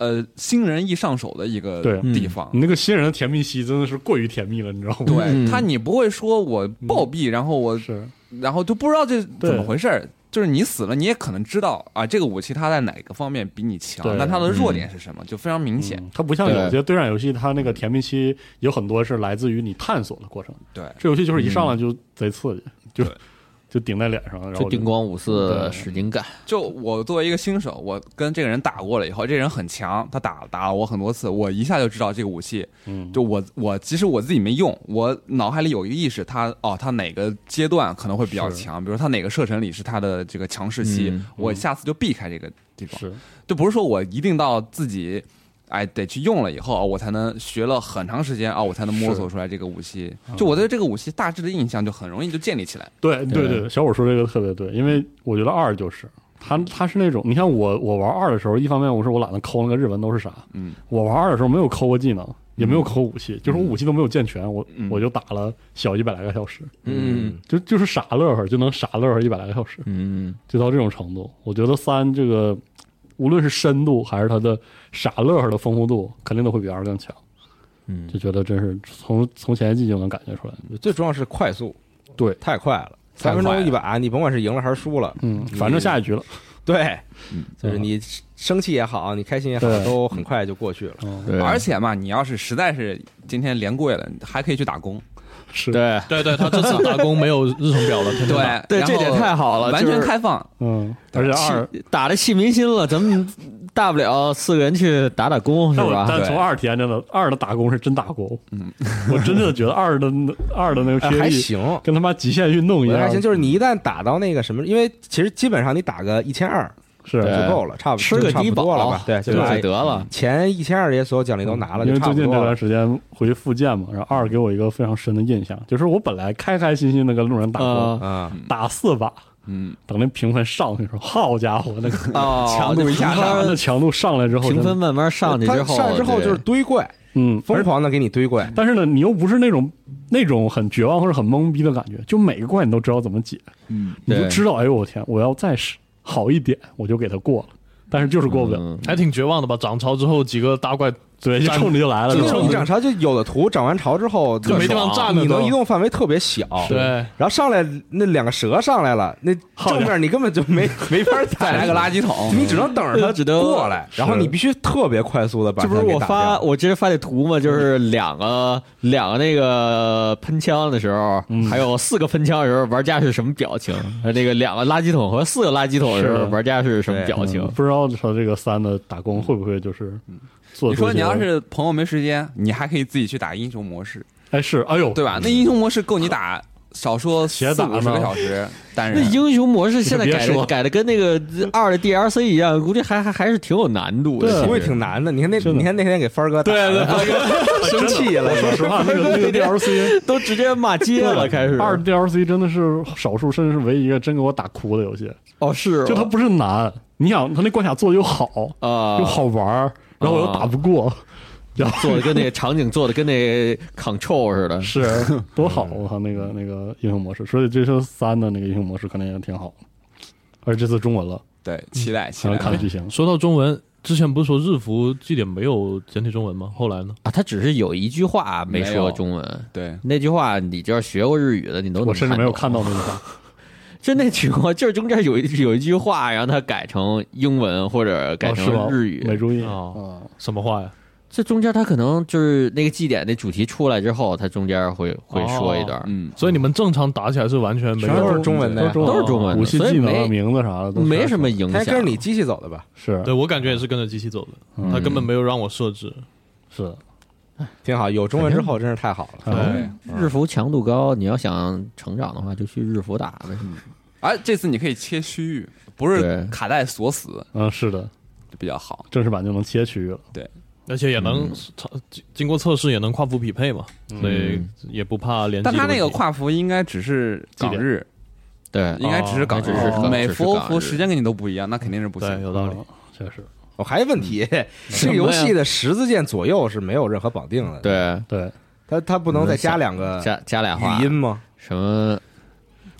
Speaker 4: 呃新人易上手的一个地方。
Speaker 6: 你那个新人的甜蜜期真的是过于甜蜜了，你知道吗？
Speaker 4: 对、嗯、他，你不会说我暴毙，然后我
Speaker 6: 是，
Speaker 4: 然后就不知道这怎么回事。就是你死了，你也可能知道啊，这个武器它在哪个方面比你强，但它的弱点是什么，嗯、就非常明显、
Speaker 6: 嗯。它不像有些对战游戏，它那个甜蜜期有很多是来自于你探索的过程。
Speaker 4: 对，
Speaker 6: 这游戏就是一上来就贼刺激，嗯、就就顶在脸上，然后
Speaker 5: 就叮咣五四使劲干。
Speaker 4: 就我作为一个新手，我跟这个人打过了以后，这人很强，他打打了我很多次，我一下就知道这个武器。嗯，就我我其实我自己没用，我脑海里有一个意识，他哦，他哪个阶段可能会比较强，比如他哪个射程里是他的这个强势期，嗯、我下次就避开这个地方。是，就不是说我一定到自己。哎，得去用了以后，我才能学了很长时间啊，我才能摸索出来这个武器。就我对这个武器大致的印象就很容易就建立起来。
Speaker 6: 对对对，小五说这个特别对，因为我觉得二就是他他是那种，你看我我玩二的时候，一方面我说我懒得抠那个日文都是啥，嗯，我玩二的时候没有抠过技能，也没有抠武器，嗯、就是我武器都没有健全，我、嗯、我就打了小一百来个小时，嗯，就就是傻乐呵就能傻乐呵一百来个小时，嗯，就到这种程度。我觉得三这个。无论是深度还是它的傻乐呵的丰富度，肯定都会比二更强。嗯，就觉得真是从从前一季就能感觉出来。
Speaker 2: 最重要是快速，
Speaker 6: 对，
Speaker 2: 太快了，三分钟一把，你甭管是赢了还是输了，
Speaker 6: 嗯，反正下一局了。
Speaker 2: 对，嗯，就是你生气也好，你开心也好，都很快就过去了。
Speaker 6: 对，
Speaker 4: 而且嘛，你要是实在是今天连跪了，还可以去打工。
Speaker 6: 是
Speaker 5: 对
Speaker 3: 对对，他这次打工没有日程表了，
Speaker 4: 对
Speaker 5: 对，这点太好了，
Speaker 4: 完全开放。
Speaker 6: 嗯，而且二
Speaker 5: 打的气民心了，咱们大不了四个人去打打工，是吧？
Speaker 6: 但从二体验真的，二的打工是真打工。嗯，我真的觉得二的二的那个 P V E
Speaker 2: 还行，
Speaker 6: 跟他妈极限运动一样。
Speaker 2: 还行，就是你一旦打到那个什么，因为其实基本上你打个一千二。是就够了，差不多
Speaker 5: 吃个低保
Speaker 2: 了吧？对，就
Speaker 5: 得了。
Speaker 2: 前一千二这些所有奖励都拿了，
Speaker 6: 因为最近这段时间回去复健嘛，然后二给我一个非常深的印象，就是我本来开开心心的跟路人打过，嗯，打四把，嗯，等那评分上去的时候，好家伙，那个
Speaker 5: 强度一下，
Speaker 6: 那强度上来之后，
Speaker 5: 评分慢慢上去之后，
Speaker 2: 上来之后就是堆怪，嗯，疯狂的给你堆怪，
Speaker 6: 但是呢，你又不是那种那种很绝望或者很懵逼的感觉，就每个怪你都知道怎么解，嗯，你就知道，哎呦我天，我要再试。好一点，我就给他过了，但是就是过不了，
Speaker 3: 嗯、还挺绝望的吧？涨潮之后几个大怪，
Speaker 6: 对，就冲着就来了。
Speaker 2: 就冲你涨潮，就有的图涨完潮之后
Speaker 3: 就没地方站了，
Speaker 2: 你能移动范围特别小，
Speaker 3: 对。
Speaker 2: 然后上来那两个蛇上来了，那正面你根本就没没法
Speaker 4: 再来个垃圾桶，
Speaker 2: 你只能等着它
Speaker 5: 只能
Speaker 2: 过来，然后你必须特别快速的把它给打掉。
Speaker 5: 这不是我发我之前发的图吗？就是两个两个那个喷枪的时候，嗯、还有四个喷枪的时候，玩家是什么表情？那个两个垃圾桶和四个垃圾桶的时候，玩家是什么表情？
Speaker 6: 不知道说这个三的打工会不会就是做？
Speaker 4: 你说你要是朋友没时间，你还可以自己去打英雄模式。
Speaker 6: 哎，是，哎呦，
Speaker 4: 对吧？那英雄模式够你打少说四五十个小时。但是
Speaker 5: 那英雄模式现在改的改的跟那个二的 D L C 一样，估计还还还是挺有难度的，
Speaker 2: 估计挺难的。你看那，你看那天给帆哥打，
Speaker 5: 对对，帆哥
Speaker 2: 生气了。
Speaker 6: 说实话，那个那个 D L C
Speaker 5: 都直接骂街了，开始。
Speaker 6: 二 D L C 真的是少数，甚至是唯一一个真给我打哭的游戏。
Speaker 5: 哦，是，
Speaker 6: 就它不是难，你想它那关卡做的又好啊，又好玩，然后我又打不过。
Speaker 5: 然后做的跟那个场景做的跟那 Control 似的，
Speaker 6: 是多好啊！那个那个英雄模式，所以这是三的那个英雄模式可能也挺好的，而且这次中文了，
Speaker 4: 对，期待期待
Speaker 6: 看剧情。
Speaker 3: 说到中文，之前不是说日服祭典没有简体中文吗？后来呢？
Speaker 5: 啊，他只是有一句话没说中文，
Speaker 4: 对，
Speaker 5: 那句话你只要学过日语的，你都能
Speaker 6: 我甚至没有看到那句话。
Speaker 5: 就那句话，就是中间有一有一句话，然后他改成英文或者改成日语，
Speaker 6: 哦、没注意
Speaker 3: 啊、哦，什么话呀？
Speaker 5: 这中间他可能就是那个祭典那主题出来之后，他中间会会说一段，哦、
Speaker 3: 嗯，所以你们正常打起来是完全没有，
Speaker 2: 都是中文的，
Speaker 5: 都是中文的，
Speaker 6: 武器技能、名字啥的都
Speaker 5: 没什么影响。
Speaker 2: 他跟着你机器走的吧？
Speaker 6: 是，
Speaker 3: 对我感觉也是跟着机器走的，嗯、他根本没有让我设置，
Speaker 6: 是，
Speaker 2: 挺好。有中文之后真是太好了。
Speaker 5: 对，日服强度高，你要想成长的话，就去日服打呗。
Speaker 4: 哎、啊，这次你可以切区域，不是卡带锁死。
Speaker 6: 嗯，是的，
Speaker 4: 比较好。
Speaker 6: 正式版就能切区域了。
Speaker 4: 对。
Speaker 3: 而且也能、嗯、经过测试也能跨服匹配嘛，嗯、所以也不怕连。
Speaker 4: 但他那个跨服应该只是港日，
Speaker 5: 对，
Speaker 4: 应该只是港日，
Speaker 5: 哦、
Speaker 4: 每服服时间跟你都不一样，那肯定是不行。
Speaker 3: 对，有道理，
Speaker 6: 确实。
Speaker 2: 我、哦、还有问题，嗯、这个游戏的十字键左右是没有任何绑定的。
Speaker 5: 对
Speaker 6: 对，
Speaker 2: 它它不能再加两个
Speaker 5: 加加俩话
Speaker 2: 语音吗？
Speaker 5: 什么？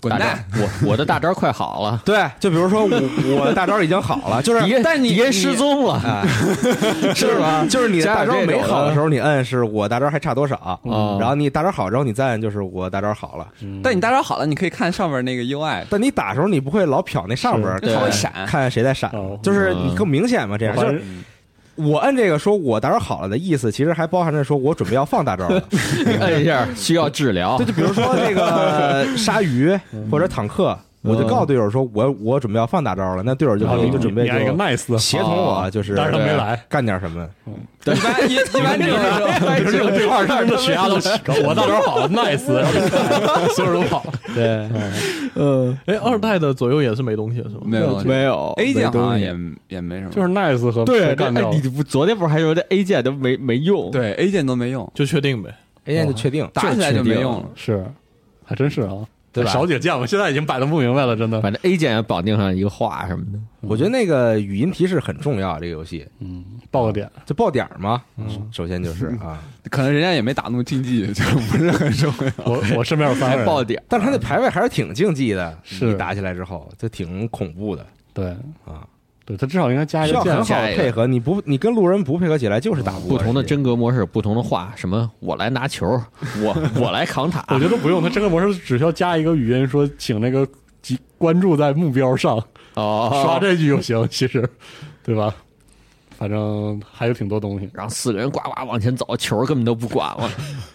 Speaker 4: 滚蛋！
Speaker 5: 我我的大招快好了，
Speaker 2: 对，就比如说我我的大招已经好了，就是
Speaker 5: 敌
Speaker 2: 但你
Speaker 5: 敌人失踪了，
Speaker 2: 哎、是吧？就是你的大招没好的时候，你摁是我大招还差多少，
Speaker 5: 嗯、
Speaker 2: 然后你大招好之后，你再摁就是我大招好了。
Speaker 4: 嗯、但你大招好了，你可以看上面那个 U I，
Speaker 2: 但你打的时候你不会老瞟那上边，
Speaker 4: 它会闪，
Speaker 2: 看谁在闪，
Speaker 6: 哦、
Speaker 2: 就是你更明显嘛，这样就是。我摁这个说我大招好了的意思，其实还包含着说我准备要放大招了，
Speaker 5: 摁一下需要治疗。
Speaker 2: 对，就比如说那个鲨鱼或者坦克，我就告诉队友说我我准备要放大招了，那队友就就准备就
Speaker 6: 一个 nice
Speaker 2: 协同我，就是
Speaker 6: 但是他没来
Speaker 2: 干点什么。
Speaker 4: 一般一一般这种
Speaker 6: 比如这个对二上的血压都起高，我大招好 nice， 然后所有人都跑。
Speaker 5: 对，
Speaker 3: 呃，哎，二代的左右也是没东西是吗？
Speaker 4: 没有
Speaker 5: 没有
Speaker 4: ，A 键好像也也没什么，
Speaker 6: 就是 nice 和
Speaker 5: 对
Speaker 6: 干掉。
Speaker 5: 你昨天不是还说这 A 键都没没用？
Speaker 4: 对 ，A 键都没用，
Speaker 3: 就确定呗
Speaker 2: ，A 键就确定，
Speaker 4: 打起来就没用了。
Speaker 6: 是，还真是啊。
Speaker 2: 对吧？
Speaker 6: 少姐见我现在已经摆的不明白了，真的。
Speaker 5: 反正 A 键也绑定上一个话什么的。
Speaker 2: 我觉得那个语音提示很重要，这个游戏，
Speaker 6: 嗯，报个点，
Speaker 2: 就报点嘛。嗯，首先就是啊，
Speaker 4: 可能人家也没打怒竞技，就不是很重要。
Speaker 6: 我我身边有三个人
Speaker 5: 报点，
Speaker 2: 但是他那排位还是挺竞技的，
Speaker 6: 是
Speaker 2: 你打起来之后就挺恐怖的。
Speaker 6: 对
Speaker 2: 啊。
Speaker 6: 对他至少应该加一个
Speaker 2: 需要很好的配合，你不你跟路人不配合起来就是打不过。
Speaker 5: 不同的真格模式，不同的话，什么我来拿球，我我来扛塔。
Speaker 6: 我觉得不用，他真格模式只需要加一个语音说，请那个关注在目标上，
Speaker 5: 哦，
Speaker 6: 刷这句就行，其实，对吧？反正还有挺多东西。
Speaker 5: 然后四个人呱呱往前走，球根本都不管了。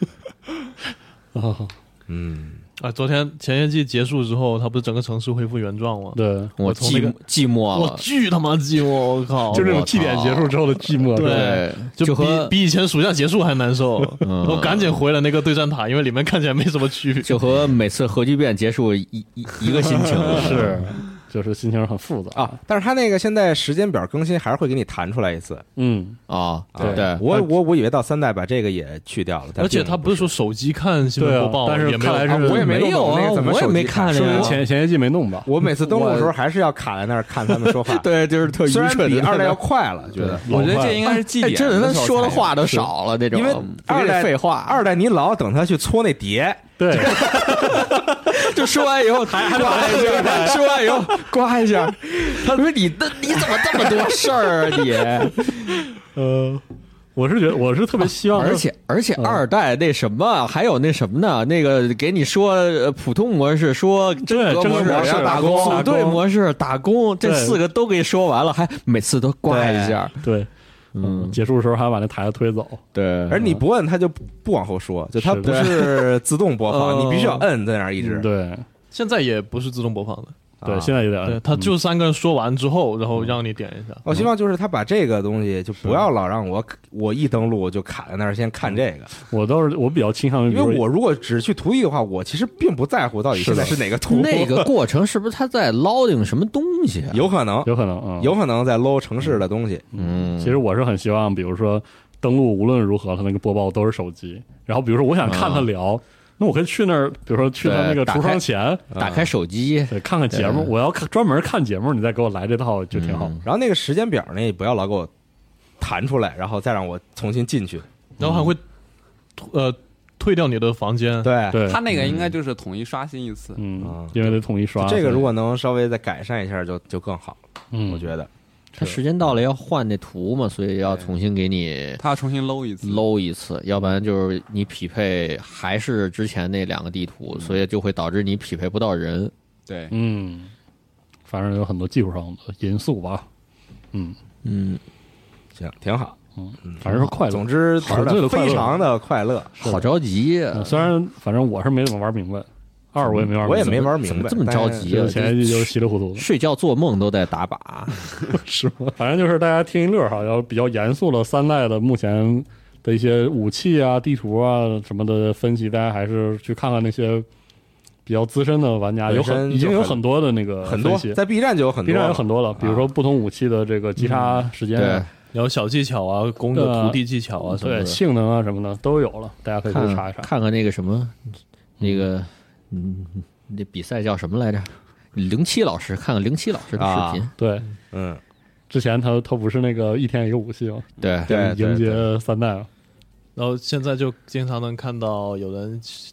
Speaker 6: 哦，
Speaker 2: 嗯。
Speaker 3: 啊！昨天前夜季结束之后，他不是整个城市恢复原状吗？
Speaker 6: 对，
Speaker 5: 我寂寞寂寞了，
Speaker 3: 我巨他妈寂寞！我靠，
Speaker 6: 就那种祭典结束之后的寂寞，
Speaker 3: 对，就比比以前暑假结束还难受。
Speaker 5: 嗯、
Speaker 3: 我赶紧回了那个对战塔，因为里面看起来没什么区别，
Speaker 5: 就和每次核聚变结束一一一个心情
Speaker 6: 是。就是心情很复杂
Speaker 2: 啊，但是他那个现在时间表更新还是会给你弹出来一次，
Speaker 6: 嗯
Speaker 5: 啊，
Speaker 2: 对
Speaker 5: 对，
Speaker 2: 我我我以为到三代把这个也去掉了，
Speaker 3: 而且他不是说手机看新闻播报，
Speaker 6: 但是看来是
Speaker 2: 我也
Speaker 5: 没有啊，我也没看
Speaker 6: 说明前前一季没弄吧？
Speaker 2: 我每次登录的时候还是要卡在那儿看他们说话，
Speaker 5: 对，就是特愚蠢，
Speaker 2: 虽然比二代要快了，觉得
Speaker 4: 我觉得这应该是祭典，
Speaker 5: 真的他说的话都少了那种，
Speaker 2: 因为二代
Speaker 5: 废话，
Speaker 2: 二代你老等他去搓那碟。
Speaker 6: 对，
Speaker 5: 就说完以后还还刮一下，说完以后刮一下。他说：“你的你怎么这么多事儿啊你？”
Speaker 6: 呃，我是觉得我是特别希望，
Speaker 5: 而且而且二代那什么，还有那什么呢？那个给你说普通模式，说真格模式，
Speaker 6: 打工，
Speaker 5: 组队模式，打工，这四个都给你说完了，还每次都刮一下，
Speaker 6: 对。嗯，结束的时候还要把那台子推走。
Speaker 5: 对，
Speaker 2: 而你不摁，它就不往后说，就它不是自动播放，你必须要摁在那儿一直。
Speaker 6: 对，
Speaker 3: 现在也不是自动播放的。
Speaker 6: 对，现在有点，
Speaker 3: 对，他就三个人说完之后，然后让你点一下。
Speaker 2: 我希望就是他把这个东西就不要老让我我一登录就卡在那儿先看这个。
Speaker 6: 我倒是我比较倾向于，
Speaker 2: 因为我如果只去图一的话，我其实并不在乎到底现在是哪个图。
Speaker 5: 那个过程是不是他在捞定什么东西？
Speaker 2: 有可能，
Speaker 6: 有可能，
Speaker 2: 有可能在搂城市的东西。
Speaker 6: 嗯，其实我是很希望，比如说登录无论如何，他那个播报都是手机。然后比如说我想看他聊。那我可以去那儿，比如说去他那个橱窗前，
Speaker 5: 打开手机，
Speaker 6: 对，看看节目。我要看专门看节目，你再给我来这套就挺好。
Speaker 2: 嗯、然后那个时间表呢，不要老给我弹出来，然后再让我重新进去，
Speaker 3: 然后还会呃退掉你的房间。
Speaker 2: 对，
Speaker 6: 对，
Speaker 4: 他那个应该就是统一刷新一次，
Speaker 6: 嗯，因为得统一刷。
Speaker 2: 这个如果能稍微再改善一下就，就就更好了。
Speaker 6: 嗯，
Speaker 2: 我觉得。
Speaker 5: 他时间到了要换那图嘛，所以要重新给你，
Speaker 4: 他要重新搂一次，
Speaker 5: 搂一次，要不然就是你匹配还是之前那两个地图，所以就会导致你匹配不到人。
Speaker 4: 对，
Speaker 6: 嗯，反正有很多技术上的因素吧。嗯
Speaker 5: 嗯，
Speaker 2: 行，挺好。
Speaker 6: 嗯，反正是快乐。
Speaker 2: 总之玩的非常的快乐，
Speaker 5: 好着急。
Speaker 6: 虽然反正我是没怎么玩明白。二我也没玩明白，
Speaker 2: 我也没玩明白，
Speaker 5: 这么着急啊！
Speaker 6: 前一季就是稀里糊涂的，
Speaker 5: 睡觉做梦都在打靶，
Speaker 6: 是吗？反正就是大家听一乐哈，要比较严肃的三代的目前的一些武器啊、地图啊什么的分析，大家还是去看看那些比较资深的玩家，有很已经有很多的那个
Speaker 2: 很多，在 B 站就有很多
Speaker 6: ，B 站有很多了，比如说不同武器的这个击杀时间，
Speaker 5: 对，
Speaker 3: 然后小技巧啊、攻的土地技巧啊什么的，
Speaker 6: 对，性能啊什么的都有了，大家可以去查一查，
Speaker 5: 看看那个什么那个嗯。那比赛叫什么来着？零七老师，看看零七老师的视频。
Speaker 6: 啊、对，
Speaker 2: 嗯，
Speaker 6: 之前他他不是那个一天一个武器吗？
Speaker 5: 对
Speaker 2: 对，
Speaker 6: 迎接三代了。
Speaker 3: 然后现在就经常能看到有人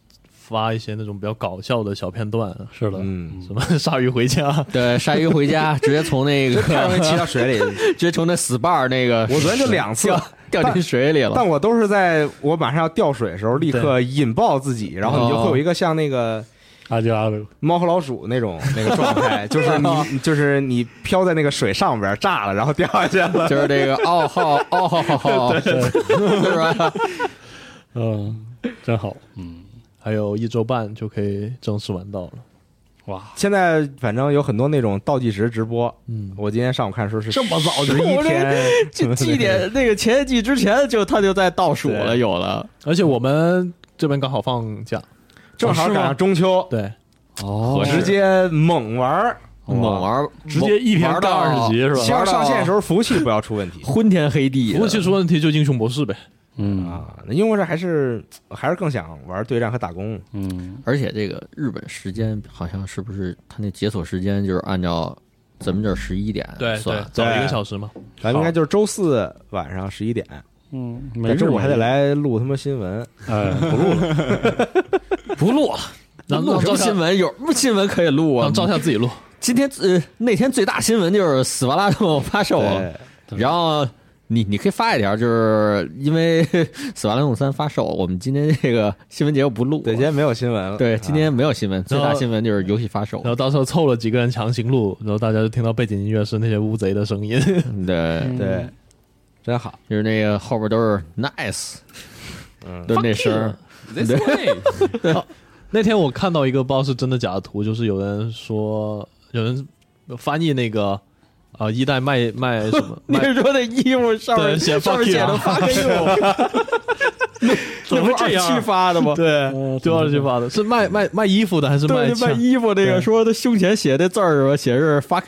Speaker 3: 发一些那种比较搞笑的小片段，
Speaker 6: 是的，
Speaker 2: 嗯，
Speaker 3: 什么鲨鱼回家，
Speaker 5: 对，鲨鱼回家直接从那个
Speaker 2: 太容易骑到水里，
Speaker 5: 直接从那死瓣那个，
Speaker 2: 我昨天就两次
Speaker 5: 掉掉进水里了。
Speaker 2: 但我都是在我马上要掉水的时候，立刻引爆自己，然后你就会有一个像那个
Speaker 6: 阿基拉鲁
Speaker 2: 猫和老鼠那种那个状态，就是你就是你飘在那个水上边炸了，然后掉下去了，
Speaker 5: 就是这个哦好哦好好好，是吧？
Speaker 6: 嗯，真好，嗯，
Speaker 3: 还有一周半就可以正式玩到了。
Speaker 6: 哇！
Speaker 2: 现在反正有很多那种倒计时直播，
Speaker 3: 嗯，
Speaker 2: 我今天上午看说是
Speaker 5: 这么早
Speaker 2: 十一天，
Speaker 5: 这祭典那个前一季之前就他就在倒数了，有了，
Speaker 3: 而且我们这边刚好放假，
Speaker 2: 正好赶上中秋，
Speaker 3: 对，
Speaker 5: 哦
Speaker 2: 直接猛玩
Speaker 5: 猛玩，
Speaker 6: 直接一天干二十级是吧？
Speaker 2: 希望上线的时候服务器不要出问题，
Speaker 5: 昏天黑地，
Speaker 3: 服务器出问题就英雄博士呗。
Speaker 6: 嗯
Speaker 2: 啊，因为这还是还是更想玩对战和打工。
Speaker 6: 嗯，
Speaker 5: 而且这个日本时间好像是不是他那解锁时间就是按照咱们这十一点
Speaker 3: 对
Speaker 5: 算
Speaker 3: 对，早一个小时嘛。
Speaker 2: 咱们应该就是周四晚上十一点。
Speaker 6: 嗯，
Speaker 2: 但周五还得来录他妈新闻，
Speaker 6: 哎，不录
Speaker 5: 了，不录了。
Speaker 3: 让
Speaker 5: 录什么新闻？有什么新闻可以录啊？
Speaker 3: 让赵夏自己录。
Speaker 5: 今天呃那天最大新闻就是斯巴达特发售，然后。你你可以发一条，就是因为《死亡来龙三》发售，我们今天这个新闻节目不录。
Speaker 2: 对，今天没有新闻了。
Speaker 5: 对，今天没有新闻，最大新闻就是游戏发售。
Speaker 3: 然后到时候凑了几个人强行录，然后大家就听到背景音乐是那些乌贼的声音。
Speaker 5: 对
Speaker 2: 对，真好，
Speaker 5: 就是那个后边都是 nice 的那声。
Speaker 3: 对，那天我看到一个不知道是真的假的图，就是有人说有人翻译那个。啊，一代卖卖什么？
Speaker 5: 你是说那衣服上面
Speaker 3: 写
Speaker 5: 上面写的发给我？
Speaker 6: 怎么会这样？
Speaker 5: 二七发的吗？
Speaker 3: 对，就二七发的，是卖卖卖衣服的还是卖
Speaker 5: 卖衣服？那个说他胸前写的字儿吧，写是 fuck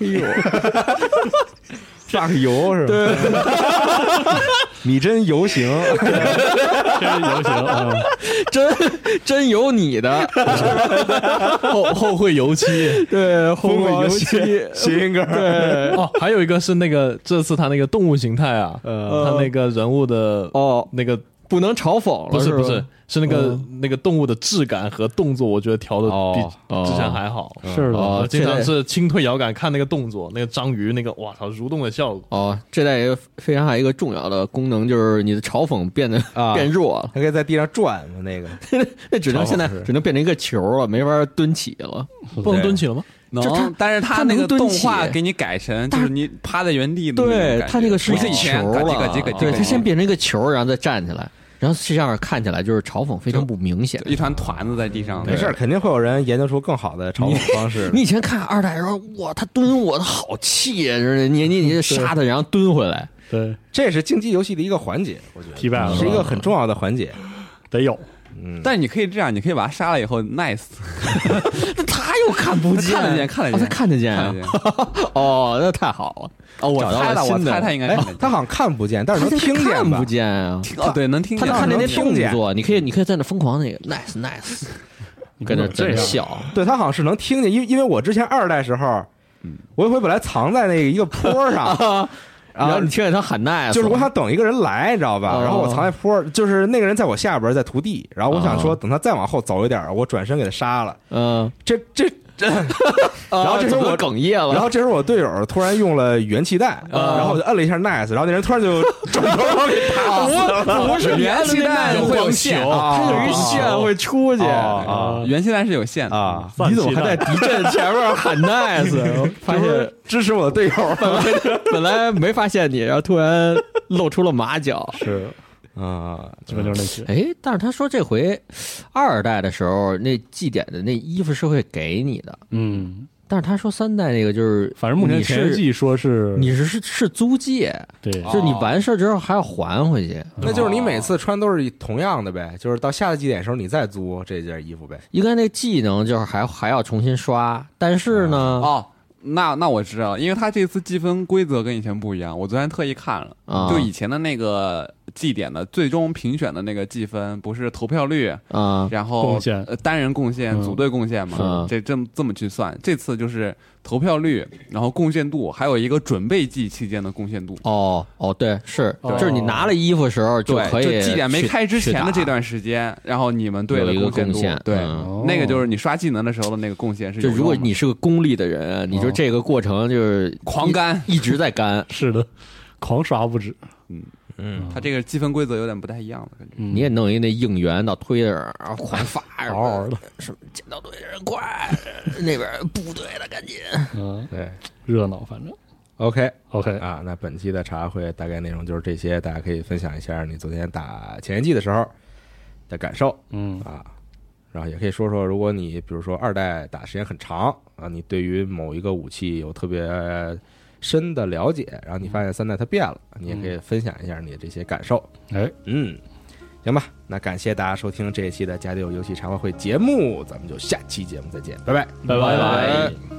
Speaker 5: you，fuck
Speaker 2: you 是吧？
Speaker 5: 对，
Speaker 2: 你真游行，
Speaker 6: 真游行啊！
Speaker 5: 真真有你的
Speaker 3: 后后会油漆，
Speaker 5: 对，后会油漆，
Speaker 2: 谐音梗。
Speaker 5: 对，
Speaker 3: 哦，还有一个是那个这次他那个动物形态啊，呃，他那个人物的
Speaker 5: 哦，
Speaker 3: 那个
Speaker 5: 不能嘲讽了，
Speaker 3: 不是不是，是那个、
Speaker 5: 嗯、
Speaker 3: 那个动物的质感和动作，我觉得调的比之前还好。
Speaker 6: 哦、是的、
Speaker 3: 哦，经常是轻推摇杆看那个动作，那个章鱼那个哇操蠕动的效果。
Speaker 5: 哦，这代也非常还有一个重要的功能，就是你的嘲讽变得、啊、变弱了，
Speaker 2: 它可以在地上转嘛，那个
Speaker 5: 那只能现在只能变成一个球了，没法蹲起了，
Speaker 3: 不能蹲起了吗？
Speaker 7: 能，但是他那个动画给你改成就是你趴在原地的，
Speaker 5: 对他那个是一个球
Speaker 7: 了，
Speaker 5: 对他先变成一个球，然后再站起来。然后这样看起来就是嘲讽非常不明显，
Speaker 7: 一团团子在地上。
Speaker 2: 没事，肯定会有人研究出更好的嘲讽方式。
Speaker 5: 你以前看二代的时候，哇，他蹲我的好气啊！你你你杀他，然后蹲回来。
Speaker 6: 对，
Speaker 2: 这也是竞技游戏的一个环节，我觉得
Speaker 6: 踢败了
Speaker 2: 是一个很重要的环节，
Speaker 6: 得有。
Speaker 7: 嗯，但你可以这样，你可以把他杀了以后 nice，
Speaker 5: 他又看不见，
Speaker 7: 看得见，看得见，
Speaker 5: 他看得见啊！
Speaker 7: 哦，
Speaker 5: 那太好了。
Speaker 7: 哦，我猜的，我猜他应该看得见，
Speaker 2: 他好像看不见，但是能听见吧？
Speaker 5: 看不见啊，
Speaker 7: 对，能听见。
Speaker 5: 他看见那动作，
Speaker 2: 你
Speaker 5: 可以，你可以在那疯狂那个 nice nice， 跟那在那笑。
Speaker 2: 对他好像是能听见，因为因为我之前二代时候，我有回本来藏在那个一个坡上。
Speaker 5: 然后你听见他喊 nice，
Speaker 2: 就是我想等一个人来，你知道吧？然后我藏在坡，就是那个人在我下边在涂地，然后我想说等他再往后走一点，我转身给他杀了。
Speaker 5: 嗯，
Speaker 2: 这这这，然后这时候我
Speaker 5: 哽咽了，
Speaker 2: 然后这时候我队友突然用了元气弹，然后我就摁了一下 nice， 然后那人突然就转头给打死了。
Speaker 5: 不是元气弹
Speaker 7: 会有线，
Speaker 5: 它有一线会出去
Speaker 7: 啊，元气弹是有线
Speaker 2: 啊。
Speaker 5: 你怎么还在敌阵前面喊 nice？ 发现
Speaker 2: 支持我的队友，
Speaker 5: 本来本来没发现你，然后突然露出了马脚，
Speaker 6: 是
Speaker 2: 啊，
Speaker 6: 基本就是那些。
Speaker 5: 哎，但是他说这回二代的时候，那祭典的那衣服是会给你的，
Speaker 6: 嗯，
Speaker 5: 但是他说三代那个就是，
Speaker 6: 反正目前前季说是
Speaker 5: 你是是是租借，
Speaker 6: 对，
Speaker 5: 就是你完事之后还要还回去，
Speaker 2: 那就是你每次穿都是同样的呗，就是到下个祭典的时候你再租这件衣服呗。
Speaker 5: 应该那技能就是还还要重新刷，但是呢，
Speaker 7: 哦。那那我知道了，因为他这次积分规则跟以前不一样。我昨天特意看了，
Speaker 5: 啊、
Speaker 7: 就以前的那个绩点的最终评选的那个计分，不是投票率
Speaker 5: 啊，
Speaker 7: 然后
Speaker 6: 贡献、
Speaker 7: 呃、单人贡献、
Speaker 6: 嗯、
Speaker 7: 组队贡献嘛，
Speaker 5: 嗯、
Speaker 7: 这这么这么去算。这次就是投票率，然后贡献度，还有一个准备季期间的贡献度。
Speaker 5: 哦哦，对，是，就是你拿了衣服的时候就可以，
Speaker 7: 就绩点没开之前的这段时间，然后你们队的贡献度，对、
Speaker 5: 嗯，
Speaker 7: 那个就是你刷技能的时候的那个贡献是。
Speaker 5: 就如果你是个功利的人，你说这个过程就是
Speaker 7: 狂干，
Speaker 5: 一直在干，
Speaker 6: 是的，狂刷不止。
Speaker 7: 嗯。嗯，他这个积分规则有点不太一样了，感觉。
Speaker 5: 嗯、你也弄一那应援到推着，然后狂发，
Speaker 6: 嗷嗷的，
Speaker 5: 什么捡到队的人快，那边部队的赶紧。
Speaker 6: 嗯，
Speaker 2: 对，
Speaker 6: 热闹，反正。
Speaker 2: OK
Speaker 6: OK
Speaker 2: 啊，那本期的茶会大概内容就是这些，大家可以分享一下你昨天打前沿季的时候的感受，
Speaker 6: 嗯
Speaker 2: 啊，然后也可以说说，如果你比如说二代打时间很长啊，你对于某一个武器有特别深的了解，然后你发现三代它变了，你也可以分享一下你的这些感受。
Speaker 6: 哎，
Speaker 2: 嗯，行吧，那感谢大家收听这一期的家里有游戏茶话会节目，咱们就下期节目再见，拜拜，
Speaker 6: 拜拜。
Speaker 5: 拜拜。